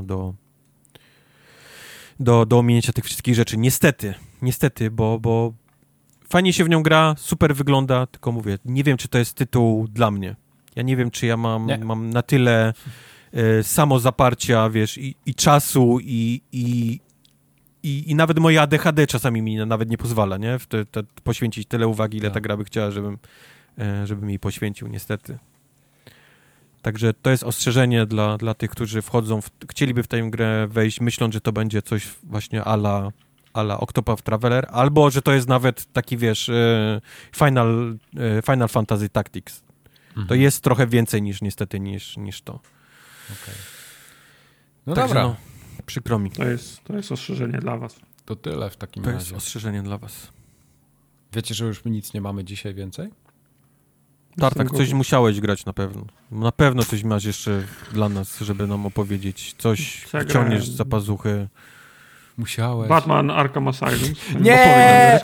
do ominięcia tych wszystkich rzeczy. Niestety, bo fajnie się w nią gra, super wygląda, tylko mówię, nie wiem, czy to jest tytuł dla mnie. Ja nie wiem, czy ja mam na tyle samozaparcia, wiesz, i czasu i nawet moje ADHD czasami mi nawet nie pozwala, nie? Poświęcić tyle uwagi, ile ta gra by chciała, żebym jej poświęcił, niestety. Także to jest ostrzeżenie dla tych, którzy chcieliby w tę grę wejść, myśląc, że to będzie coś właśnie a la Octopath Traveler, albo że to jest nawet taki, wiesz, Final Fantasy Tactics. To jest trochę więcej niestety niż to. Okay. No także dobra. Przykro mi. To jest ostrzeżenie dla was. To tyle w takim razie. To jest ostrzeżenie dla was. Wiecie, że już nic nie mamy dzisiaj więcej? Tartak, coś musiałeś grać na pewno. Na pewno coś masz jeszcze dla nas, żeby nam opowiedzieć. Coś wyciągniesz z pazuchy. Musiałeś. Batman Arkham Asylum. Nie!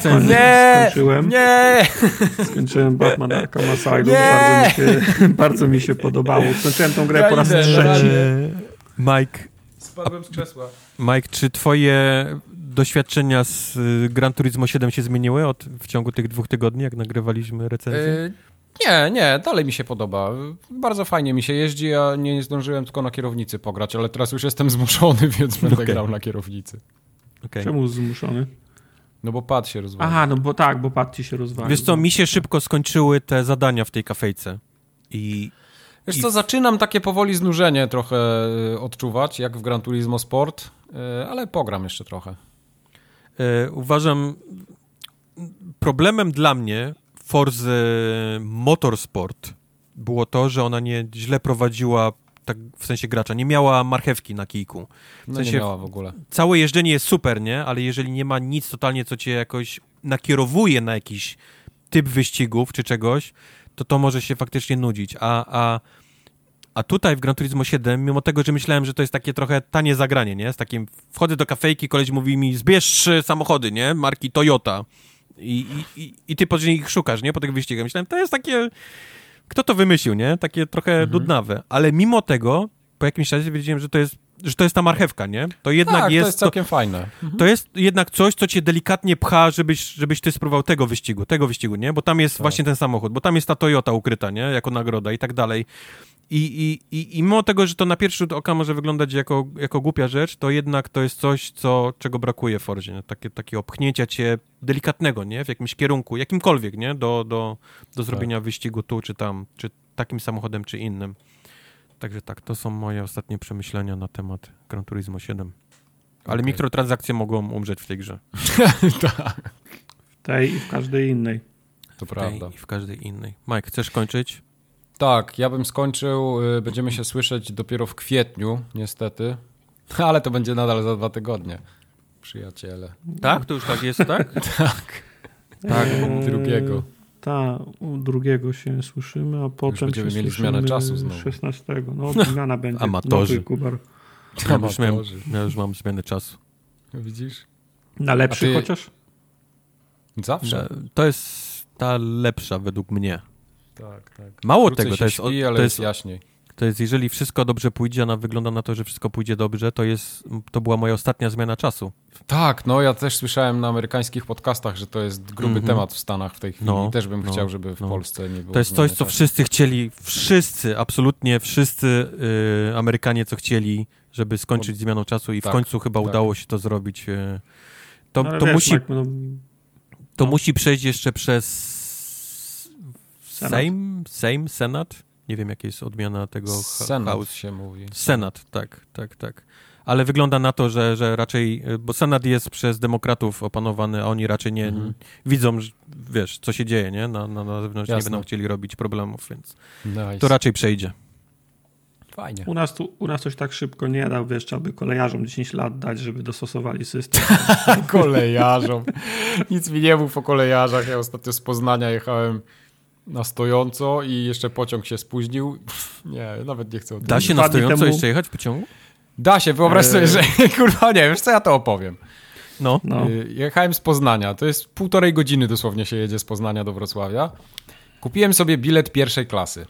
Skończyłem Batman Arkham Asylum. Bardzo mi się podobało. Skończyłem tą grę po raz trzeci. Mike. Spadłem z krzesła. Mike, czy twoje doświadczenia z Gran Turismo 7 się zmieniły w ciągu tych 2 tygodni, jak nagrywaliśmy recenzję? Nie, dalej mi się podoba. Bardzo fajnie mi się jeździ, ja nie zdążyłem tylko na kierownicy pograć, ale teraz już jestem zmuszony, więc będę grał na kierownicy. Okay. Czemu zmuszony? No bo pad się rozwalił. Aha, bo pad ci się rozwalił. Wiesz co, mi się szybko skończyły te zadania w tej kafejce. Wiesz co, zaczynam takie powoli znużenie trochę odczuwać, jak w Gran Turismo Sport, ale pogram jeszcze trochę. Uważam, problemem dla mnie Forza Motorsport było to, że ona źle prowadziła, tak w sensie gracza, nie miała marchewki na kijku. W sensie nie miała w ogóle. Całe jeżdżenie jest super, nie? Ale jeżeli nie ma nic totalnie, co cię jakoś nakierowuje na jakiś typ wyścigów czy czegoś, to może się faktycznie nudzić. A tutaj w Gran Turismo 7, mimo tego, że myślałem, że to jest takie trochę tanie zagranie, nie? Z takim, wchodzę do kafejki, koleś mówi mi, zbierz 3 samochody, nie? Marki Toyota. I ty później ich szukasz, nie? Po tych wyścigach. Myślałem, to jest takie... Kto to wymyślił, nie? Takie trochę dudnawe. Ale mimo tego, po jakimś czasie wiedziałem, że to jest że to jest ta marchewka, nie? To jednak tak, to jest całkiem fajne. To jest jednak coś, co cię delikatnie pcha, żebyś ty spróbował tego wyścigu, nie? Bo tam jest właśnie ten samochód, bo tam jest ta Toyota ukryta, nie? Jako nagroda i tak dalej. I mimo tego, że to na pierwszy rzut oka może wyglądać jako głupia rzecz, to jednak to jest coś, czego brakuje w Forzie, nie? Takie opchnięcia cię delikatnego, nie? W jakimś kierunku, jakimkolwiek, nie? Do zrobienia wyścigu tu, czy tam, czy takim samochodem, czy innym. Także tak, to są moje ostatnie przemyślenia na temat Gran Turismo 7. Ale mikrotransakcje mogą umrzeć w tej grze. Tak. W tej i w każdej innej. To prawda. I w każdej innej. Mike, chcesz kończyć? Tak, ja bym skończył. Będziemy się słyszeć dopiero w kwietniu, niestety. Ale to będzie nadal za 2 tygodnie, przyjaciele. Tak? To już tak jest, tak? Tak. Tak, drugiego. Tak, u drugiego się słyszymy, a potem będziemy się mieli słyszymy zmianę czasu znowu. 16. No, zmiana będzie. Amatorzy. Nowy Kubar. Ja już mam zmianę czasu. Widzisz? Na lepszy chociaż? Zawsze. To jest ta lepsza według mnie. Tak, tak. Mało Krócej tego, się śpi, ale jest jaśniej. To jest, jeżeli wszystko dobrze pójdzie, a wygląda na to, że wszystko pójdzie dobrze, to była moja ostatnia zmiana czasu. Tak, no ja też słyszałem na amerykańskich podcastach, że to jest gruby temat w Stanach w tej chwili. I też bym chciał, żeby w Polsce nie było. To jest coś, co wszyscy chcieli, absolutnie wszyscy Amerykanie, co chcieli, żeby skończyć zmianą czasu i w końcu chyba udało się to zrobić. To musi przejść jeszcze przez Senat? Nie wiem, jaka jest odmiana tego. Senat się mówi. Senat, tak. Ale wygląda na to, że raczej, bo Senat jest przez demokratów opanowany, a oni raczej nie widzą, wiesz, co się dzieje, nie? Na zewnątrz nie będą chcieli robić problemów, więc to raczej przejdzie. Fajnie. U nas coś tak szybko nie da, wiesz, trzeba by kolejarzom 10 lat dać, żeby dostosowali system. Kolejarzom. Nic mi nie mów o kolejarzach. Ja ostatnio z Poznania jechałem na stojąco i jeszcze pociąg się spóźnił. Nie, nawet nie chcę o tym. Da się na stojąco jeszcze jechać w pociągu? Da się, wyobraź sobie, że kurwa nie, wiesz co, ja to opowiem. No. Jechałem z Poznania, to jest 1,5 godziny dosłownie się jedzie z Poznania do Wrocławia. Kupiłem sobie bilet pierwszej klasy.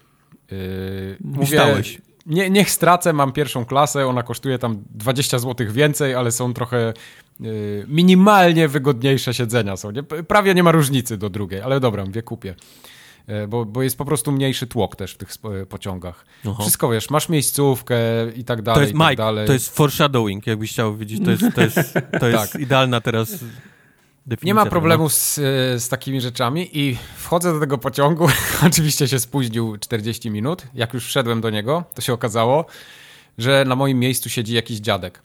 Mówię, niech stracę, mam pierwszą klasę, ona kosztuje tam 20 zł więcej, ale są trochę minimalnie wygodniejsze siedzenia są. Nie? Prawie nie ma różnicy do drugiej, ale dobra, mówię, kupię. Bo jest po prostu mniejszy tłok też w tych pociągach. Aha. Wszystko, wiesz, masz miejscówkę i tak dalej. To jest Mike, to jest foreshadowing, jakbyś chciał widzieć. To jest idealna teraz definicja. Nie ma problemu z takimi rzeczami i wchodzę do tego pociągu. Oczywiście się spóźnił 40 minut. Jak już wszedłem do niego, to się okazało, że na moim miejscu siedzi jakiś dziadek.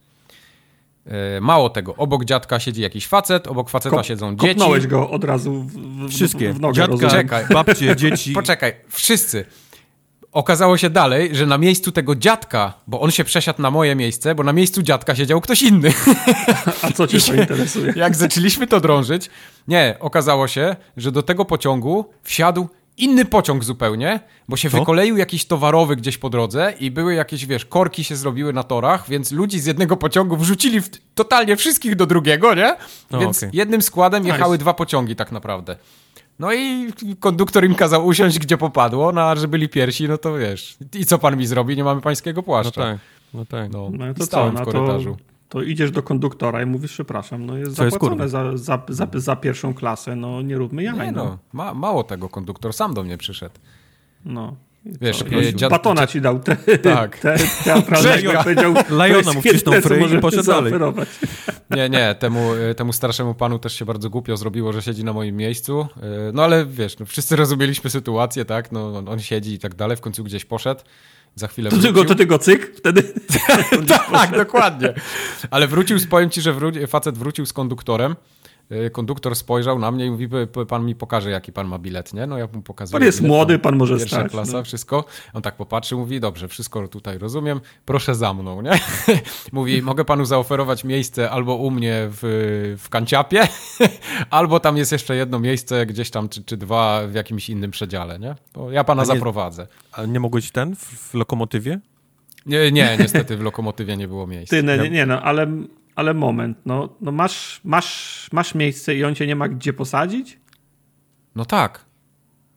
Mało tego, obok dziadka siedzi jakiś facet, obok faceta siedzą dzieci. Kopnąłeś go od razu wszystkie. W nogę. Dziadka, czekaj. babcie, dzieci. Poczekaj, wszyscy. Okazało się dalej, że na miejscu tego dziadka, bo on się przesiadł na moje miejsce, bo na miejscu dziadka siedział ktoś inny. A co cię to interesuje? Jak zaczęliśmy to drążyć, okazało się, że do tego pociągu wsiadł inny pociąg zupełnie, bo się wykoleił jakiś towarowy gdzieś po drodze i były jakieś, wiesz, korki się zrobiły na torach, więc ludzi z jednego pociągu wrzucili totalnie wszystkich do drugiego, nie? Więc jednym składem jechały 2 pociągi tak naprawdę. No i konduktor im kazał usiąść, gdzie popadło, no a że byli pierwsi, no to wiesz. I co pan mi zrobi? Nie mamy pańskiego płaszcza. No tak. No to stałem w korytarzu. To idziesz do konduktora i mówisz, przepraszam, no jest zapłacone za pierwszą klasę, no nie róbmy jaj. Mało tego, konduktor sam do mnie przyszedł. No. Wiesz, batona ci dał teatralnego, powiedział, Lajona mu wcisnął fryj i poszedł dalej. Nie, temu starszemu panu też się bardzo głupio zrobiło, że siedzi na moim miejscu, no ale wiesz, wszyscy rozumieliśmy sytuację, tak, no on siedzi i tak dalej, w końcu gdzieś poszedł, za chwilę wrócił. To tylko cyk wtedy? Tak, dokładnie. Ale powiem ci, że facet wrócił z konduktorem. Konduktor spojrzał na mnie i mówi, pan mi pokaże, jaki pan ma bilet, nie? No ja mu pokazuję. Pan jest bilet, młody, pan może pierwsza stać. Klasa, wszystko. On tak popatrzył, mówi, dobrze, wszystko tutaj rozumiem, proszę za mną, nie? Mówi, mogę panu zaoferować miejsce albo u mnie w kanciapie, albo tam jest jeszcze jedno miejsce gdzieś tam, czy 2 w jakimś innym przedziale, nie? Bo ja pana zaprowadzę. A nie mogłeś w lokomotywie? Nie, niestety w lokomotywie nie było miejsca. Ale moment, no masz miejsce i on cię nie ma gdzie posadzić? No tak.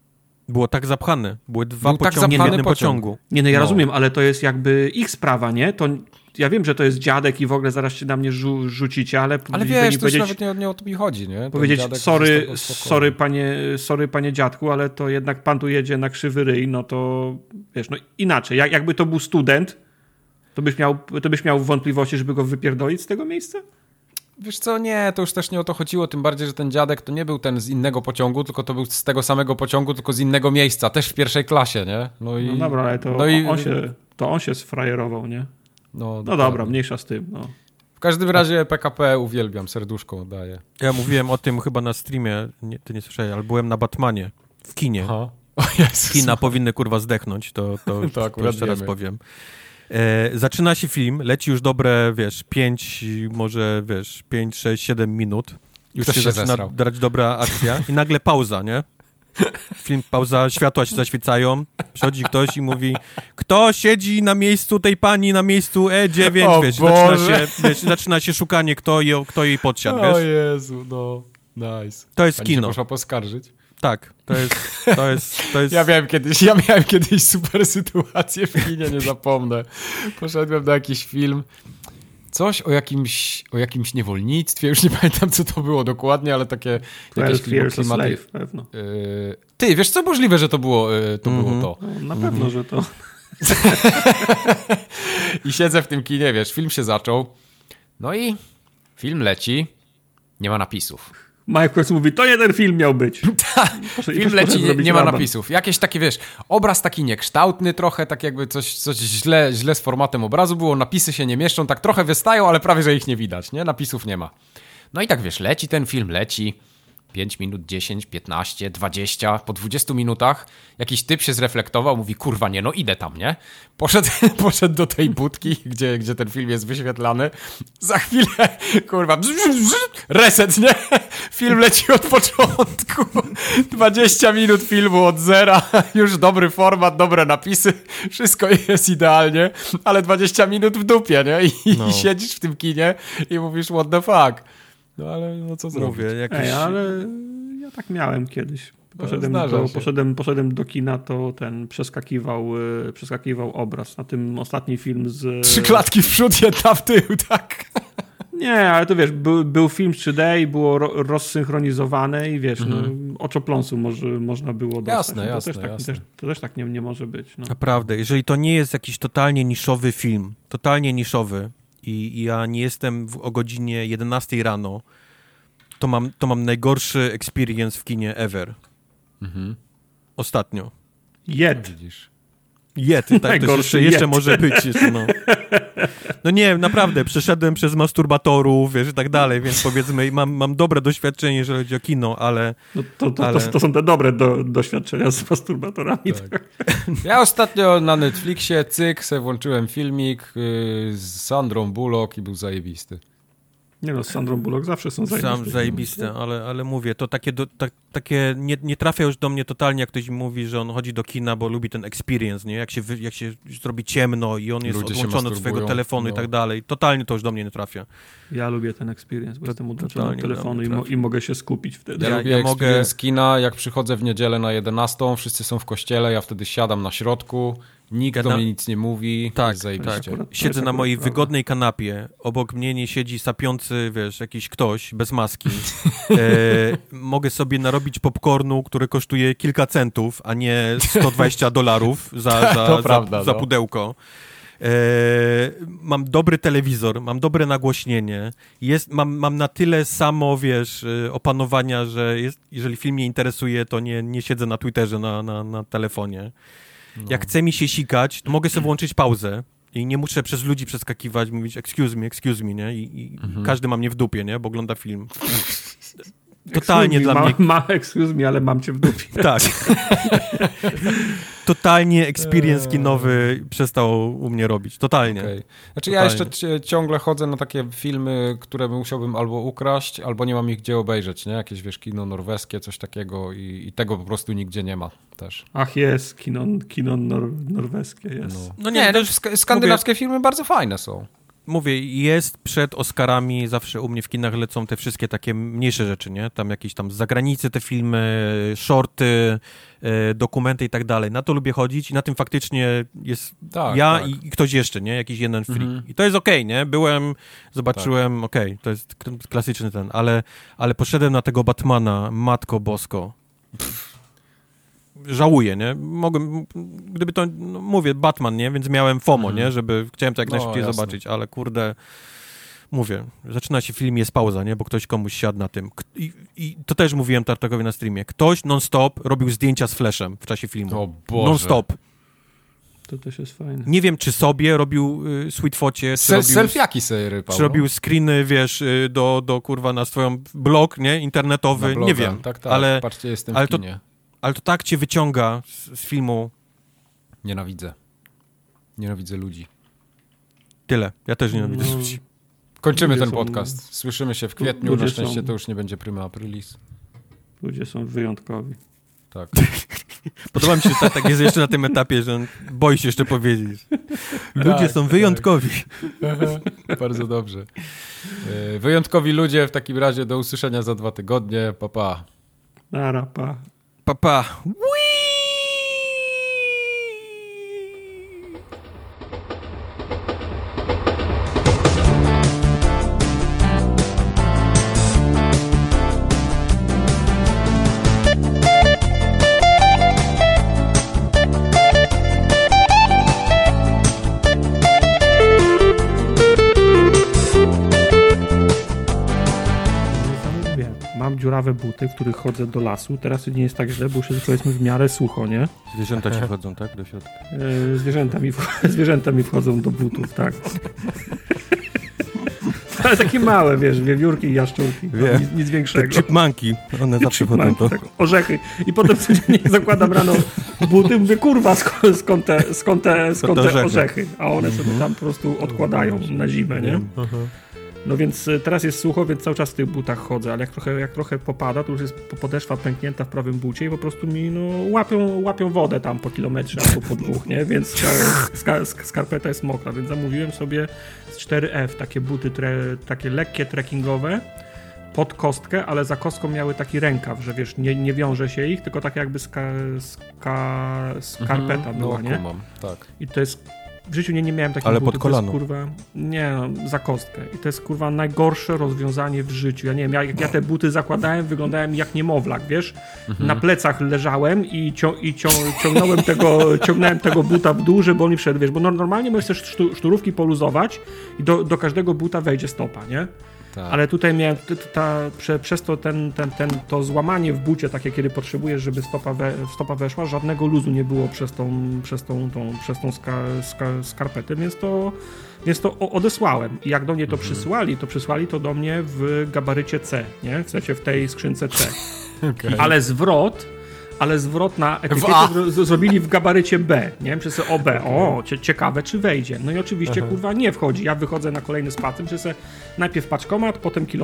Było tak zapchane. Były dwa pociągi w jednym pociągu. Nie, no ja rozumiem, ale to jest jakby ich sprawa, nie? To ja wiem, że to jest dziadek i w ogóle zaraz się na mnie rzucicie, ale wiesz, to już nawet nie o to mi chodzi, nie? Powiedzieć, sorry panie dziadku, ale to jednak pan tu jedzie na krzywy ryj, no to wiesz, no inaczej. Jakby to był student, to byś miał wątpliwości, żeby go wypierdolić z tego miejsca? Wiesz co, nie, to już też nie o to chodziło, tym bardziej, że ten dziadek to nie był ten z innego pociągu, tylko to był z tego samego pociągu, tylko z innego miejsca, też w pierwszej klasie, nie? No dobra, ale to on się sfrajerował, nie? No dobra, mniejsza z tym, no. W każdym razie PKP uwielbiam, serduszko daję. Ja mówiłem o tym chyba na streamie, ty nie słyszałeś, ale byłem na Batmanie, w kinie. Aha. Kina powinny kurwa zdechnąć, to jeszcze raz powiem. Zaczyna się film, leci już dobre, 5, 6, 7 minut. Już się zaczyna dać dobra akcja i nagle pauza, nie? Film, pauza, światła się zaświecają, przychodzi ktoś i mówi, kto siedzi na miejscu tej pani, na miejscu E9, zaczyna się szukanie, kto jej podsiadł, wiesz? O Jezu, no, nice. To jest pani kino. Się można poskarżyć? Tak, to jest... Ja miałem kiedyś super sytuację w kinie, nie zapomnę. Poszedłem na jakiś film, coś o jakimś niewolnictwie, już nie pamiętam, co to było dokładnie, ale takie jakieś klimaty. Pewno. Ty, wiesz co, możliwe, że to było to. No, na pewno, że to. I siedzę w tym kinie, wiesz, film się zaczął, no i film leci, nie ma napisów. Michael mówi, to nie ten film miał być. Film leci, nie ma napisów. Jakieś takie, wiesz, obraz taki niekształtny trochę, tak jakby coś źle z formatem obrazu było, napisy się nie mieszczą, tak trochę wystają, ale prawie, że ich nie widać, nie? Napisów nie ma. No i tak, wiesz, leci ten film, 5 minut, 10, 15, 20, po 20 minutach jakiś typ się zreflektował, mówi, kurwa nie, no idę tam, nie? Poszedł do tej budki, gdzie ten film jest wyświetlany. Za chwilę, kurwa, reset, nie? Film leci od początku. 20 minut filmu od zera, już dobry format, dobre napisy, wszystko jest idealnie, ale 20 minut w dupie, nie? I siedzisz w tym kinie i mówisz, what the fuck? No ale no co zrobić? Ale ja tak miałem kiedyś. Poszedłem do kina, to ten przeskakiwał obraz. Na tym ostatni film z... 3 klatki w przód, 1 w tył, tak? Nie, ale to wiesz, był film 3D i było rozsynchronizowane i wiesz, oczopląsu można było dostać. Jasne. To też tak nie może być. No. Naprawdę, jeżeli to nie jest jakiś totalnie niszowy film, i ja nie jestem o godzinie 11 rano, to mam najgorszy experience w kinie ever. Mhm. Ostatnio. Widzisz. Tak, to jeszcze może być. No nie, naprawdę, przeszedłem przez masturbatorów, wiesz, i tak dalej, więc powiedzmy, mam dobre doświadczenie, jeżeli chodzi o kino, ale... No to są te dobre doświadczenia z masturbatorami. Tak. Ja ostatnio na Netflixie, sobie włączyłem filmik z Sandrą Bullock i był zajebisty. Nie no, z Sandrą Bullock zawsze są zajebiste, ale mówię, to takie nie trafia już do mnie totalnie, jak ktoś mi mówi, że on chodzi do kina, bo lubi ten experience, nie? Jak się zrobi ciemno i on jest odłączony od swojego telefonu i tak dalej. Totalnie to już do mnie nie trafia. Ja lubię ten experience, bo jestem odłączony od telefonu i mogę się skupić wtedy. Ja lubię experience kina, jak przychodzę w niedzielę na 11, wszyscy są w kościele, ja wtedy siadam na środku, nikt do mnie nic nie mówi. Tak. Siedzę na mojej wygodnej kanapie, obok mnie nie siedzi sapiący, wiesz, jakiś ktoś bez maski. Mogę sobie narobić popcornu, który kosztuje kilka centów, a nie $120 za pudełko. Mam dobry telewizor, mam dobre nagłośnienie, mam na tyle samo, wiesz, opanowania, że jeżeli film mnie interesuje, to nie siedzę na Twitterze, na telefonie. No. Jak chce mi się sikać, to mogę sobie włączyć pauzę i nie muszę przez ludzi przeskakiwać, mówić excuse me, nie? I każdy ma mnie w dupie, nie? Bo ogląda film. Totalnie dla mnie... Excuse me, ale mam cię w dupie. Tak. Totalnie experience kinowy przestał u mnie robić. Totalnie. Okay. Znaczy ja jeszcze ciągle chodzę na takie filmy, które musiałbym albo ukraść, albo nie mam ich gdzie obejrzeć, nie? Jakieś, wiesz, kino norweskie, coś takiego i tego po prostu nigdzie nie ma też. Ach jest, kino norweskie jest. No nie, skandynawskie filmy bardzo fajne są. mówię, jest przed Oscarami, zawsze u mnie w kinach lecą te wszystkie takie mniejsze rzeczy, nie? Tam jakieś tam z zagranicy te filmy, shorty, dokumenty i tak dalej. Na to lubię chodzić i na tym faktycznie jest i ktoś jeszcze, nie? Jakiś jeden freak. I to jest okej, nie? Byłem, zobaczyłem, okej, to jest klasyczny ten, ale poszedłem na tego Batmana, Matko Bosko. Żałuję, nie? Mogłem, gdyby to, mówię, Batman, nie? Więc miałem FOMO, nie? Chciałem to jak najszybciej zobaczyć, ale kurde, mówię, zaczyna się film, jest pauza, nie? Bo ktoś komuś siadł na tym. I to też mówiłem Tartakowi na streamie. Ktoś non-stop robił zdjęcia z Flashem w czasie filmu. O Boże. Non-stop. To też jest fajne. Nie wiem, czy sobie robił Sweetfocie, selfiaki sobie rypał. Czy robił screeny, wiesz, do kurwa na swoją blog, nie? Internetowy, nie wiem. Tak, ale, patrzcie, jestem w kinie. Ale to tak cię wyciąga z filmu. Nienawidzę ludzi. Tyle. Ja też nienawidzę ludzi. Kończymy ten podcast. Słyszymy się w kwietniu. Na szczęście to już nie będzie prima aprilis. Ludzie są wyjątkowi. Tak. Podoba mi się, że tak jest jeszcze na tym etapie, że on boi się jeszcze powiedzieć. Ludzie są wyjątkowi. Bardzo dobrze. Wyjątkowi ludzie, w takim razie do usłyszenia za 2 tygodnie. Pa, pa. Nara, pa. Pa, pa. Mam dziurawe buty, w których chodzę do lasu. Teraz nie jest tak źle, bo już jest, powiedzmy, w miarę sucho, nie? Zwierzęta ci wchodzą, tak? Do środka? Zwierzęta mi wchodzą do butów, tak. Ale takie małe, wiesz, wiewiórki i jaszczurki. Nic większego. Chipmunki, one zawsze wchodzą to. Tak, orzechy. I potem codziennie zakładam rano buty, mówię, kurwa, skąd te orzechy? A one sobie tam po prostu odkładają na zimę, nie? No więc teraz jest sucho, więc cały czas w tych butach chodzę, ale jak trochę popada, to już jest podeszwa pęknięta w prawym bucie i po prostu mi łapią wodę tam po kilometrze albo po 2, nie? Więc skarpeta jest mokra, więc zamówiłem sobie z 4F takie buty, takie lekkie trekkingowe pod kostkę, ale za kostką miały taki rękaw, że wiesz, nie wiąże się ich, tylko tak jakby skarpeta była, nie? Tak. I to jest... W życiu nie miałem takich ale butów. pod kolano. To jest, kurwa, nie, za kostkę. I to jest, kurwa, najgorsze rozwiązanie w życiu. Ja nie wiem, jak ja te buty zakładałem, wyglądałem jak niemowlak, wiesz? Na plecach leżałem i ciągnąłem tego buta w dół, żeby on mi wszedł, wiesz? Bo normalnie możesz też szturówki poluzować i do każdego buta wejdzie stopa, nie? Tak. Ale tutaj miałem przez to to złamanie w bucie, takie kiedy potrzebujesz, żeby stopa weszła, żadnego luzu nie było przez tą skarpetę, więc to odesłałem. I jak do mnie to przysłali to do mnie w gabarycie C, nie? W sensie w tej skrzynce C. Okay. Ale zwrot na etykiecie zrobili w gabarycie B, nie? Przez OB. Ciekawe, czy wejdzie. No i oczywiście, kurwa, nie wchodzi. Ja wychodzę na kolejny spacer, przez najpierw paczkomat,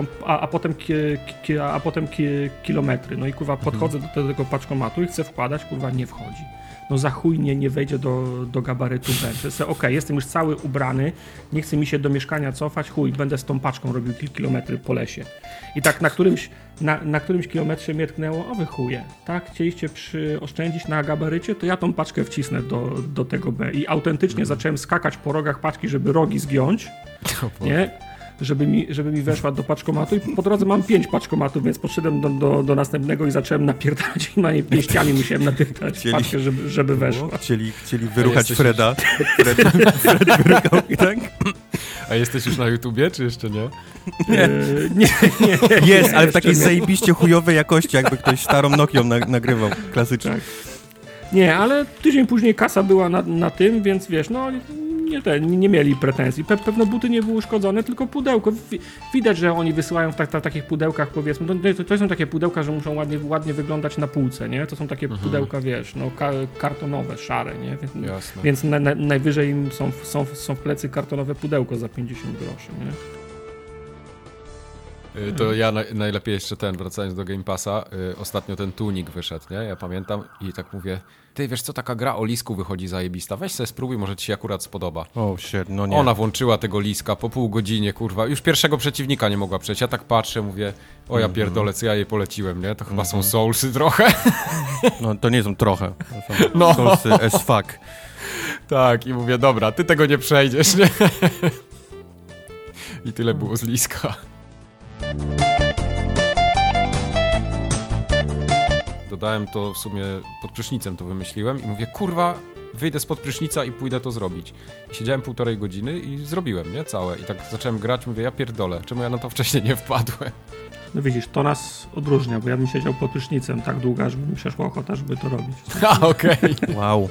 potem kilometry. No i, kurwa, podchodzę do tego paczkomatu i chcę wkładać, kurwa, nie wchodzi. No za chuj nie wejdzie do gabarytu B. Przez jestem już cały ubrany, nie chce mi się do mieszkania cofać, chuj, będę z tą paczką robił kilometry po lesie. I tak na którymś kilometrze mnie tknęło, wy chuje, tak? Chcieliście oszczędzić na gabarycie, to ja tą paczkę wcisnę do tego B. I autentycznie zacząłem skakać po rogach paczki, żeby rogi zgiąć, nie? Żeby mi weszła do paczkomatu i po drodze mam 5 paczkomatów, więc podszedłem do następnego i zacząłem napierdalać i na niej pięściami musiałem napierdalać paczkę, żeby weszła. Chcieli wyruchać Freda. Fred wyruchał, tak? A jesteś już na YouTubie, czy jeszcze nie? Nie. Jest, ale w takiej zajebiście chujowej jakości, jakby ktoś starą Nokią nagrywał, klasycznie. Tak. Nie, ale tydzień później kasa była na tym, więc wiesz, no nie mieli pretensji. Pewno buty nie były uszkodzone, tylko pudełko. Widać, że oni wysyłają w takich pudełkach, powiedzmy, to są takie pudełka, że muszą ładnie wyglądać na półce, nie? To są takie pudełka, wiesz, no kartonowe, szare, nie? Więc najwyżej im są w plecy kartonowe pudełko za 50 groszy, nie? To ja najlepiej jeszcze wracając do Game Passa, ostatnio ten Tunic wyszedł, nie? Ja pamiętam i tak mówię, ty wiesz co, taka gra o Lisku wychodzi zajebista, weź sobie spróbuj, może ci się akurat spodoba. Shit, no nie. Ona włączyła tego Liska po pół godzinie, kurwa, już pierwszego przeciwnika nie mogła przejść. Ja tak patrzę, mówię, o ja pierdolę, co ja jej poleciłem, nie? To chyba są Soulsy trochę. No to nie są trochę, to są Soulsy as fuck. Tak, i mówię, dobra, ty tego nie przejdziesz, nie? I tyle było z Liska. Dodałem to w sumie pod prysznicem, to wymyśliłem i mówię, kurwa, wyjdę spod prysznica i pójdę to zrobić. I siedziałem 1,5 godziny i zrobiłem, nie? Całe. I tak zacząłem grać, mówię, ja pierdolę, czemu ja na to wcześniej nie wpadłem? No widzisz, to nas odróżnia, bo ja bym siedział pod prysznicem tak długo, żeby mi przeszła ochota, żeby to robić. Okej. Wow.